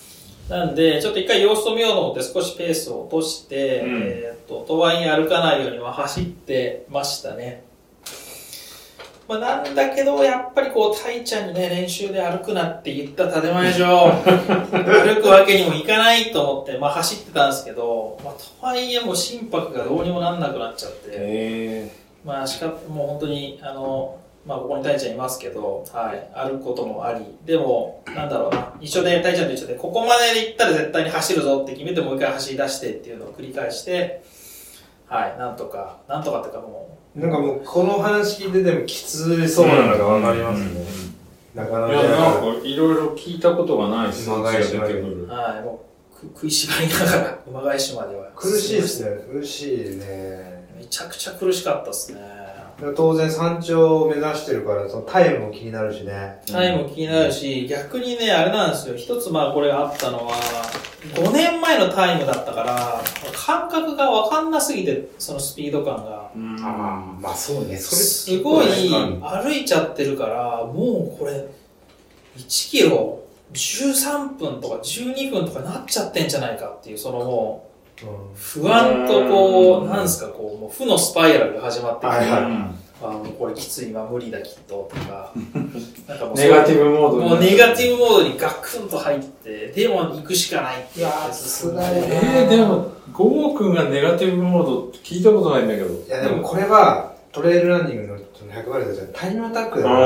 Speaker 2: なんで、ちょっと一回様子を見ようと思って少しペースを落として、うん、えっと、とはいえ歩かないようには走ってましたね。まあ、なんだけど、やっぱりこう、タイちゃんにね、練習で歩くなって言った建前上、歩くわけにもいかないと思って、まあ走ってたんですけど、まあ、とはいえもう心拍がどうにもなんなくなっちゃって、へー、まあしかもう本当に、あの、まあここにタイちゃんいますけど、はい、歩くこともあり、でも、なんだろうな、一緒で、タイちゃんと一緒で、ここまで行ったら絶対に走るぞって決めてもう一回走り出してっていうのを繰り返して、はい、なんとか、なんとかっていうかもう、
Speaker 1: なんかもうこの話聞いててもきつそうなのがわかりますね。
Speaker 4: なかなか。いや、なんかいろいろ聞いたことがないし、
Speaker 2: 馬返しまで。はい、もう食いしばりながら馬返しまでは。
Speaker 1: 苦しいですね、苦しいね。
Speaker 2: めちゃくちゃ苦しかったですね。
Speaker 1: 当然山頂を目指してるから、そのタイムも気になるしね。
Speaker 2: タイムも気になるし、逆にね、あれなんですよ。一つまあこれがあったのは、ごねんまえのタイムだったから、感覚がわかんなすぎて、そのスピード感が。
Speaker 1: ああ、まあそうね。それ
Speaker 2: すごい歩いちゃってるから、もうこれ、いちキロじゅうさんぷんとかじゅうにふんとかなっちゃってんじゃないかっていう、そのもう、不安とこう、なんすか、こう、もう負のスパイラルが始まってきて、はいはい、あもうこれきつい、今無理だきっと、とか、
Speaker 4: なんかもうネガティブモード
Speaker 2: に。もうネガティブモードにガクンと入って、でも行くしかないって
Speaker 1: やつ。
Speaker 4: えー、でも、ゴーくんがネガティブモードって聞いたことないんだけど。い
Speaker 1: やでもこれは、トレイルランニングのひゃくマイルじゃタイムアタックだから、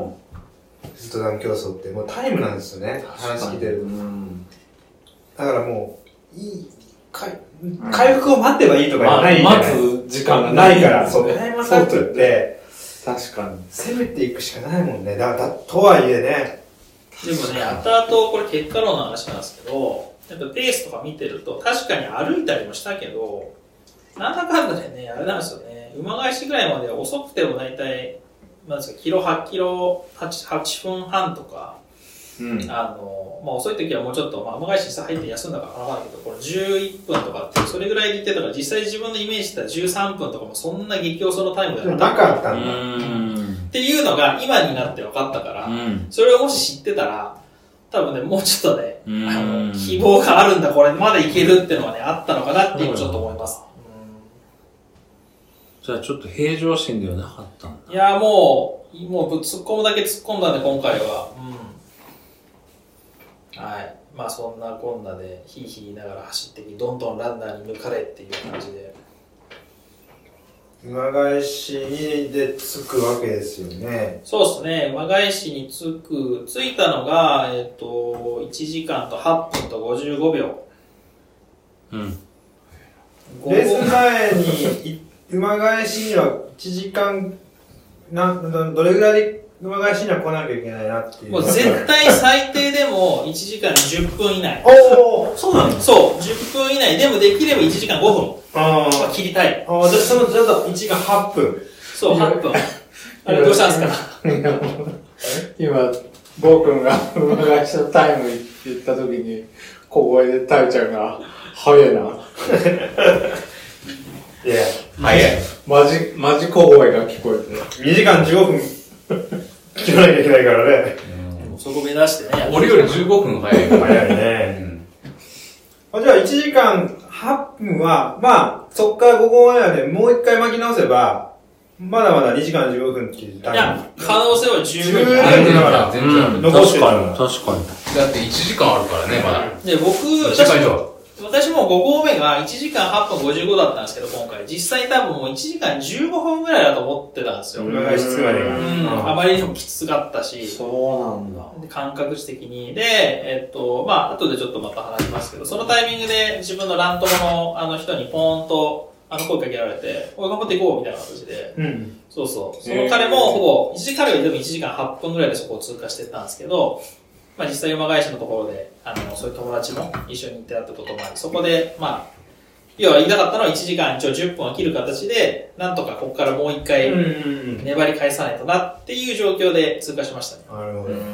Speaker 1: ずっと断競争って、もうタイムなんですよね、話聞いてると。だからもう、いい、回復を待てばいいとかじゃないじゃない。
Speaker 4: 待つ時間が
Speaker 1: ないから、そう、タイムアタックって、
Speaker 4: 確かに。
Speaker 1: 攻めていくしかないもんね。だ、だ、とはいえね。
Speaker 2: でもね、後々これ結果論の話なんですけど、やっぱペースとか見てると、確かに歩いたりもしたけど、なんだかんだでね、あれなんですよね、馬返しぐらいまでは遅くても大体、なんですか、キロはちキロはち、はっぷんはんとか、うん、あの、まあ、遅い時はもうちょっと、まあ、馬返しに入って休んだからわからないけど、これじゅういっぷんとかって、それぐらいで言ってたから、実際自分のイメージしてたじゅうさんぷんとかもそんな激遅のタイムで
Speaker 1: はなかったんだ。
Speaker 2: っていうのが今になって分かったから、うん、それをもし知ってたら、多分ね、もうちょっとね、あの、希望があるんだ、これまだいけるっていうのがね、あったのかなって今ちょっと思います。
Speaker 4: じゃあちょっと平常心ではなかったんだ。
Speaker 2: いや、もう、もう突っ込むだけ突っ込んだんで、今回は。うん、はい。まあそんなこんなで、ヒーヒー言いながら走ってき、どんどんランナーに抜かれっていう感じで。
Speaker 1: 馬返しで着くわけですよね。
Speaker 2: そうですね。馬返しに着く、着いたのが、えっと、いちじかんとはっぷんとごじゅうごびょう。うん。
Speaker 1: レース前に、馬返しにはいちじかん、な、どれぐらいで馬返しには来なきゃいけないなっていう。
Speaker 2: もう絶対最低でもいちじかんじゅっぷん以内。
Speaker 1: おー、そうなの？
Speaker 2: そう、じゅっぷん以内。でもできればいちじかんごふん。ああ。切りたい。
Speaker 1: ああ、じゃあその、ちょっといちじかんはっぷん。
Speaker 2: そう、はっぷん。あれどうしたんですか？
Speaker 4: 今、ゴーくんが馬返しのタイム言った時に、小声でタイちゃんが、早いな。
Speaker 1: いや、早い。
Speaker 4: マジ、マジ小声が聞こえ
Speaker 1: て。にじかんじゅうごふん聞かなきゃいけないからね。
Speaker 2: うん、そこ目指してね。
Speaker 3: 俺よりじゅうごふん早いから。
Speaker 1: 早いね。うん、じゃあいちじかんはっぷんは、まあ、そっからここまでもう一回巻き直せば、まだまだにじかんじゅうごふんっていうタイム。
Speaker 2: いや、可能性は十分に
Speaker 1: あるから、
Speaker 3: 全然ある。
Speaker 1: 残してるから。
Speaker 4: 確かに。
Speaker 3: だっていちじかんあるからね、まだ。
Speaker 2: で、僕、
Speaker 3: いちじかん以上。
Speaker 2: 私もご合目がいちじかんはっぷんごじゅうごだったんですけど、今回。実際多分もういちじかんじゅうごふんぐらいだと思ってたんですよ。
Speaker 1: 馬返しつくまでが。
Speaker 2: うん。あまりにもきつかったし。
Speaker 4: そうなんだ。
Speaker 2: で感覚値的に。で、えっと、まあ、後でちょっとまた話しますけど、そのタイミングで自分のラン友のあの人にポーンと、あの声かけられて、おい、頑張っていこうみたいな形で。うん。そうそう。その彼もほぼ、いちじかんよりでもいちじかんはっぷんぐらいでそこを通過してったんですけど、まあ実際馬返しのところで、あの、そういう友達も一緒に行ってたってこともあり、そこで、まあ、要は言いたかったのはいちじかん一応じゅっぷんは切る形で、なんとかここからもう一回粘り返さないとなっていう状況で通過しましたね。
Speaker 1: なるほど。うん、はい 。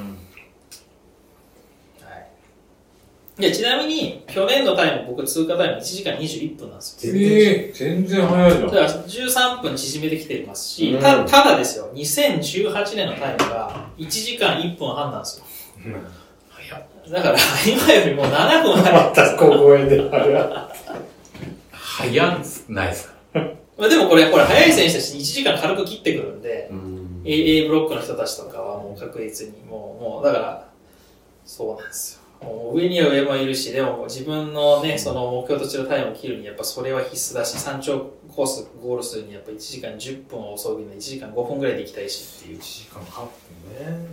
Speaker 2: で、ちなみに、去年のタイム、僕通過タイムいちじかんにじゅういっぷんなんですよ。
Speaker 4: えー、全然早いじゃん。
Speaker 2: だからじゅうさんぷん縮めてきていますし、うん、た, ただですよ、にせんじゅうはちねんのタイムがいちじかんいっぷんはんなんですよ。うん、 だから、今よりもななふん早い。
Speaker 1: また小声である。
Speaker 3: 早ないですか？
Speaker 2: まあでもこれ、これ早い選手たちいちじかん軽く切ってくるんで、
Speaker 3: うん、
Speaker 2: A, A ブロックの人たちとかはもう確実に、もう、もう、だから、そうなんですよ。もう上には上もいるし、でも自分のね、その目標としてるタイムを切るに、やっぱそれは必須だし、山頂コース、ゴールするにやっぱいちじかんじゅっぷんを遅ぎのいちじかんごふんぐらいで行きたいしっていう。
Speaker 1: いちじかんはっぷんね。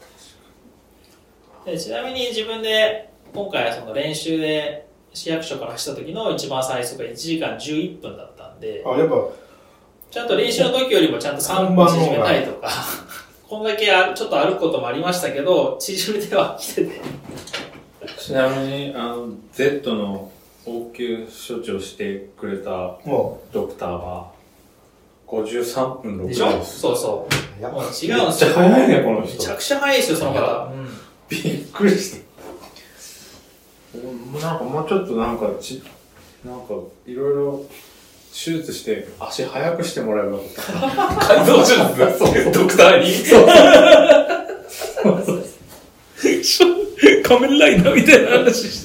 Speaker 2: でちなみに自分で、今回はその練習で市役所から走った時の一番最速がいちじかんじゅういっぷんだったんで、
Speaker 1: あ、やっぱ、
Speaker 2: ちゃんと練習の時よりもちゃんとさんぷん縮めたいとか、こんだけあちょっと歩くこともありましたけど、縮めてはきてて。
Speaker 4: ちなみに、あの、Z の応急処置をしてくれたドクターは、ごじゅうさんぷんろく
Speaker 2: でしょ？そうそう。もう違うんですよ。
Speaker 4: めっちゃ早いね、この人。
Speaker 2: めちゃくちゃ早いですよ、その方。うん、
Speaker 4: びっくりした。なんかもうちょっとなんかち、なんかいろいろ手術して足速くしてもらえばよかった。
Speaker 3: 改造手術そうドクターに。そうそう仮面ライダーみたいな話して。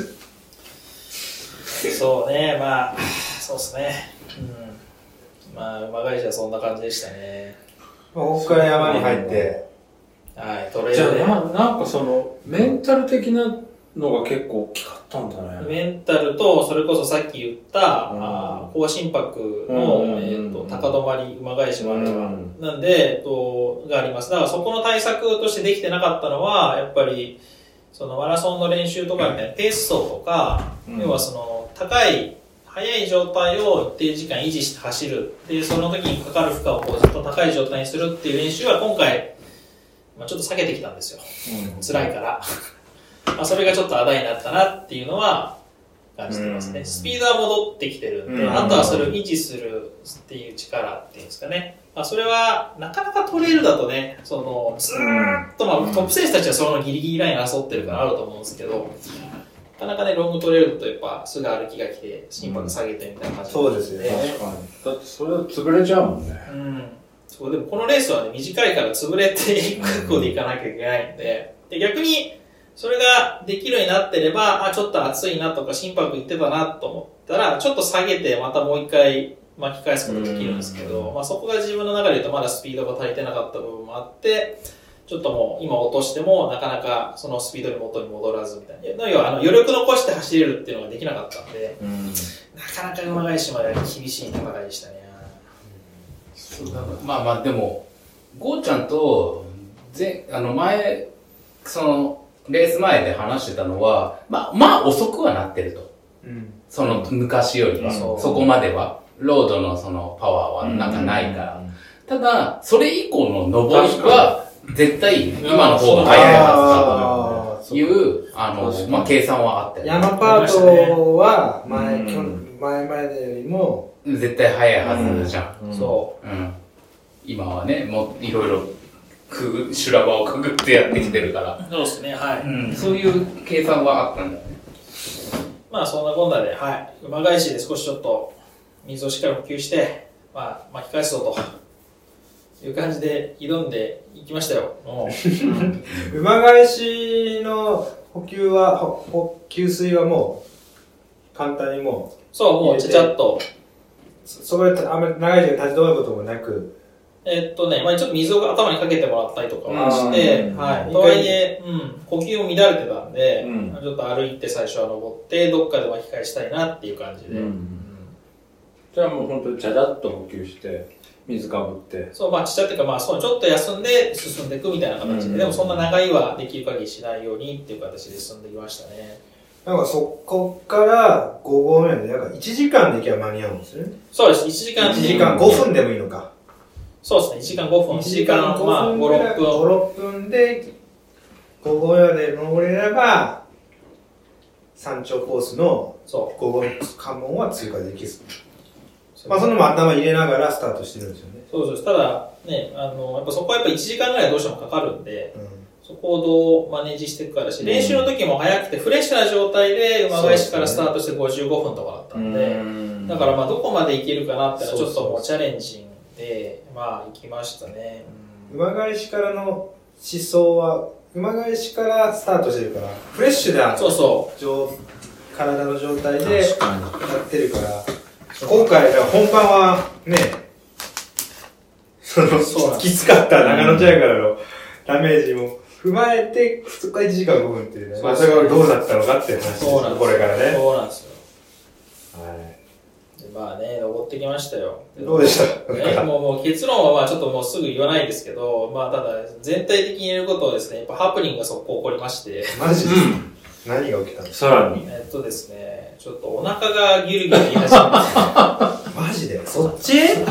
Speaker 2: そうね、まあ、そうですね。うん。まあ、馬返しはそんな感じでしたね。
Speaker 1: ここから山に入って。
Speaker 2: はい、トレイ
Speaker 4: じゃあ
Speaker 2: ルで。
Speaker 4: な、なんかその、メンタル的なのが結構大きかったんだね。
Speaker 2: メンタルと、それこそさっき言った、
Speaker 4: うん、
Speaker 2: あ高心拍の、
Speaker 4: うん、
Speaker 2: えーと、高止まり、馬返しもあれば、
Speaker 4: うん、
Speaker 2: なんで、えっと、があります。だからそこの対策としてできてなかったのは、やっぱり、そのマラソンの練習とかみたいなペース走とか、うん、要はその高い、速い状態を一定時間維持して走る。で、その時にかかる負荷をこうずっと高い状態にするっていう練習は今回、まあ、ちょっと避けてきたんですよ。うん、辛いから。まあそれがちょっとあだになったなっていうのは感じてますね。うん、スピードは戻ってきてるんで、うん、あとはそれを維持するっていう力っていうんですかね。まあ、それはなかなかトレイルだとね、そのずーっと、まあ、トップ選手たちはそのギリギリライン争ってるからあると思うんですけど、なかなかね、ロングトレイルだとやっぱすぐ歩きが来て、心拍下げてみたいな感じで、
Speaker 1: うん、そうですよね。
Speaker 4: 確かに。だってそれは潰れちゃうもんね。
Speaker 2: うん。そう、でもこのレースはね、短いから潰れていく覚悟でいかなきゃいけないんで、で逆に、それができるようになってれば、あ、ちょっと暑いなとか心拍いってたなと思ったら、ちょっと下げてまたもう一回巻き返すことができるんですけど、まあそこが自分の中で言うとまだスピードが足りてなかった部分もあって、ちょっともう今落としてもなかなかそのスピードに元に戻らずみたいな。要はあの余力残して走れるっていうのができなかったんで、うん、なかなか馬返しまでは厳しい戦いでしたね。
Speaker 3: うん、まあまあでも、ゴーちゃんと、ぜあの前、その、レース前で話してたのは、まあ、まあ遅くはなってると。うん、その昔よりは、うん、そ, そこまでは、ロードのそのパワーはなんかないから。うん、ただ、それ以降の上りは、絶対今の方が速いはずだという、あの、まあ計算はあったよね。
Speaker 1: 山パートは前、うん、前までよりも、
Speaker 3: 絶対速いはずじゃん。
Speaker 2: うん、そう、
Speaker 3: うん。今はね、もういろいろ、くぐ、修羅場をくぐってやってきてるから。
Speaker 2: そうですね、はい、
Speaker 3: うん。そういう計算はあったんだよね。
Speaker 2: まあそんなこんなで、はい。馬返しで少しちょっと水をしっかり補給して、まあ巻き返すぞという感じで挑んでいきましたよ。
Speaker 1: うん、馬返しの補給は、補給水はもう簡単にもう。
Speaker 2: そう、もうちゃちゃっと。
Speaker 1: そこであんまり長い時間立ち止まることもなく。
Speaker 2: えっとね、まあちょっと水を頭にかけてもらったりとかもして、はい。とはいえ、うん、呼吸も乱れてたんで、うん、ちょっと歩いて最初は登って、どっかで巻き返したいなっていう感じで。うんうん、
Speaker 4: じゃあもう本当にちゃちゃっと補給して、水かぶって。
Speaker 2: そう、まあちっちゃっていうか、まあそう、ちょっと休んで進んでいくみたいな形で、うん、でもそんな長いはできる限りしないようにっていう形で進んできましたね。
Speaker 1: なんかそこからご合目で、なんかいちじかんで行けば間に合うんですね。
Speaker 2: そうです、いちじかん。
Speaker 1: いちじかんごふんでもいいのか。
Speaker 2: そうですね、いちじかんごふん。いちじかんまあご、ろっぷん。
Speaker 1: ご、ろっぷんで、ご合目で登れれば、山頂コースのご合目関門は通過できる。まあそのも頭入れながらスタートしてるんですよね。
Speaker 2: そうです。ただ、ね、あの、やっぱそこはやっぱいちじかんぐらいどうしてもかかるんで、うん、そこをどうマネージしていくかだし、うん、練習の時も早くてフレッシュな状態で馬返しからスタートしてごじゅうごふんとかだったんで、うん、だからまあどこまでいけるかなってのはちょっともうチャレンジで、まあ行きましたね。
Speaker 1: うん、馬返しからの思想は馬返しからスタートしてるから、フレッシュな
Speaker 2: そうそ
Speaker 1: 体の状態でやってるから、今回、本番はね、その、
Speaker 2: そう
Speaker 1: きつかった長野ジャイからのダメージも踏まえて、そこからいちじかんごふんっていうね、まあそれがどうだったのかっていう話ですよ、これからね。
Speaker 2: そうなんですよ。
Speaker 1: はい。
Speaker 2: でまあね、登ってきましたよ。
Speaker 1: どうでした
Speaker 2: ね、もうもう結論はまあちょっともうすぐ言わないですけど、まあただ全体的に言えることはですね、やっぱハプニングが速攻起こりまして。
Speaker 1: マジですか、うん、何が起きたんですか？
Speaker 4: さらに。
Speaker 2: えっとですね、ちょっとお腹がギュルギュル言い始めて。
Speaker 1: マジでそっち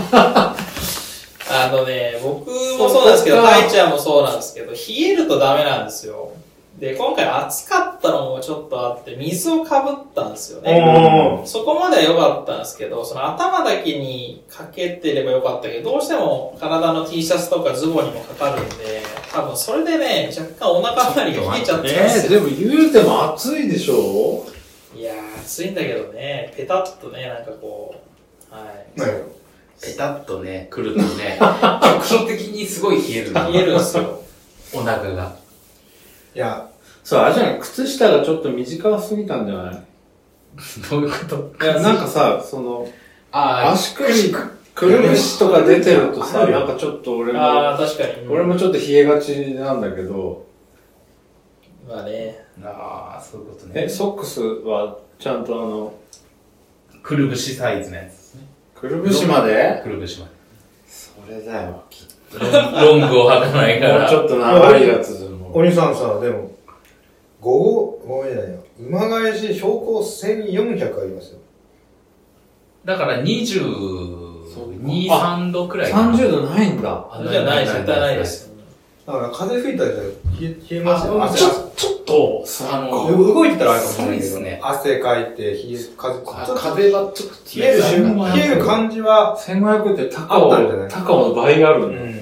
Speaker 2: あのね、僕もそうなんですけど、タイちゃんもそうなんですけど、冷えるとダメなんですよ。で、今回暑かったのもちょっとあって、水をかぶったんですよね。そこまでは良かったんですけど、その頭だけにかけてれば良かったけど、どうしても体の T シャツとかズボンにもかかるんで、多分それでね、若干お腹周りが冷えちゃってます
Speaker 4: よ。えー、でも言うても暑いでしょ？
Speaker 2: いやー、暑いんだけどね、ペタッとね、なんかこう、はい。
Speaker 3: はい、ペタッとね、来るとね、局所的にすごい冷える。
Speaker 2: 冷えるんですよ。
Speaker 3: お腹が。
Speaker 1: いや、
Speaker 4: そう、あれじゃない、靴下がちょっと短すぎたんじゃない？
Speaker 3: どういうこと？
Speaker 4: いや、なんかさ、その、
Speaker 3: あ
Speaker 4: 足首、くるぶしとか出てるとさ、なんかちょっと俺も、
Speaker 2: あ確かに、
Speaker 4: 俺もちょっと冷えがちなんだけど、
Speaker 2: まあね。
Speaker 3: ああ、そういうことね。
Speaker 4: え、ソックスはちゃんとあの、
Speaker 3: くるぶしサイズのやつですね。
Speaker 4: くるぶしまで？
Speaker 3: くるぶしまで。
Speaker 4: それだよ、きっと。
Speaker 3: ロングを履かないから。
Speaker 4: もうちょっと長いやつでも。
Speaker 1: お兄さんさ、でも、ご、ごめんなさいよ。馬返し標高せんよんひゃくありますよ。
Speaker 3: だからにじゅうに、さんどくらい。
Speaker 4: さんじゅうどないんだ。
Speaker 2: あ、じゃない、絶対ないです。
Speaker 1: だから風吹いたら冷え、冷えますよ。
Speaker 4: ちょ、ちょっと、
Speaker 3: あの、
Speaker 1: 動いてたらあれかもしれないけど、
Speaker 3: ね、
Speaker 1: 汗かいて、冷え、風、
Speaker 3: 風はちょっと
Speaker 1: 冷える瞬間、冷える感じは、
Speaker 4: せんごひゃくって高尾、高尾の倍あるんだ。うん。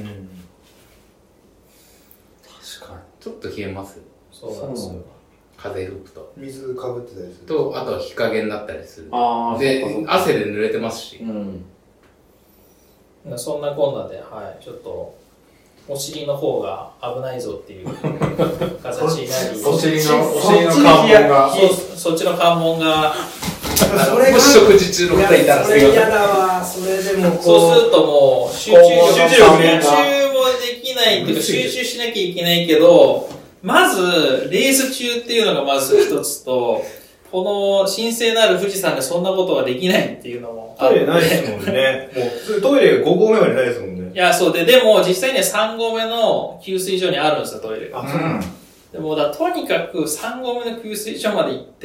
Speaker 3: 確かに。ちょっと冷えますよ。
Speaker 2: そうなんですよ。
Speaker 3: 風吹くと。
Speaker 1: 水かぶってたりする。
Speaker 3: と、あとは日陰になったりする。
Speaker 4: ああ、
Speaker 3: で、汗で濡れてますし。
Speaker 4: うん。
Speaker 2: そんなこんなで、はい、ちょっと、お尻の方が危ないぞっていう形になり、
Speaker 4: お尻の、お尻の関門が、
Speaker 2: そ、そっちの関門が、
Speaker 1: それが、
Speaker 3: 食事中の方いたら
Speaker 1: それ嫌だわ、それでも
Speaker 2: そうするともう、集中力、集中もできないっていうか、集中しなきゃいけないけど、まず、レース中っていうのがまず一つと、この神聖なる富士山でそんなことができないっていうのも
Speaker 1: トイレないですもんね。もう、トイレご合目までないですもんね。
Speaker 2: いや、そうで、でも実際にはさん合目の給水所にあるんですよ、トイレが。
Speaker 1: あ、そうなんだ。
Speaker 2: でもだ、とにかくさん合目の給水所まで行って、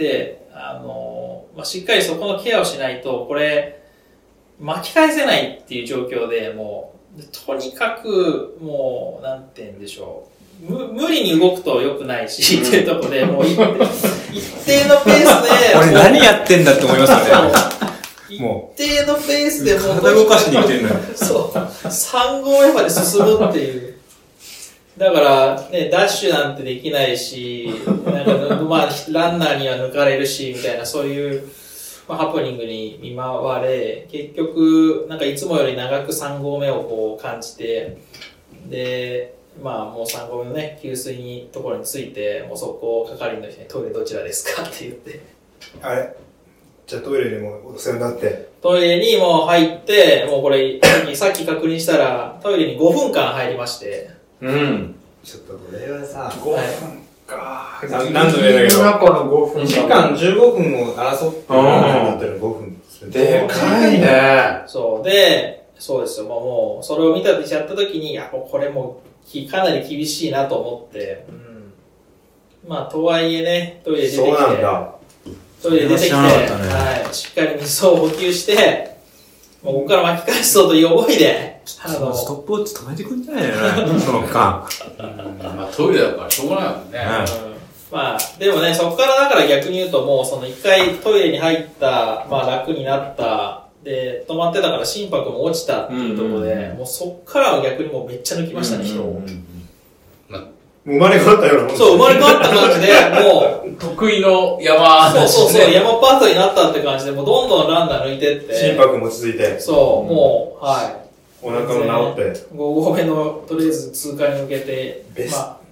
Speaker 2: あの、まあ、しっかりそこのケアをしないと、これ、巻き返せないっていう状況で、もう、とにかく、もう、なんて言うんでしょう。無, 無理に動くと良くないし、うん、っていうところで、もう一定、一定のペースで、
Speaker 1: これ何やってんだって思いますよね。
Speaker 2: もう一定のペースでもう、
Speaker 1: 体動かしに来てるのよ。
Speaker 2: そう。さん合目まで進むっていう。だから、ね、ダッシュなんてできないし、なんか、まあ、ランナーには抜かれるし、みたいな、そういう、まあ、ハプニングに見舞われ、結局、なんかいつもより長くさん合目をこう感じて、で、まあもうさん合目のね、給水にところに着いて、もうそこを係員の人にトイレどちらですかって言って。
Speaker 1: あれじゃあトイレにもお世話になって。
Speaker 2: トイレにもう入って、もうこれ、さっき確認したら、トイレにごふんかん入りまして。
Speaker 4: うん。
Speaker 1: ちょっとこれはさ、
Speaker 4: ごふんか。
Speaker 1: 何度も言えないけど。
Speaker 4: 中のごふん。
Speaker 1: にじかんじゅうごふんを争ってなってるごふん。
Speaker 4: でかいね。
Speaker 2: そう。で、そうですよ。もう、もうそれを見たとしちゃった時に、いや、もうこれもう、かなり厳しいなと思って、うん、まあとはいえね、トイレ出てきて、
Speaker 1: そうなんだ。
Speaker 2: トイレ出てきて、ね、はい、しっかり水を補給して、もうここから巻き返そうという思いで、
Speaker 1: あのストップウォッチ止めてくんじゃないのその間。
Speaker 3: まあトイレだからしょうがないもんね。
Speaker 2: うん、まあでもね、そこからだから逆に言うともうその一回トイレに入った、まあ楽になった、で、止まってたから心拍も落ちたっていうところで、うんうんうん、もうそっからは逆にもうめっちゃ抜きましたね、人を。うんうんうん、
Speaker 1: 生まれ変わったようなもん
Speaker 2: そう、生まれ変わった感じで、もう、
Speaker 3: 得意の山、
Speaker 2: ね、そうそうそう、山パートになったって感じで、もうどんどんランナー抜いてって。
Speaker 1: 心拍も落ち着いて。
Speaker 2: そう、もう、はい。
Speaker 1: お腹も治って。
Speaker 2: ご合目の、とりあえず通過に向けて、まあ、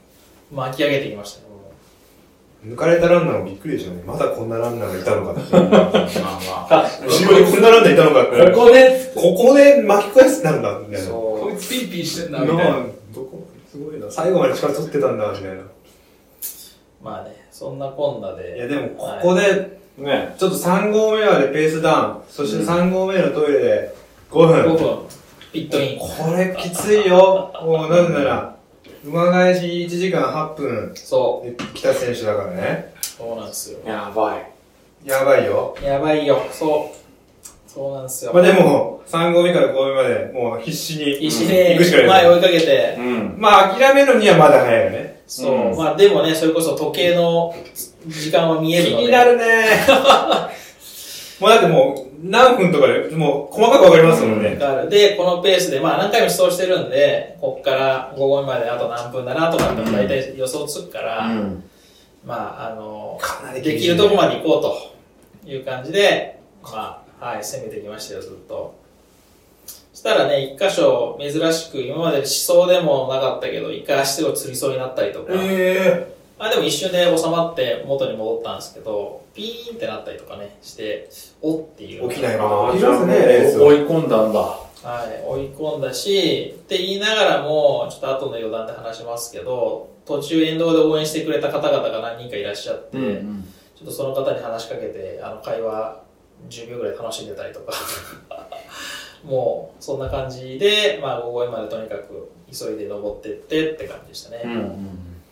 Speaker 2: 巻き上げてきましたね。
Speaker 1: 抜かれたランナーもびっくりでしょうね。まだこんなランナーがいたのかって。まあま
Speaker 3: あ。
Speaker 1: 後ろにこんなランナーいたのかって。
Speaker 3: ここで、
Speaker 1: ここで巻き返すなんだ、みたいな。
Speaker 3: そう。こいつピンピンしてんだ、みたいな。
Speaker 1: どこ、すごいな。最後まで力取ってたんだ、みたいな。
Speaker 2: まあね、そんなこんなで。
Speaker 1: いやでも、ここで、ね、ちょっとさん号目までペースダウン。そしてさん号目のトイレでごふん。
Speaker 2: ごふん。ピットイン。
Speaker 1: これきついよ。もうなんなら、馬返しいちじかんはっぷん。
Speaker 2: そう。
Speaker 1: 来た選手だからね。
Speaker 2: そうなんですよ。
Speaker 3: やばい。
Speaker 1: やばいよ。
Speaker 2: やばいよ。そう。そうなんですよ。
Speaker 1: まあでも、さん号目からご号目まで、もう必死に
Speaker 2: 必死に
Speaker 1: 行くしかない。
Speaker 2: 前追いかけて。
Speaker 1: うん。まあ諦めるにはまだ早いよね。
Speaker 2: そう。うん、まあでもね、それこそ時計の時間は見えるので。
Speaker 1: 気になるねもうだってもう、何分とかで、もう細かくわかりますもんね。
Speaker 2: うん、で、このペースで、まあ何回も試走してるんで、こっからご号目まであと何分だなとかって大体予想つくから、うん、まああの、
Speaker 1: かなり
Speaker 2: できるとこまで行こうという感じで、まあ、はい、攻めてきましたよ、ずっと。そしたらね、一箇所珍しく、今まで試走でもなかったけど、一回足をつりそうになったりとか、
Speaker 1: えー
Speaker 2: まあでも一瞬で収まって元に戻ったんですけど、ピーンってなったりとかね、して、おっていう。
Speaker 1: 起きないまま起きますね、レースを。
Speaker 3: 追い込んだんだ。
Speaker 2: はい、追い込んだし、って言いながらも、ちょっと後の余談で話しますけど、途中沿道で応援してくれた方々が何人かいらっしゃって、うんうん、ちょっとその方に話しかけて、あの会話じゅうびょうぐらい楽しんでたりとか、もうそんな感じで、まあご合目までとにかく急いで登ってってって感じでしたね。うんうん、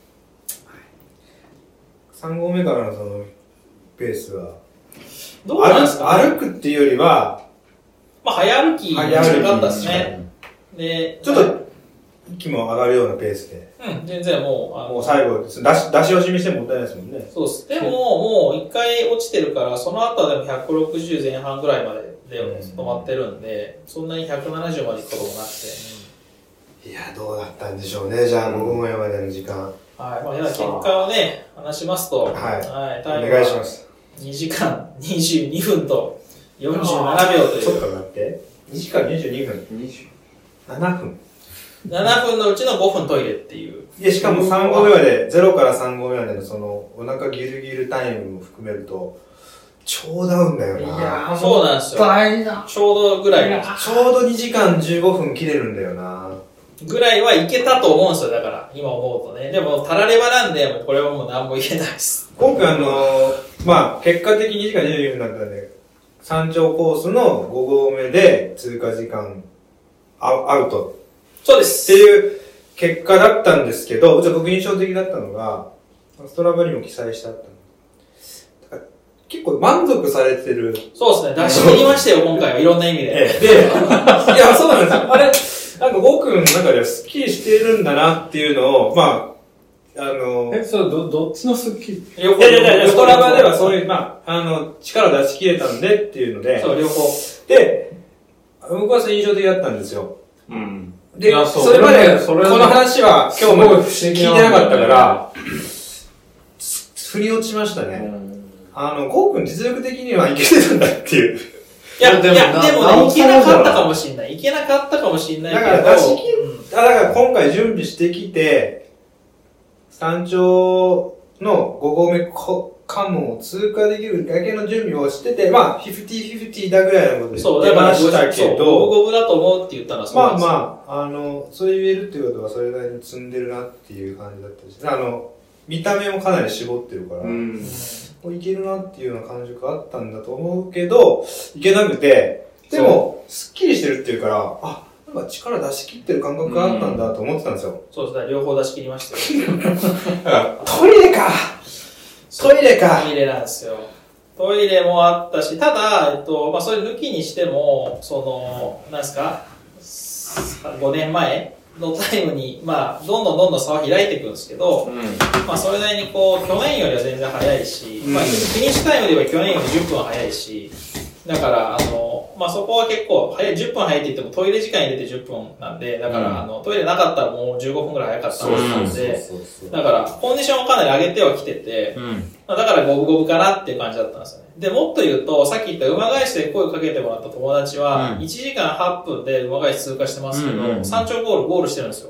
Speaker 1: さん号目からのそのペースは
Speaker 2: どうなんですか、
Speaker 1: ね、歩くっていうよりは
Speaker 2: まあ早歩きに近かったですね。で、
Speaker 1: ちょっと息も上がるようなペースで。
Speaker 2: うん、全然もう、あ
Speaker 1: のもう最後、出し、出し惜しみしてももったいないですもんね。
Speaker 2: そうです。でも、もう一回落ちてるから、その後はでもひゃくろくじゅう前半ぐらいまでで止まってるんで、うん、そんなにひゃくななじゅうまで行くこともなくて。
Speaker 1: いや、どうだったんでしょうね、じゃあ、ご合目までの時間。
Speaker 2: はい、まあ、結果をね、話しますと、はい、
Speaker 1: はい、
Speaker 2: タイム
Speaker 1: お願いします。
Speaker 2: にじかんにじゅうにふんとよんじゅうななびょうという。
Speaker 1: ちょっと待って。にじかんにじゅうにふん。にじゅうななふん。
Speaker 2: ななふんのうちのごふんトイレっていう。
Speaker 1: いや、しかもさん号目まで、ゼロからさん号目までのその、お腹ギルギルタイムも含めると、超ダウンだよな。い
Speaker 2: やそうなんですよ。ちょうどぐらい。
Speaker 1: ちょうどにじかんじゅうごふん切れるんだよな。
Speaker 2: ぐらいはいけたと思うんですよ、だから、今思うとね。でも、たらればなんで、もうこれはもう何も言えないです。
Speaker 1: 今回あのー、まあ、結果的ににじかんにじゅうにふんだったんで、山頂コースのご合目で通過時間アウト。
Speaker 2: そうです。
Speaker 1: っていう結果だったんですけど、ちょっと僕印象的だったのが、ストラバにも記載してあったの。だから結構満足されてる。
Speaker 2: そうですね。出し切りましたよ、今回は。いろんな意味で。
Speaker 1: ええ、で、いや、そうなんですよ。あれ、なんか僕の中ではスッキリしてるんだなっていうのを、まあ、あの、
Speaker 4: え、それど、どっちのスッキリ？
Speaker 1: いやいやいや、ストラバではそういう、まあ、あの、力を出し切れたんでっていうので、
Speaker 2: そう、両方。
Speaker 1: で、僕はそれ印象的だったんですよ。
Speaker 3: うん。
Speaker 1: で、そ, それまで、この話は今日も聞いてなかったから、振り落ちましたね。うん、あの、ゴーくん実力的にはいけてたんだっていう。
Speaker 2: いや、でも、いやでもね、いけなかったかもしれない。いけなかったかもしれないけど。
Speaker 1: だから出し切る、うん、だから今回準備してきて、山頂のご合目関門を通過できるだけの準備をしてて、まあ、フィフティーフィフティー だぐらいのことで出ましたけど、
Speaker 2: 五分五分だと思うって言ったらそう
Speaker 1: です。まあまあ、あの、そう言えるっていうことはそれなりに積んでるなっていう感じだったし、あの、見た目もかなり絞ってるから、うん、もういけるなっていうような感触があったんだと思うけど、いけなくて、でも、スッキリしてるっていうから、あ、なんか力出し切ってる感覚があったんだと思ってたんですよ。
Speaker 2: うん、そうですね、両方出し切りましたよ。
Speaker 1: トイレかトイレか
Speaker 2: トイレなんですよ。トイレもあったし、ただ、えっと、まあ、それ抜きにしても、その、なんですか、ごねんまえのタイムに、まあ、どんどんどんどん差は開いていくんですけど、うん、まあ、それなりにこう、去年よりは全然早いし、うん、まあ、フィニッシュタイムでは去年よりじゅっぷんは早いし、だから、あの、まあ、そこは結構、早い、じゅっぷん早いって言ってもトイレ時間に出てじゅっぷんなんで、だから、うん、あの、トイレなかったらもうじゅうごふんぐらい早かったんで、だから、コンディションをかなり上げてはきてて、うん、まあ、だから五分五分かなっていう感じだったんですよね。で、もっと言うと、さっき言った馬返しで声をかけてもらった友達は、いちじかんはっぷんで馬返し通過してますけど、うんうん、山頂ゴール、ゴールしてるんですよ。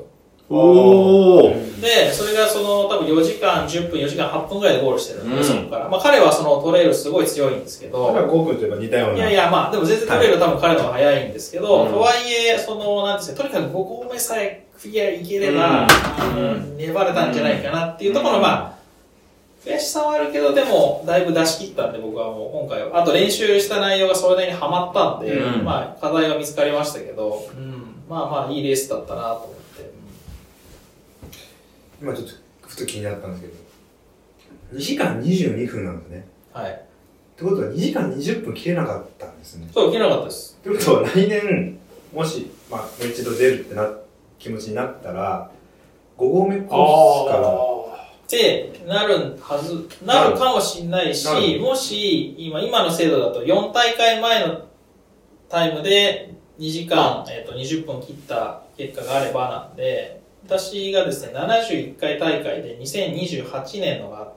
Speaker 4: おー。
Speaker 2: で、それがその多分よじかんじゅっぷん、よじかんはっぷんぐらいでゴールしてるんで、うん、そこから。まあ彼はそのトレイルすごい強いんですけど。
Speaker 1: 彼はごふんといえば似たような。
Speaker 2: いやいや、まあでも全然トレイル多分彼の方が早いんですけど、はい、とはいえ、その、なんですか、とにかくご合目さえクリアいければ、うん、粘れたんじゃないかなっていうところの、まあ、悔しさはあるけど、でも、だいぶ出し切ったんで、僕はもう今回は。あと練習した内容がそれなりにハマったんで、うん、まあ、課題は見つかりましたけど、うん、まあまあ、いいレースだったなと思って。
Speaker 1: 今ちょっと、ふと気になったんですけど、にじかんにじゅうにふんなんですね。
Speaker 2: はい。
Speaker 1: ってことはにじかんにじゅっぷん切れなかったんですね。
Speaker 2: そう、切れなかったです。
Speaker 1: ってことは来年、もし、まあ、もう一度出るってな、気持ちになったら、ご合目コースから、
Speaker 2: ってなるはず、なるかもしれないし、もし、今、今の制度だとよん大会前のタイムでにじかん、えっと、にじゅっぷん切った結果があればなんで、私がですね、ななじゅういっかい大会でにせんにじゅうはちねんのがあって、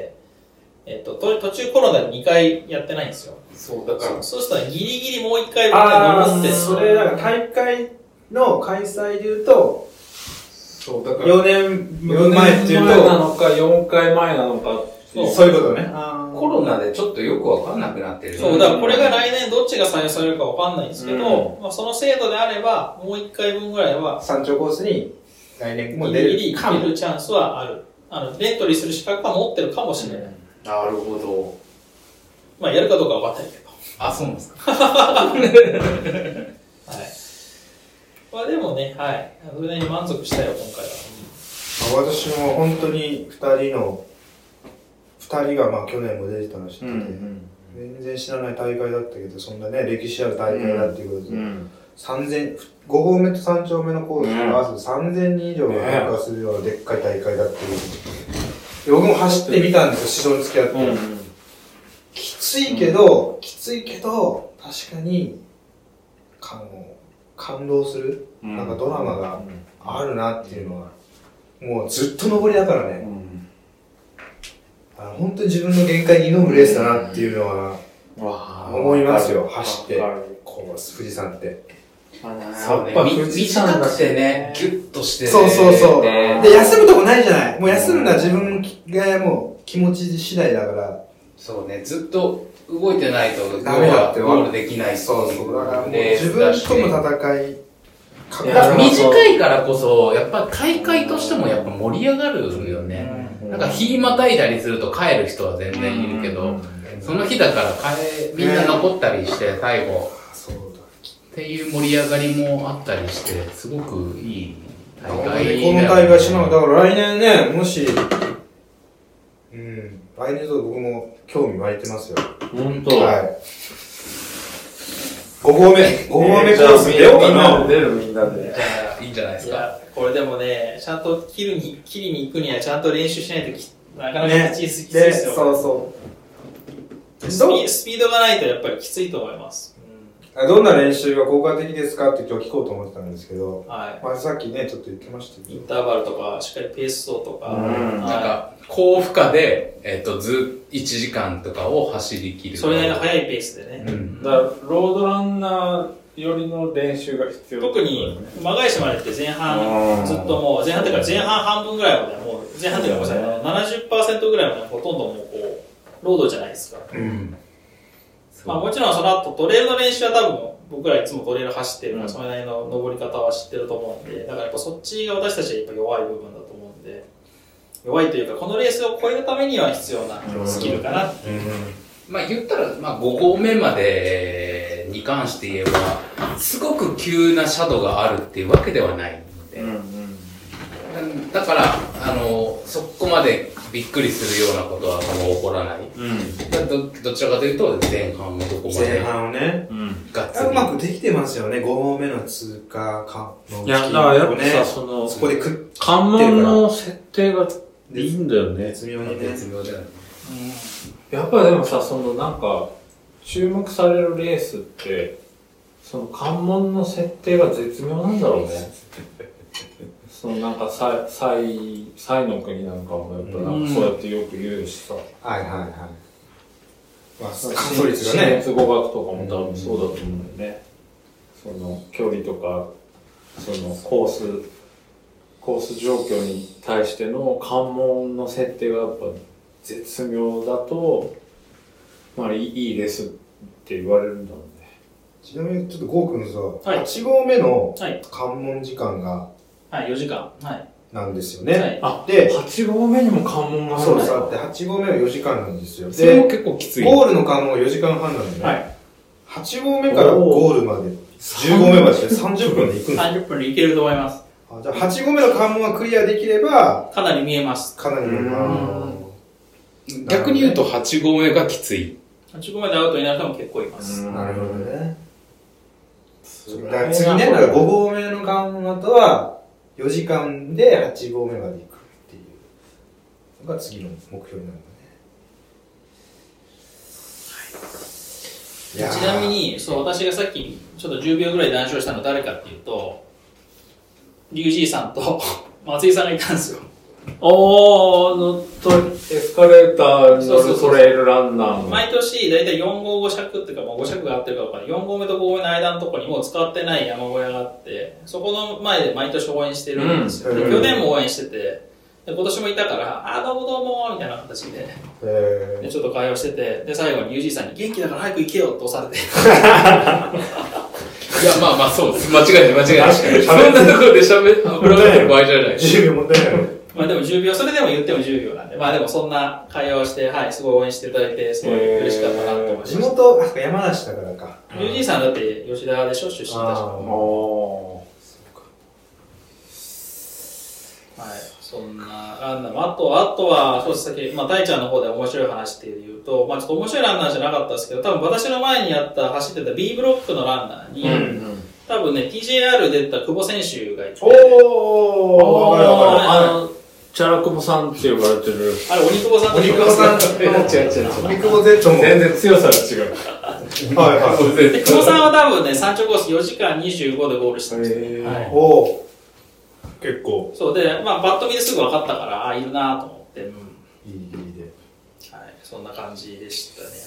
Speaker 2: えっと、途中コロナでにかいやってないんですよ。
Speaker 3: そう、だから。
Speaker 2: そうするとね、ギリギリもういっかい分で
Speaker 1: 残ってる。それ、だから大会の開催で言うと、そう、だからよねんまえっていうと、よねんまえ
Speaker 4: なのかよんかいまえなのか、
Speaker 1: そう、そういうことね。
Speaker 3: コロナでちょっとよくわかんなくなってる。
Speaker 2: そう、だからこれが来年どっちが採用されるかわかんないんですけど、うん、まあその制度であれば、もういっかいぶんぐらいは、
Speaker 1: 山頂コースに来年も
Speaker 2: 出る。ギリギリ行けるチャンスはある。あの、レントリーする資格は持ってるかもしれない。うん、
Speaker 3: なるほど。
Speaker 2: まあやるかどうかわかんないけど。
Speaker 3: あ、そうなんですか。
Speaker 2: はい。まあでもね、はい。それなりに満足したよ、今回は。
Speaker 1: うん、私も本当に二人の、二人がまあ去年も出てたの知ってて、うんうん、全然知らない大会だったけど、そんなね、歴史ある大会だっていうことで、うん、さんぜん、ご合目とさん丁目のコースに合わせてさんぜんにん以上が参加するようなでっかい大会だっていう。僕も走ってみたんですよ、指導に付き合って。うんうん、きついけど、うん、きついけど、確かに、感感動する、うん、なんかドラマがあるなっていうのは、もうずっと上りだからね。うん、あ本当に自分の限界に挑むレースだなっていうのは、思いますよ、走って、こう、富士山って。
Speaker 3: そうね、短くてね、ギュッとしてね。
Speaker 1: そうそうそう。で、休むとこないじゃない。もう休むのは自分がもう気持ち次第だから。
Speaker 3: そうね、ずっと動いてないと
Speaker 1: ダメだって
Speaker 3: ゴールできない。
Speaker 1: そうそう。だからもう自分との戦い。
Speaker 3: 短いからこそ、やっぱ大会としてもやっぱ盛り上がるよね。なんか日またいだりすると帰る人は全然いるけど、その日だから帰、みんな残ったりして最後。っていう盛り上がりもあったりして、すごくいい大会だよね。
Speaker 1: この大会しながら、だから来年ね、もし、うん、来年と僕も興味湧いてますよ。
Speaker 4: 本当。
Speaker 1: はい。ご合目、ご合目コース出ようかな。
Speaker 4: 出るみんなで。
Speaker 3: じゃあ、いいんじゃないですか。
Speaker 2: これでもね、ちゃんと切るに、切りに行くにはちゃんと練習しないとき、なかなかきついですよ。
Speaker 1: そうそう。
Speaker 2: スピ、スピードがないとやっぱりきついと思います。
Speaker 1: どんな練習が効果的ですかって今日聞こうと思ってたんですけど、
Speaker 2: はい。
Speaker 1: まあ、さっきね、ちょっと言ってましたけど。
Speaker 2: インターバルとか、しっかりペース走とか、
Speaker 3: うん、なんか、高負荷で、えっと、ず、いちじかんとかを走り切る。
Speaker 2: それなりの速いペースでね。
Speaker 4: うん。だから、ロードランナーよりの練習が必要、
Speaker 2: ね。特に、馬返しまでって前半、ずっともう、前半というか前半半分ぐらいまで、もう、前半というかごめんなさい、ななじゅっパーセントぐらいまでほとんどもう、こう、ロードじゃないですか。うん。まあもちろんその後トレイルの練習は多分僕らいつもトレイル走ってるから、うん、それなりの登り方は知ってると思うんで、だからやっぱそっちが私たちはやっぱ弱い部分だと思うんで、弱いというかこのレースを超えるためには必要なスキルかなっていう。うんうん、
Speaker 3: まあ言ったら、まあご合目までに関して言えば、すごく急な斜度があるっていうわけではないので、うんうん、だから、あの、そこまでびっくりするようなことはもう起こらない。うん、だ ど, どちらかというと、前半のどこまで。
Speaker 1: 前半をね、うん、がっつり。うまくできてますよね、ご合目の通過かの、ね。
Speaker 4: いや、だからやっぱさ、その、
Speaker 1: そこでく
Speaker 4: 関門の設定がいいんだよね。
Speaker 1: 絶妙にね。
Speaker 3: 絶妙だよね。
Speaker 4: うん、やっぱりでもさ、そのなんか、注目されるレースって、その関門の設定が絶妙なんだろうね。そのなんか、サイ、サイ、サイの国なんかもやっぱなんかそうやってよく言うしさ。うん、
Speaker 1: はいはいはい。
Speaker 4: まあ、確率がね。地熱語学とかも多分そうだと思うんだよね。その、距離とか、その、コース、
Speaker 5: コース状況に対しての関門の設定がやっぱ絶妙だと、まあいい、いいレースって言われるんだろうね。
Speaker 1: ちなみにちょっとゴーくんのさ、
Speaker 2: はい、
Speaker 1: はち合目の
Speaker 2: はい
Speaker 1: 関門時間が、
Speaker 2: はい、よじかん。はい。
Speaker 1: なんですよね。
Speaker 2: はい、
Speaker 5: あ、
Speaker 1: で、
Speaker 5: はち合目にも関門がある
Speaker 1: そうです。あって、はち合目はよじかんなんですよ。
Speaker 3: それも
Speaker 1: で、
Speaker 3: 結構きつい。
Speaker 1: ゴールの関門はよじかんはんなんでね。
Speaker 2: はい。
Speaker 1: はち合目からゴールまで、じゅう合目までさんじゅっぷんで行くんですよ。
Speaker 2: さんじゅっぷんで行けると思います。
Speaker 1: あ、じゃあはち合目の関門がクリアできれば、
Speaker 2: かなり見えます。
Speaker 1: かなり見えます。
Speaker 3: 逆に言うとはち合目がきつい。
Speaker 2: はち合目でアウトになる人も結構います。
Speaker 1: なるほどね。だから次ね、だからご合目の関門後は、よじかんではち合目まで行くっていうのが次の目標になるのね。
Speaker 2: ちなみに、そう、私がさっきちょっとじゅうびょうぐらい談笑したの誰かっていうと、リュウジーさんと松井さんがいたんですよ。
Speaker 5: おー、あの、エスカレーターに乗るトレイルランナーの。
Speaker 2: 毎年、だいたいよん号ご尺っていうか、まあご尺が合ってるか分かんない。よん合目とご合目の間のところにもう使ってない山小屋があって、そこの前で毎年応援してるんですよ。
Speaker 1: うん、
Speaker 2: で去年も応援してて、で今年もいたから、あ、どうもどうも、みたいな形で、
Speaker 1: え
Speaker 2: でちょっと会話してて、で、最後にユージーさんに元気だから早く行けよって押されて。
Speaker 3: いや、まあまあそうです。間違いない、間違いない。確かに。そんなところで喋って、油が出る場合じゃない。
Speaker 1: じゅうびょうもったいないの。
Speaker 2: まあでもじゅうびょう、それでも言ってもじゅうびょうなんで、まあでもそんな会話をして、はい、すごい応援していただいて、すごい嬉しかったなと思いました。
Speaker 1: 地元、あ、山梨だからか。
Speaker 2: ユージーさんだって吉田でしょ、出身だし。
Speaker 5: お
Speaker 2: ー。はい、そんなランナーも、あと、あとは、そうです、さっき、まあ、大ちゃんの方で面白い話っていうと、まあちょっと面白いランナーじゃなかったですけど、多分私の前にやった、走ってた B ブロックのランナーに、うん多分ね、ティージェーアール 出た久保選手がいて。
Speaker 1: おー
Speaker 5: おーあの、チャラ久保さんって呼ばれてる。
Speaker 2: あれ、鬼久保さんって
Speaker 1: 鬼久保さん。
Speaker 5: 違う違う違う。
Speaker 1: 鬼久保 Z も。
Speaker 5: 全然強さが違う。
Speaker 1: はいはい。
Speaker 2: で、久保さんは多分ね、山頂コースよじかんにじゅうごでゴールしてました。はい、
Speaker 1: おー結構。
Speaker 2: そうで、まあ、バッと見ですぐ分かったから、あ、いるなと思って。うん。
Speaker 1: いいギリで。
Speaker 2: はい、そんな感じでしたね。はい。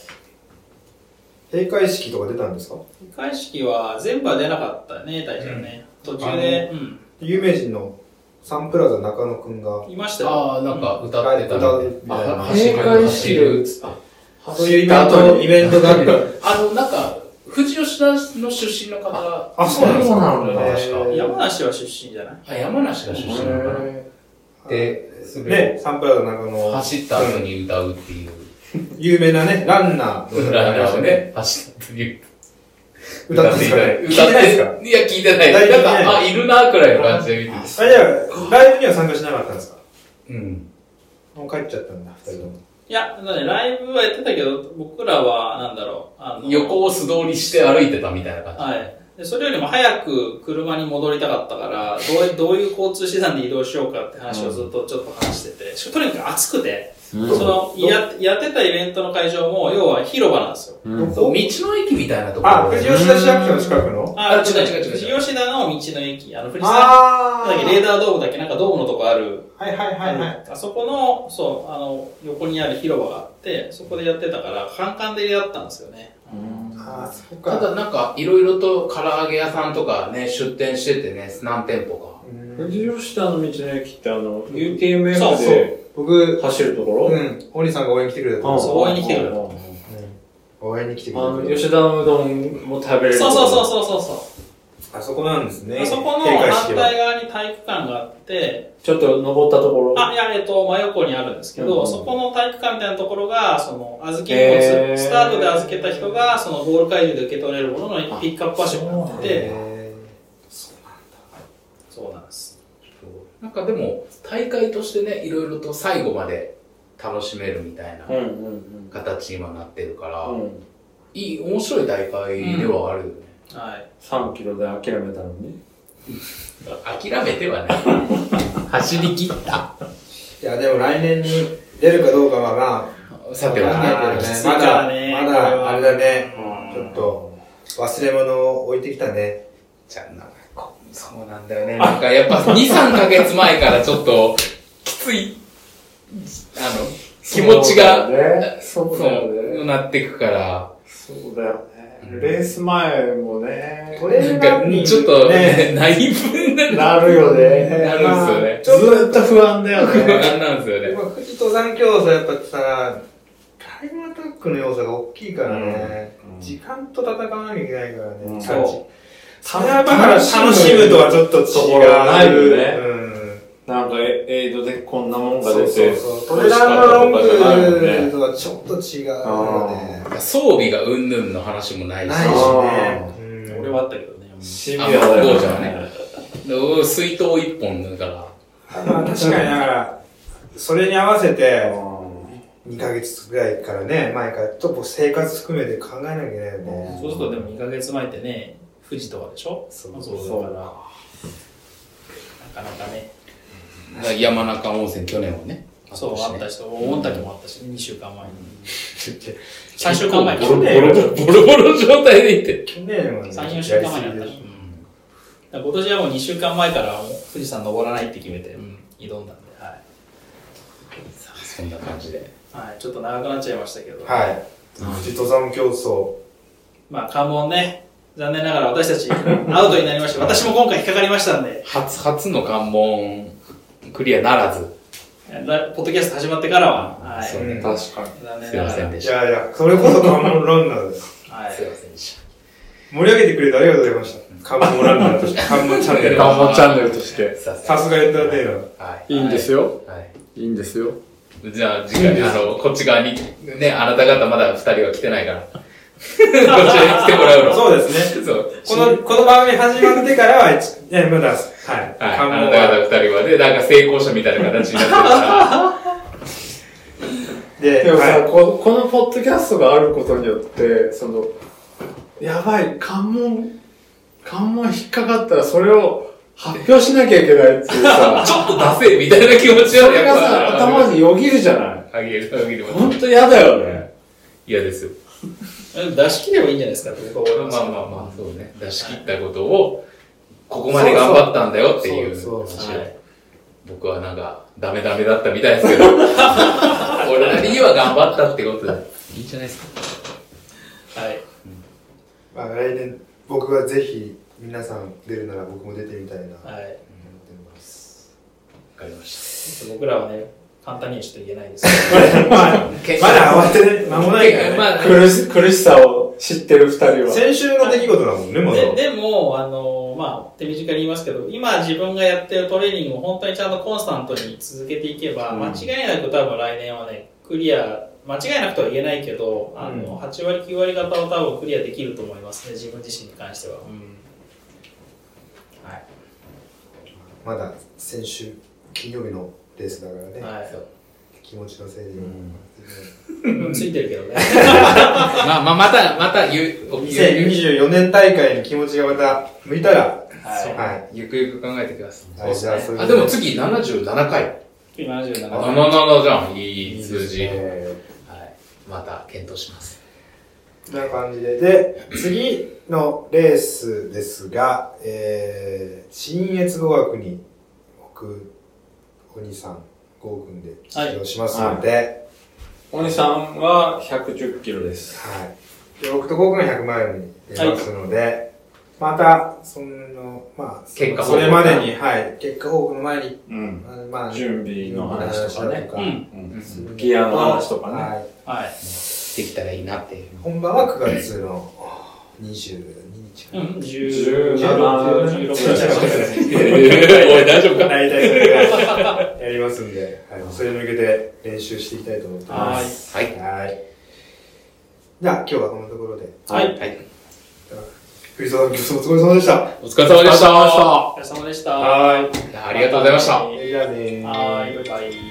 Speaker 1: 閉会式とか出たんですか？
Speaker 2: 閉会式は全部は出なかったね、大ちゃんね。途中で、うん。
Speaker 1: 有名人のサンプラザ中野くんが。
Speaker 2: いましたよ。
Speaker 3: ああ、なんか歌ってた
Speaker 1: 歌うみたいな。
Speaker 5: 閉会式で、
Speaker 1: そういうイベント、イベントがあった。
Speaker 3: あの、なんか、富士吉田の出身の方。
Speaker 1: あ、そうなんですか。
Speaker 5: なの
Speaker 2: ね。山梨は出身じゃない？
Speaker 3: あ、山梨が出身なのかな。で、
Speaker 1: ね、サンプラザ中野。
Speaker 3: 走った後に歌うっていう。
Speaker 1: 有名なね、ランナー。
Speaker 3: ランナーをね、走った後に
Speaker 1: 歌ってた。
Speaker 3: 歌ってないですか？いや、聞いてない。なんか、あ、いるな、くらいの感じで見てます。
Speaker 1: あ、じゃあ、ライブには参加しなかったんですか？
Speaker 3: うん。
Speaker 1: もう帰っちゃったんだ、二人とも。
Speaker 2: いや、ね、ライブはやってたけど、僕らは、なんだろう、あの
Speaker 3: 横を素通りして歩いてたみたいな感じ。
Speaker 2: はい。でそれよりも早く車に戻りたかったから、どういう、どういう交通手段で移動しようかって話をずっとちょっと話してて、とにかく暑くて、うん、そのや、やってたイベントの会場も、要は広場なんですよ。
Speaker 3: うん、道の駅みたいなところ。
Speaker 1: あ、富士吉田市役所の近くの
Speaker 2: あ、違う違う違う。富士吉田の道の駅。あの、富士山、なんだっけ、レーダードームだっけ、なんかドームのとこある。
Speaker 1: はいはいはいはい。
Speaker 2: あそこの、そう、あの、横にある広場があって、そこでやってたから、カンカン照りだったんですよね。
Speaker 1: うんあそっか。
Speaker 3: ただなんか、いろいろと唐揚げ屋さんとかね、出店しててね、何店舗か。
Speaker 5: 富士吉田の道の駅ってあの、ユーティーエムエフ で
Speaker 1: 僕、
Speaker 5: 走るところ
Speaker 1: うん。堀さんが応援に来てくれたところ。
Speaker 2: そう、応援に来てくれた。
Speaker 1: 応援に来てくれた。
Speaker 5: あの、吉田のうどんも食べれる。
Speaker 2: そうそうそうそうそう。
Speaker 1: あそこなんですね。
Speaker 2: あそこの反対側に体育館があって、
Speaker 5: ちょっと登ったところ。
Speaker 2: あ、いや、えっと、真横にあるんですけど、うん、そこの体育館みたいなところが、その、預け荷物、スタートで預けた人が、その、ゴール会場で受け取れるもののピックアップ場所になってて、
Speaker 1: そうなんだ。
Speaker 2: そうなんです。
Speaker 3: なんかでも、大会としてね、いろいろと最後まで楽しめるみたいな形に今なってるから、うんうんうん、いい、面白い大会ではあるよね。
Speaker 2: うん、はい。
Speaker 5: さんキロで諦めたのに。
Speaker 3: 諦めてはない。走り切った。
Speaker 1: いや、でも来年に出るかどうかはまあ、
Speaker 3: さてはね、
Speaker 1: まだ、まだ、あれだね、ちょっと、忘れ物を置いてきたね。
Speaker 3: じゃあ、なんか、そうなんだよね。なんかやっぱに、さんかげつまえからちょっと、きつい、あの、 気持ちが、
Speaker 5: そうだよね。
Speaker 3: そうなっていくから。
Speaker 5: そうだよね。レース前もね。
Speaker 1: これ
Speaker 3: なんか、ちょっと、ね、ナイーブになる。
Speaker 5: なるよね。
Speaker 3: なるんですよね。
Speaker 5: ずーっと不安だよね。
Speaker 3: 不安なんですよね。
Speaker 1: 富士登山競争やっぱさ、タイムアタックの要素が大きいからね。うん、時間と戦わなきゃいけないからね。うん、そう。それはだから楽しむとはちょっと違う。
Speaker 5: ないよね。うん、なんか、エイドでこんなもんが出て、
Speaker 1: そうそうそうトレランのロングとはちょっと違うよね。
Speaker 3: 装備がうんぬんの話もないし。
Speaker 1: ないしね。
Speaker 2: うん、俺はあったけどね。
Speaker 5: シビアだよ
Speaker 3: ね。水筒一本だから。
Speaker 1: まあ確かにだから、それに合わせて、にかげつぐらいからね、前からちょっと生活含めて考えなきゃいけないよね。
Speaker 2: そうするとでもにかげつまえってね、富士とかでしょ？
Speaker 1: そう
Speaker 2: そうだから、なかなかね。
Speaker 3: 山中温泉去年はね。
Speaker 2: そう、あった人、大滝もあったし、にしゅうかんまえに。さんしゅうかんまえか。
Speaker 3: ボロボロボロ状態でいて。
Speaker 1: 去年はね、
Speaker 2: さん、よんしゅうかんまえにあったし。今年はもうにしゅうかんまえから富士山登らないって決めて、うん、挑んだんで、はい。
Speaker 3: そんな感じで。
Speaker 2: はい、ちょっと長くなっちゃいましたけど。
Speaker 1: はい。富士登山競争。
Speaker 2: まあ、関門ね、残念ながら私たちアウトになりました。私も今回引っかかりましたんで。
Speaker 3: 初、初の関門クリアならず。
Speaker 2: ポッドキャスト始まってからは、はい。
Speaker 3: そうね、
Speaker 5: 確かに。
Speaker 2: 残念
Speaker 3: すいませんでし
Speaker 1: た。いやいや、それこそ関門ランナーです。
Speaker 2: はい。
Speaker 3: すいませんでした。
Speaker 1: 盛り上げてくれてありがとうございました。関門ランナーとして、関門チャンネル。
Speaker 5: 関門チャンネルとして。
Speaker 1: さすがエンターテイナー。
Speaker 3: はい。
Speaker 5: いいんですよ。
Speaker 3: はい。
Speaker 5: いいんですよ。
Speaker 3: じゃあ、次回、あの、こっち側に、ね、あなた方まだ二人は来てないから。こっちらに来てもらうの。
Speaker 1: そうですね。
Speaker 3: そう。
Speaker 1: この、この番組始まってからは、ね、まだ、はい。
Speaker 3: はい。あなた方二人はね、なんか成功者みたいな形になってるから。
Speaker 5: で、でもさ、はい、こ、このポッドキャストがあることによって、その、やばい、関門、関門引っかかったらそれを発表しなきゃいけないっていうさ、
Speaker 3: ちょっとダセえみたいな気持ちは
Speaker 5: それがさ、頭によぎるじゃない。
Speaker 3: あげる、あげる。
Speaker 5: ほんと嫌だよね。
Speaker 3: 嫌ですよ。
Speaker 2: 出し切ればいいんじゃないですか、
Speaker 3: まあまあまあ、そうね。出し切ったことを、ここまで頑張ったんだよっていう話を。僕はなんか、ダメダメだったみたいですけど、俺なりには頑張ったってことで、いいんじゃないです
Speaker 2: か。はい。
Speaker 1: まあ来年、僕はぜひ、皆さん出るなら僕も出てみたいな、
Speaker 2: はい。思って
Speaker 1: ます。
Speaker 3: わかりました。
Speaker 2: 僕らはね、簡単にはちょっと言えないですけど。
Speaker 1: まだ慌てね、間もないからね。
Speaker 5: まあ、苦し、苦しさを知ってる二人は。
Speaker 1: 先週の出来事だもんね、まだ。
Speaker 2: で、でも、あの、まあ、手短に言いますけど、今自分がやってるトレーニングを本当にちゃんとコンスタントに続けていけば、うん、間違いなく多分来年はね、クリア、間違いなくとは言えないけど、あの、うん、はちわりきゅうわり方を多分クリアできると思いますね、自分自身に関しては。うん、はい。
Speaker 1: まだ先週、金曜日のレースだからね。
Speaker 2: はい。
Speaker 1: 気持ちのせいで。
Speaker 2: うん、ついてるけどね。
Speaker 3: まあまあ、また、また言う、
Speaker 1: にせんにじゅうよねん大会に気持ちがまた向いたら、
Speaker 3: はい。はい、ゆくゆく考えてください。
Speaker 1: はい、じゃあ、そういう。
Speaker 3: あ、でも次ななじゅうななかい。
Speaker 2: 次ななじゅうなな
Speaker 3: かい。ななじゅうななじゃん。いい数字。はい。また検討します。
Speaker 1: こんな感じで。で、次のレースですが、えー、新越語学に僕、お兄さん、ゴー君で出場しますので、はい、
Speaker 5: お兄さんはひゃくじゅっキロです。
Speaker 1: はい。で、僕とゴー君がひゃくマイルに出ますので、はい、また、その、まあ、
Speaker 3: 結果
Speaker 1: それまでに、はい、結果報告の前に、
Speaker 5: うん、
Speaker 1: まあ、
Speaker 5: 準備の話とかね、
Speaker 2: うんうん、
Speaker 5: ギアの話とかね、
Speaker 2: はい。はい、
Speaker 3: できたらいいなっていう。
Speaker 1: 本番はくがつのにじゅうににちかな。
Speaker 2: うん、じゅうなな、じゅうろく。
Speaker 3: おい、大丈夫か？
Speaker 1: 大体それぐらいやりますんで、はい、それに向けて練習していきたいと思ってます。
Speaker 3: はい。
Speaker 1: はい。じゃあ、今日はこのところで。
Speaker 2: はい。
Speaker 3: はい。
Speaker 1: クリストさん、今日お疲れ様でした。
Speaker 3: お疲れ様でした。
Speaker 2: お疲れ様でした。
Speaker 1: はい。
Speaker 3: ありがとうございました。
Speaker 1: じゃあねー。
Speaker 2: はい、バイバイ。